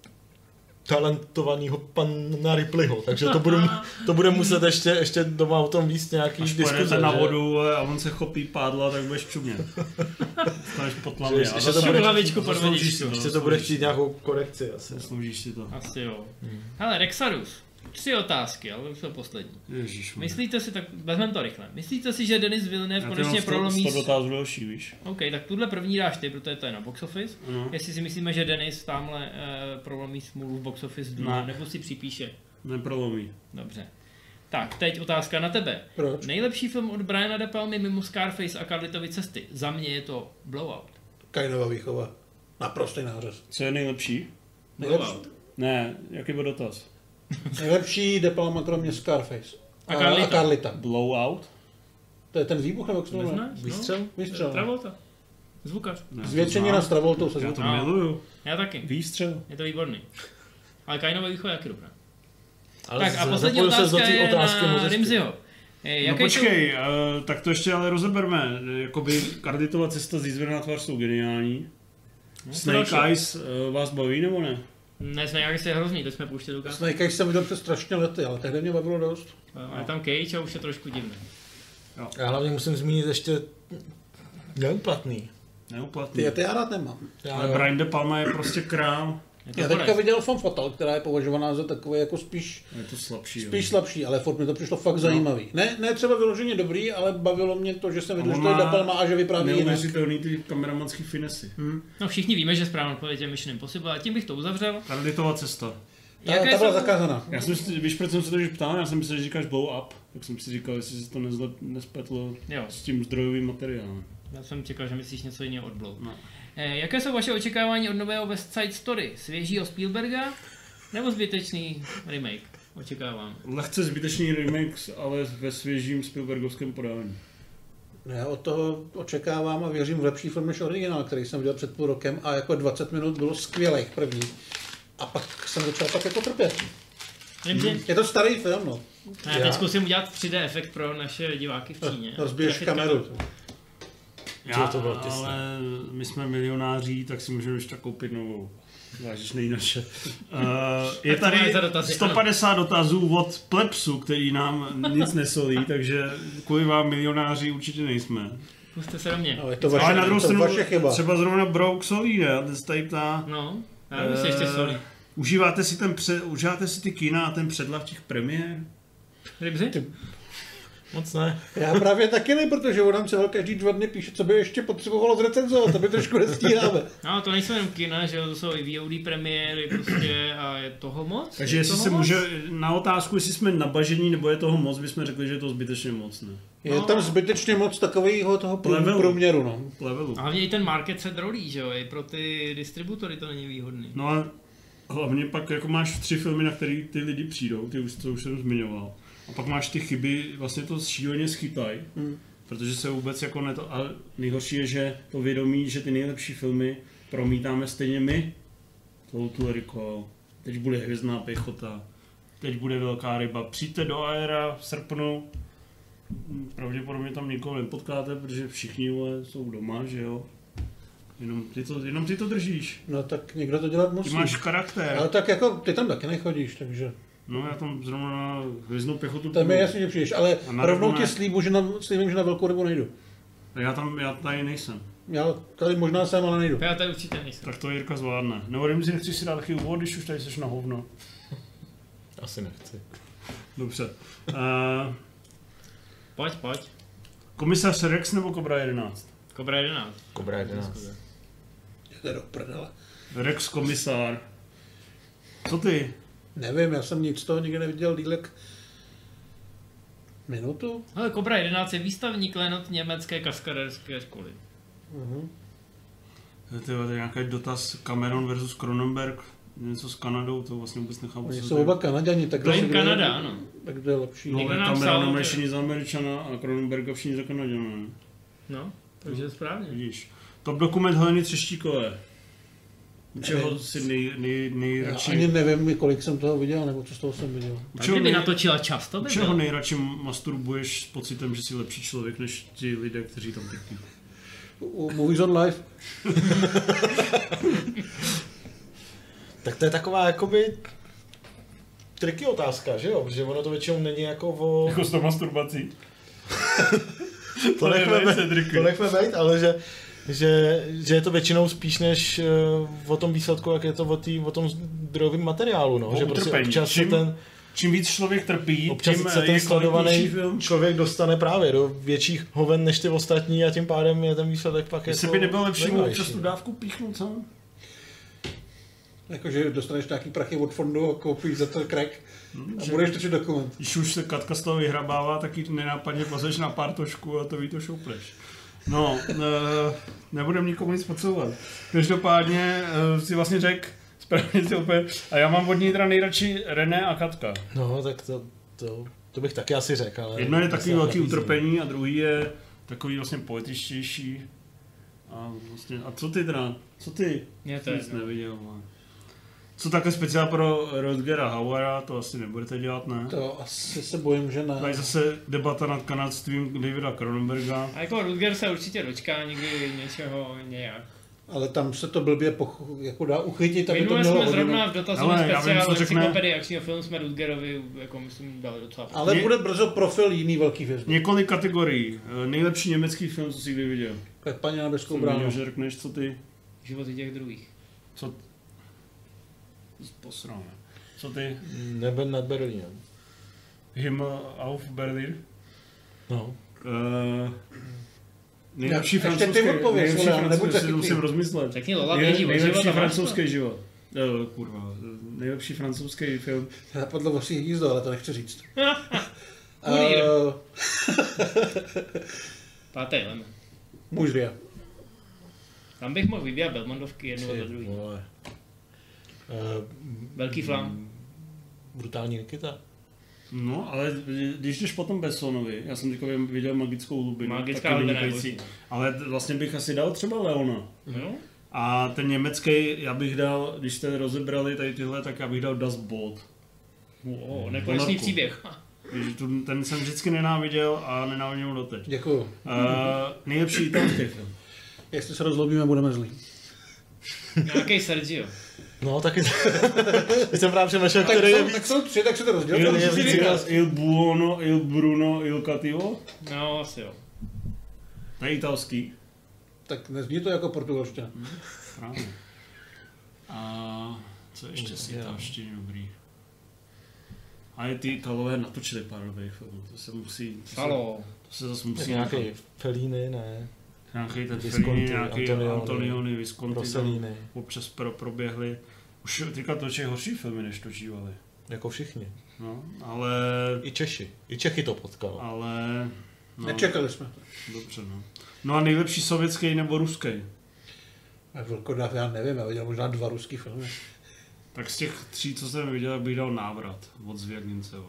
Speaker 4: talentovanýho pana Ripleyho, takže to budu, to bude muset ještě, ještě doma o tom víc nějaký
Speaker 1: Až
Speaker 4: diskuze.
Speaker 1: pojedete na
Speaker 4: že-
Speaker 1: vodu a on se chopí pádla, tak budeš čumět. Staneš pod
Speaker 4: Že
Speaker 1: tlamy.
Speaker 4: ještě-
Speaker 1: a
Speaker 4: ještě to
Speaker 1: zasloužíš-
Speaker 4: bude
Speaker 3: hlavičku pod
Speaker 1: zasloužíš
Speaker 3: vodičku.
Speaker 1: si to,
Speaker 4: Ještě to
Speaker 1: zasloužíš
Speaker 4: bude
Speaker 1: si
Speaker 4: chtít nějakou korekci asi.
Speaker 1: Zasloužíš si to.
Speaker 3: Asi jo.
Speaker 4: Hmm.
Speaker 3: Hele, Rexarus. Tři otázky, ale už jsou poslední.
Speaker 1: Ježíš.
Speaker 3: Myslíte si, tak vezmeme to rychle. Myslíte si, že Denis Villeneuve konečně
Speaker 1: konečně
Speaker 3: prolomí...
Speaker 1: sto dotázů další, víš.
Speaker 3: OK, tak tuhle první dáš ty, protože to je na box office.
Speaker 1: Ano.
Speaker 3: Jestli si myslíme, že Denis tamhle uh, prolomí smůlu v box office dnu,
Speaker 1: Ne.
Speaker 3: nebo si připíše.
Speaker 1: Neprolomí.
Speaker 3: Dobře. Tak, teď otázka na tebe.
Speaker 2: Proč?
Speaker 3: Nejlepší film od Briana De Palmy mimo Scarface a Carlitovy cesty. Za mě je to Blowout.
Speaker 2: Kainova výchova. Naprostý nářez.
Speaker 1: Co je nejlepší?
Speaker 2: Nejlepší,
Speaker 3: Blowout.
Speaker 1: Ne, jaký byl dotaz?
Speaker 2: nejlepší De Palma kromě Scarface.
Speaker 3: A Carlita.
Speaker 2: A Carlita.
Speaker 1: Blowout?
Speaker 2: To je ten výbuch, nebo jak se to jmenuje?
Speaker 3: Neznáš?
Speaker 4: Výstřel?
Speaker 3: No?
Speaker 2: Výstřel.
Speaker 3: Travolta. Zvukař.
Speaker 1: Ne, to
Speaker 2: Zvětšenina
Speaker 1: znám.
Speaker 2: s Travoltou se
Speaker 1: Já
Speaker 2: zvukem.
Speaker 1: to
Speaker 3: No.
Speaker 1: miluju.
Speaker 3: Já taky.
Speaker 1: Výstřel.
Speaker 3: Je to výborný. Ale Kainova výchova je jaký dobrá.
Speaker 4: Ale
Speaker 3: Tak a
Speaker 4: z-
Speaker 3: poslední
Speaker 4: zapojil ses do
Speaker 3: otázka
Speaker 4: té
Speaker 3: je
Speaker 4: otázky
Speaker 3: na
Speaker 4: moc hezky.
Speaker 3: Rimziho. Eh,
Speaker 1: No
Speaker 3: Jaké
Speaker 1: počkej, uh, tak to ještě ale rozeberme. Jakoby Carlitova cesta z Jízvená tvář jsou geniální.
Speaker 3: No,
Speaker 1: Snake
Speaker 3: to další.
Speaker 1: Eyes uh, vás baví nebo ne?
Speaker 3: Ne, jsme nějaký je hrozný, to jsme pouštěli ukázku.
Speaker 2: Snake Eyes jsem viděl přes strašně lety, ale tehdy mě bavilo dost.
Speaker 3: A je tam Cage a už je trošku divný.
Speaker 4: Já hlavně musím zmínit ještě neuplatný.
Speaker 1: Neuplatný.
Speaker 2: Ty, ty já rád nemám.
Speaker 4: Já,
Speaker 1: Ale Brian De Palma je prostě král.
Speaker 3: Je to
Speaker 2: Já teďka
Speaker 3: konec.
Speaker 2: viděl Femme Fatale, která je považovaná za takový jako spíš,
Speaker 1: Je to slabší.
Speaker 2: spíš
Speaker 1: jo.
Speaker 2: slabší, ale furt mi to přišlo fakt zajímavý. Ne, ne třeba vyloženě dobrý, ale bavilo mě to, že jsem viděl,
Speaker 1: A
Speaker 2: že
Speaker 1: on
Speaker 2: to je
Speaker 1: má
Speaker 2: De Palma a že vypráví jinak.
Speaker 1: Neuvěřitelný ty kameramanský finesy.
Speaker 3: No všichni víme, že správnou odpověď je Mission Impossible a tím bych to uzavřel.
Speaker 1: Carlitova cesta.
Speaker 2: Ta,
Speaker 3: Jaké
Speaker 2: ta byla
Speaker 3: jsou-
Speaker 2: zakázaná.
Speaker 1: Já jsem si, víš, proč jsem se to když ptal, já jsem myslel, že říkáš blow up, tak jsem si říkal, jestli se to nezle, nespletlo
Speaker 3: Jo,
Speaker 1: s tím zdrojovým materiálem.
Speaker 3: já jsem čekal, že myslíš něco jiného od Blow.
Speaker 1: No.
Speaker 3: Eh, jaké jsou vaše očekávání od nového West Side Story? Svěžího Spielberga nebo zbytečný remake? Očekávám.
Speaker 1: Lehce zbytečný remix, ale ve svěžím Spielbergovském podání.
Speaker 2: Já od toho očekávám a věřím v lepší film než originál, který jsem viděl před půl rokem a jako dvacet minut bylo skvělých první. A pak jsem začal tak jako trpět.
Speaker 3: Rimzi?
Speaker 2: Je to starý film, no.
Speaker 3: Já teď zkusím udělat tři dé efekt pro naše diváky v Číně.
Speaker 2: Rozbiješ
Speaker 3: Grafická-
Speaker 2: kameru.
Speaker 1: Já,
Speaker 4: to bylo těsné.
Speaker 1: ale my jsme milionáři, tak si můžeme ještě koupit novou. Vážeš nejnaše. Uh, je
Speaker 3: Tak to máš
Speaker 1: tady
Speaker 3: za dotazy,
Speaker 1: sto padesát dotazů od plebsu, který nám nic nesolí, takže kvůli vám milionáři určitě nejsme.
Speaker 3: Puste se do mě.
Speaker 2: No, je to
Speaker 1: Ale
Speaker 2: vaše,
Speaker 1: na druhou
Speaker 2: to
Speaker 1: stranu
Speaker 2: vaše chyba.
Speaker 1: třeba zrovna Brouk solí, ne? A ten se tady ptá,
Speaker 3: No, já bych si ještě
Speaker 1: eh,
Speaker 3: solí.
Speaker 1: užíváte si, ten pře, užíváte si ty kina a ten předlav těch premiér?
Speaker 3: Rimzi?
Speaker 4: moc ne.
Speaker 2: Já právě taky ne, protože on nám třeba každý dva dny píše, co by ještě potřebovalo zrecenzovat, to by trošku nestíháme.
Speaker 3: No, to nejsou jenom kina, že jo, to jsou i V O D premiéry prostě a je toho moc.
Speaker 1: Takže
Speaker 3: Je
Speaker 1: jestli
Speaker 3: toho
Speaker 1: se
Speaker 3: moc?
Speaker 1: může, na otázku, jestli jsme nabažení nebo je toho moc, bychom řekli, že je to zbytečně moc, ne?
Speaker 2: Je tam zbytečně moc takového toho prů-
Speaker 1: Levelu.
Speaker 2: průměru, no.
Speaker 1: Levelu.
Speaker 3: A hlavně i ten market se drolí, že jo, i pro ty distributory to není výhodný.
Speaker 1: No a hlavně pak jako máš tři filmy, na který ty lidi přijdou, ty už, co už jsem zmiňoval. A pak máš ty chyby, vlastně to šíleně schytají,
Speaker 2: Hmm.
Speaker 1: protože se vůbec jako neto... A nejhorší je, že to vědomí, že ty nejlepší filmy promítáme stejně my. Total Recall, teď bude Hvězdná pěchota, teď bude Velká ryba. Přijďte do Aera v srpnu, pravděpodobně tam nikoho nepotkáte, protože všichni vole, jsou doma, že jo. Jenom ty to, jenom ty to držíš.
Speaker 2: No tak někdo to dělat
Speaker 1: Ty
Speaker 2: musí.
Speaker 1: máš charakter.
Speaker 2: Ale tak jako ty tam taky nechodíš, takže
Speaker 1: No já tam zrovna na Hvězdnou pěchotu
Speaker 2: to je mi
Speaker 1: půjdu.
Speaker 2: jasně, že přijdeš, ale
Speaker 1: A na
Speaker 2: rovnou
Speaker 1: rybu
Speaker 2: ti
Speaker 1: ne.
Speaker 2: slíbu, že na, slíbím, že na velkou rybu nejdu.
Speaker 1: Já tam, já tady nejsem.
Speaker 2: Já tady možná jsem, ale nejdu.
Speaker 3: Já tady určitě nejsem.
Speaker 1: Tak to Jirka zvládne. Nebo nevím, si nechci si dát taky úvod, když už tady jsi na hovno.
Speaker 4: Asi nechci.
Speaker 1: Dobře. Uh,
Speaker 3: Pojď, pojď.
Speaker 1: komisař Rex nebo Cobra jedenáct?
Speaker 3: Cobra jedenáct.
Speaker 4: Cobra jedenáct.
Speaker 2: Jde do prdele.
Speaker 1: Rex komisár. Co ty?
Speaker 2: Nevím, já jsem nic z toho nikdy neviděl dílek. Minutu?
Speaker 3: Ale Cobra jedenáct je výstavní klenot německé kaskaderské školy.
Speaker 2: Mhm.
Speaker 1: To je nějaký dotaz Cameron versus Cronenberg. Něco s Kanadou, to vlastně vůbec nechápu.
Speaker 2: Oni
Speaker 1: co
Speaker 2: jsou
Speaker 1: to je.
Speaker 2: oba Kanaďani, tak
Speaker 3: To je
Speaker 2: asi kdo
Speaker 3: Kanada, ano.
Speaker 2: Tak to je lepší.
Speaker 1: No,
Speaker 3: Někdo
Speaker 1: ale
Speaker 3: nám
Speaker 1: Cameron
Speaker 3: psal,
Speaker 1: nemá
Speaker 3: že-
Speaker 1: všichni za Američana a Cronenberga všichni za Kanaďana. ne?
Speaker 3: No, takže správně.
Speaker 1: Vidíš. Top dokument Heleny Třeštíkové. Čeho si nej, nej,
Speaker 2: Já
Speaker 1: nejradši...
Speaker 2: ani nevím, kolik jsem toho viděl, nebo co z toho jsem viděl.
Speaker 3: A
Speaker 1: čeho
Speaker 3: kdyby
Speaker 1: nej-
Speaker 3: natočila často, by
Speaker 1: Čeho
Speaker 3: bylo.
Speaker 1: nejradši masturbuješ s pocitem, že jsi lepší člověk než ti lidé, kteří tam trpí?
Speaker 2: U Movies on Live.
Speaker 4: Tak to je taková jakoby triky otázka, že jo? Protože ono to většinou není jako o...
Speaker 1: Jako s tou masturbací?
Speaker 4: to,
Speaker 1: to
Speaker 4: nechme
Speaker 1: je velice
Speaker 4: být,
Speaker 1: triky.
Speaker 4: to nechme být, ale že, že, že je to většinou spíš než uh, o tom výsledku, jak je to o, tý, o tom zdrojovém materiálu, no.
Speaker 1: O
Speaker 4: Že prostě
Speaker 1: utrpení.
Speaker 4: občas se
Speaker 1: Čím-
Speaker 4: ten,
Speaker 1: Čím víc člověk trpí,
Speaker 4: občas
Speaker 1: tím
Speaker 4: se
Speaker 1: je
Speaker 4: ten sledovaný
Speaker 1: kvalitnější film.
Speaker 4: člověk dostane právě do větších hoven než ty ostatní a tím pádem je ten výsledek pak
Speaker 1: Jestli
Speaker 4: jako
Speaker 1: by nebylo lepší mu
Speaker 4: zajímavější.
Speaker 1: občas tu dávku píchnout, co?
Speaker 2: Jakože dostaneš nějaký prachy od fondu a koupíš za to crack a
Speaker 1: že-
Speaker 2: budeš točit dokument.
Speaker 1: Když už se Katka z toho vyhrabává, tak ji nenápadně pozeš na pár tošku a to ví to šoupleš. No, e, nebudem nikomu nic podsouvat. Každopádně e, si vlastně řekl, správně si opět, a já mám od ní teda nejradši René a Katka.
Speaker 4: No, tak to, to, to bych taky asi řekl, ale...
Speaker 1: Jedno je
Speaker 4: to
Speaker 1: takový
Speaker 4: se
Speaker 1: velký
Speaker 4: nabízí.
Speaker 1: utrpení a druhý je takový vlastně poetičtější. A, vlastně, a co ty teda? Co ty?
Speaker 3: Mě to
Speaker 1: Jsem nic
Speaker 3: jedno.
Speaker 1: neviděl. Ale. Co také speciál pro Rutgera Hauera, to asi nebudete dělat, ne?
Speaker 2: To asi se bojím, že ne.
Speaker 1: Tady zase debata nad kanadstvím Davida Cronenberga.
Speaker 3: A jako Rutger se určitě dočká někdy něčeho nějak.
Speaker 2: Ale tam se to blbě poch- jako dá uchytit, aby to
Speaker 3: Minule
Speaker 2: mělo
Speaker 3: jsme
Speaker 2: hodinu.
Speaker 3: zrovna v dotazovém
Speaker 1: Ale já vím,
Speaker 3: speciálu
Speaker 1: co řekne-
Speaker 3: encyklopedii akčního filmu jsme Rutgerovi, jako myslím, dali docela.
Speaker 2: Ale
Speaker 1: Mě-
Speaker 2: bude brzo profil jiný velký hvězdy.
Speaker 1: Několik kategorií. Eh, Nejlepší německý film, co jsi kdy viděl.
Speaker 2: Paní na nebeskou
Speaker 1: Jsem
Speaker 2: bránu.
Speaker 1: viděl, že řekneš, co ty...
Speaker 3: Životy těch druhých.
Speaker 1: Co... Posral, ne? Co ty?
Speaker 4: Nebe nad Berlínem.
Speaker 1: Himmel auf Berlin?
Speaker 4: No.
Speaker 1: Uh, nejlepší
Speaker 2: Ještě ty
Speaker 1: francouzský,
Speaker 2: odpověz,
Speaker 1: nejlepší
Speaker 2: ale nebuď
Speaker 1: francouzský,
Speaker 2: taky
Speaker 1: si musím
Speaker 2: ty.
Speaker 1: rozmyslet.
Speaker 3: Řekni Lola
Speaker 1: Nej-
Speaker 3: běží od
Speaker 1: nejlepší
Speaker 3: života.
Speaker 1: francouzský život. Uh, kurva, nejlepší francouzský film.
Speaker 2: Napadlo vosí hnízdo, ale to nechci říct.
Speaker 3: Kurýr.
Speaker 2: uh,
Speaker 3: Pátý element.
Speaker 2: muž dia.
Speaker 3: Tam bych mohl vybírat Belmondovky jednu
Speaker 4: Ty
Speaker 3: za druhý.
Speaker 4: vole. Eh,
Speaker 3: Velký flam.
Speaker 4: Brutální Nikita.
Speaker 1: No, ale když jdeš potom Bessonovi, já jsem teďka viděl Magickou hlubinu,
Speaker 3: Magická
Speaker 1: taky
Speaker 3: hlubina je
Speaker 1: vynikající,
Speaker 3: boží.
Speaker 1: ale vlastně bych asi dal třeba Leona.
Speaker 3: No?
Speaker 1: A ten německý, já bych dal, když jste rozebrali tady tyhle, tak já bych dal Das Boot.
Speaker 3: Oh, nekonečný
Speaker 1: Ponorku.
Speaker 3: příběh.
Speaker 1: Ježi, tu- ten jsem vždycky nenáviděl a nenávidím ho doteď.
Speaker 2: Děkuju.
Speaker 1: Uh, nejlepší italský film.
Speaker 2: Jestli se rozlobíme, budeme zlí.
Speaker 3: Nějaký Sergio.
Speaker 4: No, taky... Teď jsem právě přemýšlel,
Speaker 2: Tak
Speaker 4: který je
Speaker 2: jsou,
Speaker 4: víc.
Speaker 2: tak jsou tři, tak se to
Speaker 1: Il,
Speaker 2: rozdělíme.
Speaker 4: je
Speaker 1: il,
Speaker 4: víc
Speaker 1: il,
Speaker 4: říkat.
Speaker 1: il Buono, Il Bruno, Il Cattivo.
Speaker 3: No, asi jo.
Speaker 1: To je italský.
Speaker 2: Tak nezní to jako portugalština.
Speaker 1: Právě. A co ještě si italštiny dobrý? A je ty Italové natočili pár dobrých filmů, to se musí... To se,
Speaker 3: Halo.
Speaker 1: to se zase musí...
Speaker 4: Nějaký Fellini, ne?
Speaker 1: Nějaký ten
Speaker 4: Visconti,
Speaker 1: Fellini, nějaký
Speaker 4: Antonioni,
Speaker 1: Antonioni, Visconti, tam
Speaker 4: Rossellini.
Speaker 1: občas pro, proběhli. Už teďka točí horší filmy, než točívali.
Speaker 4: Jako všichni.
Speaker 1: No, ale...
Speaker 4: I Češi. I Čechy to potkalo.
Speaker 1: Ale... No,
Speaker 2: Nečekali jsme to.
Speaker 1: dobře, no. No a nejlepší sovětský nebo ruský?
Speaker 2: A Vlkodav, já nevím, já viděl možná dva ruský filmy.
Speaker 1: Tak z těch tří, co jsem viděl, bych dal Návrat od Zvěrninceva.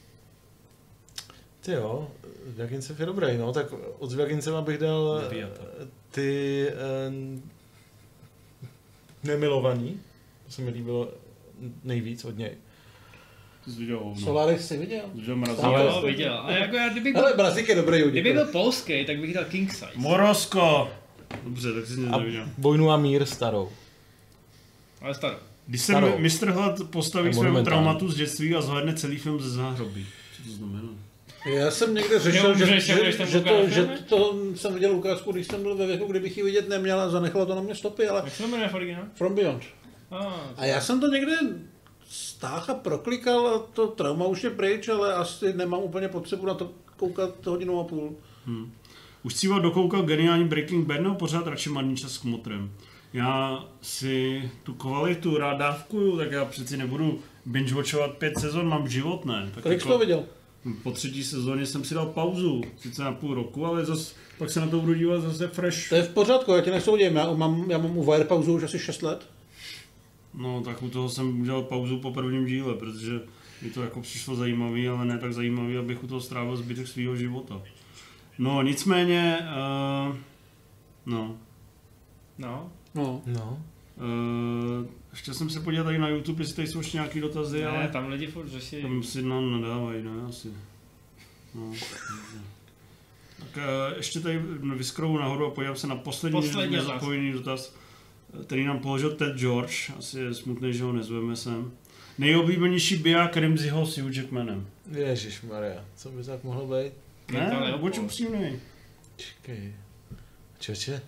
Speaker 4: Ty jo, Zvěrgincev je dobrý, no, tak od Zvěrginceva bych dal
Speaker 1: Nevíjata.
Speaker 4: eh, ty eh, Nemilovaní. To se mi líbilo nejvíc od něj.
Speaker 1: Ty jsi viděl hovno.
Speaker 2: Solaris si viděl?
Speaker 1: Jsi viděl Mrazíka?
Speaker 2: Ale-
Speaker 3: Jo, viděl. A jako já, kdybych byl,
Speaker 2: Hele, Brazík je dobrý udík.
Speaker 3: kdyby byl polský, tak bych dal King Size.
Speaker 1: Morosko! Dobře, tak jsi nic
Speaker 4: A
Speaker 1: neviděl.
Speaker 4: Vojnu a mír starou.
Speaker 3: Ale starý.
Speaker 1: Když se
Speaker 4: Starou.
Speaker 1: mistr Hlad postaví
Speaker 4: A
Speaker 1: svému
Speaker 4: monumentální.
Speaker 1: traumatu z dětství a zhlédne celý film ze záhrobí. Co to znamená?
Speaker 2: Já jsem někde řešil, že,
Speaker 3: Neumřeš,
Speaker 2: že,
Speaker 3: jak budeš tam
Speaker 2: že, to,
Speaker 3: koukat na
Speaker 2: že
Speaker 3: filmy?
Speaker 2: to jsem viděl ukázku, když jsem byl ve věku, kdybych ji vidět neměl a zanechalo to na mě stopy, ale
Speaker 3: Jak se to jmenuje v originálu?
Speaker 2: From Beyond.
Speaker 3: Ah,
Speaker 2: A já jsem to někde stáhl a proklikal a to trauma už je pryč, ale asi nemám úplně potřebu na to koukat hodinu a půl.
Speaker 1: Hmm. Už si vám dokoukal geniální Breaking Bad, nebo pořád radši marný čas s kmotrem? Já si tu kvalitu rád dávkuju, tak já přeci nebudu binge-watchovat pět sezon, mám život, ne? Tak
Speaker 2: Kolik jsi to viděl?
Speaker 1: po třetí sezóně jsem si dal pauzu, sice na půl roku, ale zas, pak se na to budu dívat zase fresh.
Speaker 2: To je v pořádku, já tě nesoudím, já mám, já mám u Wire pauzu už asi šest let.
Speaker 1: No tak u toho jsem udělal pauzu po prvním díle, protože mi to jako přišlo zajímavý, ale ne tak zajímavý, abych u toho strávil zbytek svého života. No nicméně, uh, no,
Speaker 3: no.
Speaker 2: No.
Speaker 4: No.
Speaker 1: uh, ještě jsem se podíval tady na YouTube, jestli tady jsou ještě nějaký dotazy,
Speaker 3: Ne,
Speaker 1: ale
Speaker 3: tam lidi furt řeší.
Speaker 1: tam si nám nadávají, ne, asi. No, tak uh, ještě tady vyskrovu nahoru a podívám se na poslední,
Speaker 3: Poslední
Speaker 1: nezapojený dotaz, který nám položil Ted George, asi je smutný, že ho nezveme sem. Nejoblíbenější biják Ramseyho s Hugh Jackmanem.
Speaker 4: Ježišmarja, co by tak mohlo být?
Speaker 1: Ne, buď upřímnej.
Speaker 4: Čekej. Čeče?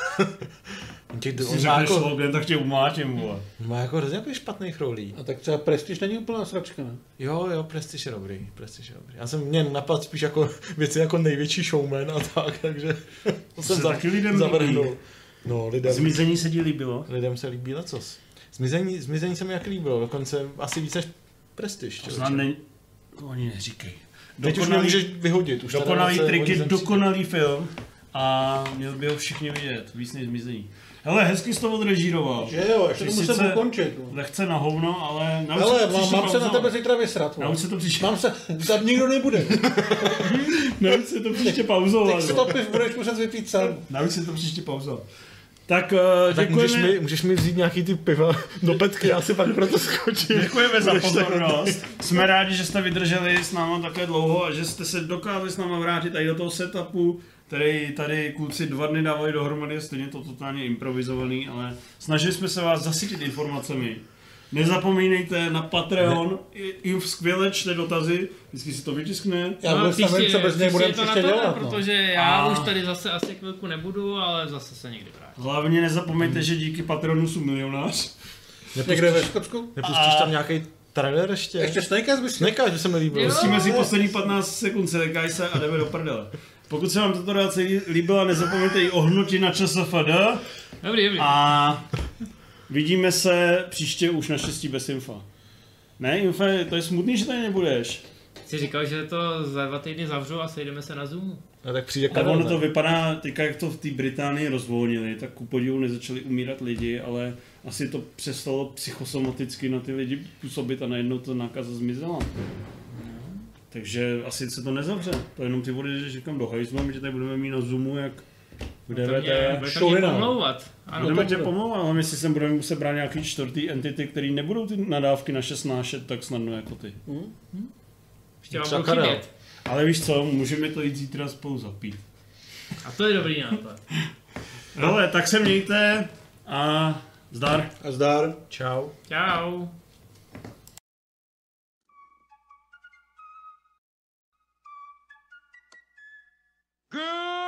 Speaker 4: on, těch,
Speaker 1: Když
Speaker 4: on,
Speaker 1: si
Speaker 4: má
Speaker 1: řekneš
Speaker 4: jako,
Speaker 1: slogan, tak tě umátím, vole.
Speaker 4: on má jako hrozně jako špatných rolí.
Speaker 2: A tak třeba Prestige není úplná sračka, ne?
Speaker 4: Jo, jo, Prestige je dobrý, Prestige je dobrý. Já jsem mě napadl spíš jako věci jako největší showman a tak, takže to jsem
Speaker 1: se
Speaker 4: za,
Speaker 1: taky lidem
Speaker 4: zavrhnul.
Speaker 1: líbí.
Speaker 4: No, lidem,
Speaker 1: Zmizení se ti líbilo?
Speaker 4: lidem se líbí lecos. Zmizení, zmizení se mi jak líbilo, dokonce asi víc než Prestige.
Speaker 1: To znám, ne... To ani neříkej.
Speaker 4: Teď už nemůžeš vyhodit. Už
Speaker 1: Dokonalý
Speaker 4: teda
Speaker 1: trik je
Speaker 4: zase
Speaker 1: dokonalý film a měl by ho všichni vidět, víc než Zmizení. Hele, hezky jsi to odrežíroval.
Speaker 2: Že jo, ještě to musím
Speaker 1: Sice
Speaker 2: ukončit. No.
Speaker 1: Lehce na hovno, ale nauč
Speaker 2: Hele,
Speaker 1: se to
Speaker 2: mám,
Speaker 1: příště
Speaker 2: mám se na
Speaker 1: pauzovat.
Speaker 2: tebe zítra vysrat. vole.
Speaker 1: Nauč se to příště,
Speaker 2: Mám se, tam nikdo nebude.
Speaker 1: nauč se to příště pauzovat.
Speaker 2: Teď si to piv budeš muset vypít sám.
Speaker 1: Nauč se to příště pauzovat. Tak, uh,
Speaker 4: Tak můžeš
Speaker 1: děkujeme,
Speaker 4: mi, můžeš mi vzít nějaký ty piva do petky, já si pak proto skočím.
Speaker 1: děkujeme za
Speaker 4: Budeš tak-
Speaker 1: pozornost. Jsme rádi, že jste vydrželi s náma také dlouho a že jste se dokázali s náma vrátit tady do toho setupu, který tady kluci dva dny dávali dohromady, stejně to totálně improvizovaný, ale snažili jsme se vás zasytit informacemi. Nezapomínejte na Patreon, i, i skvěle čte dotazy, vždycky si to vytiskne.
Speaker 2: Já vůbec nevím, co bez něj budeme
Speaker 3: příště to
Speaker 2: příště
Speaker 3: napadne,
Speaker 2: dělat. No.
Speaker 3: protože já
Speaker 1: A-
Speaker 3: už tady zase asi chvilku nebudu, ale zase se někdy vrátím.
Speaker 1: Hlavně nezapomeňte, že díky Patronu jsou milionář.
Speaker 2: Někde ve Skotsku?
Speaker 4: Nepustíš
Speaker 1: A-
Speaker 4: tam nějaký trailer ještě?
Speaker 2: Ještě Snake Eyes bys chtěl?
Speaker 4: Snake Eyes by se mi líbil.
Speaker 3: Jo.
Speaker 1: Pustíme si poslední patnáct sekund, selekaj se a jdeme do prdele. Pokud se vám tato relace líbila, nezapomeňte ji ohnutit na ČSFD
Speaker 3: Dobrý, dobrý.
Speaker 1: a vidíme se příště už naštěstí bez Infa. Ne, Infe, to je smutný, že tady nebudeš.
Speaker 3: Jsi říkal, že to za dva týdny zavřu a sejdeme se na Zoomu.
Speaker 4: No, tak přijde
Speaker 1: Ale
Speaker 4: Karel,
Speaker 1: ono
Speaker 4: ne?
Speaker 1: to vypadá, teďka jak to v té Británii rozvolnili, tak ku podivu nezačali umírat lidi, ale asi to přestalo psychosomaticky na ty lidi působit a najednou to nákaza zmizela. Takže asi se to nezavře, to jenom ty vody, že říkám do hajzlu, my tě tady budeme mít na Zoomu, jak v
Speaker 3: To mě,
Speaker 1: D V T.
Speaker 3: bude to mě
Speaker 2: šolina.
Speaker 3: pomlouvat. Ano,
Speaker 1: Budeme
Speaker 2: to
Speaker 1: tě
Speaker 2: bude.
Speaker 1: pomlouvat, ale my si sem budeme muset brát nějaký čtvrtý entity, který nebudou ty nadávky naše snášet tak snadno jako ty.
Speaker 3: ještě vám
Speaker 4: Třeba
Speaker 3: budu
Speaker 4: Karel.
Speaker 3: chybět.
Speaker 1: Ale víš co, můžeme to jít zítra spolu zapít.
Speaker 3: A to je dobrý nápad.
Speaker 1: Hele, tak se mějte a zdar.
Speaker 2: A zdar.
Speaker 4: Čau.
Speaker 3: Čau.
Speaker 5: Good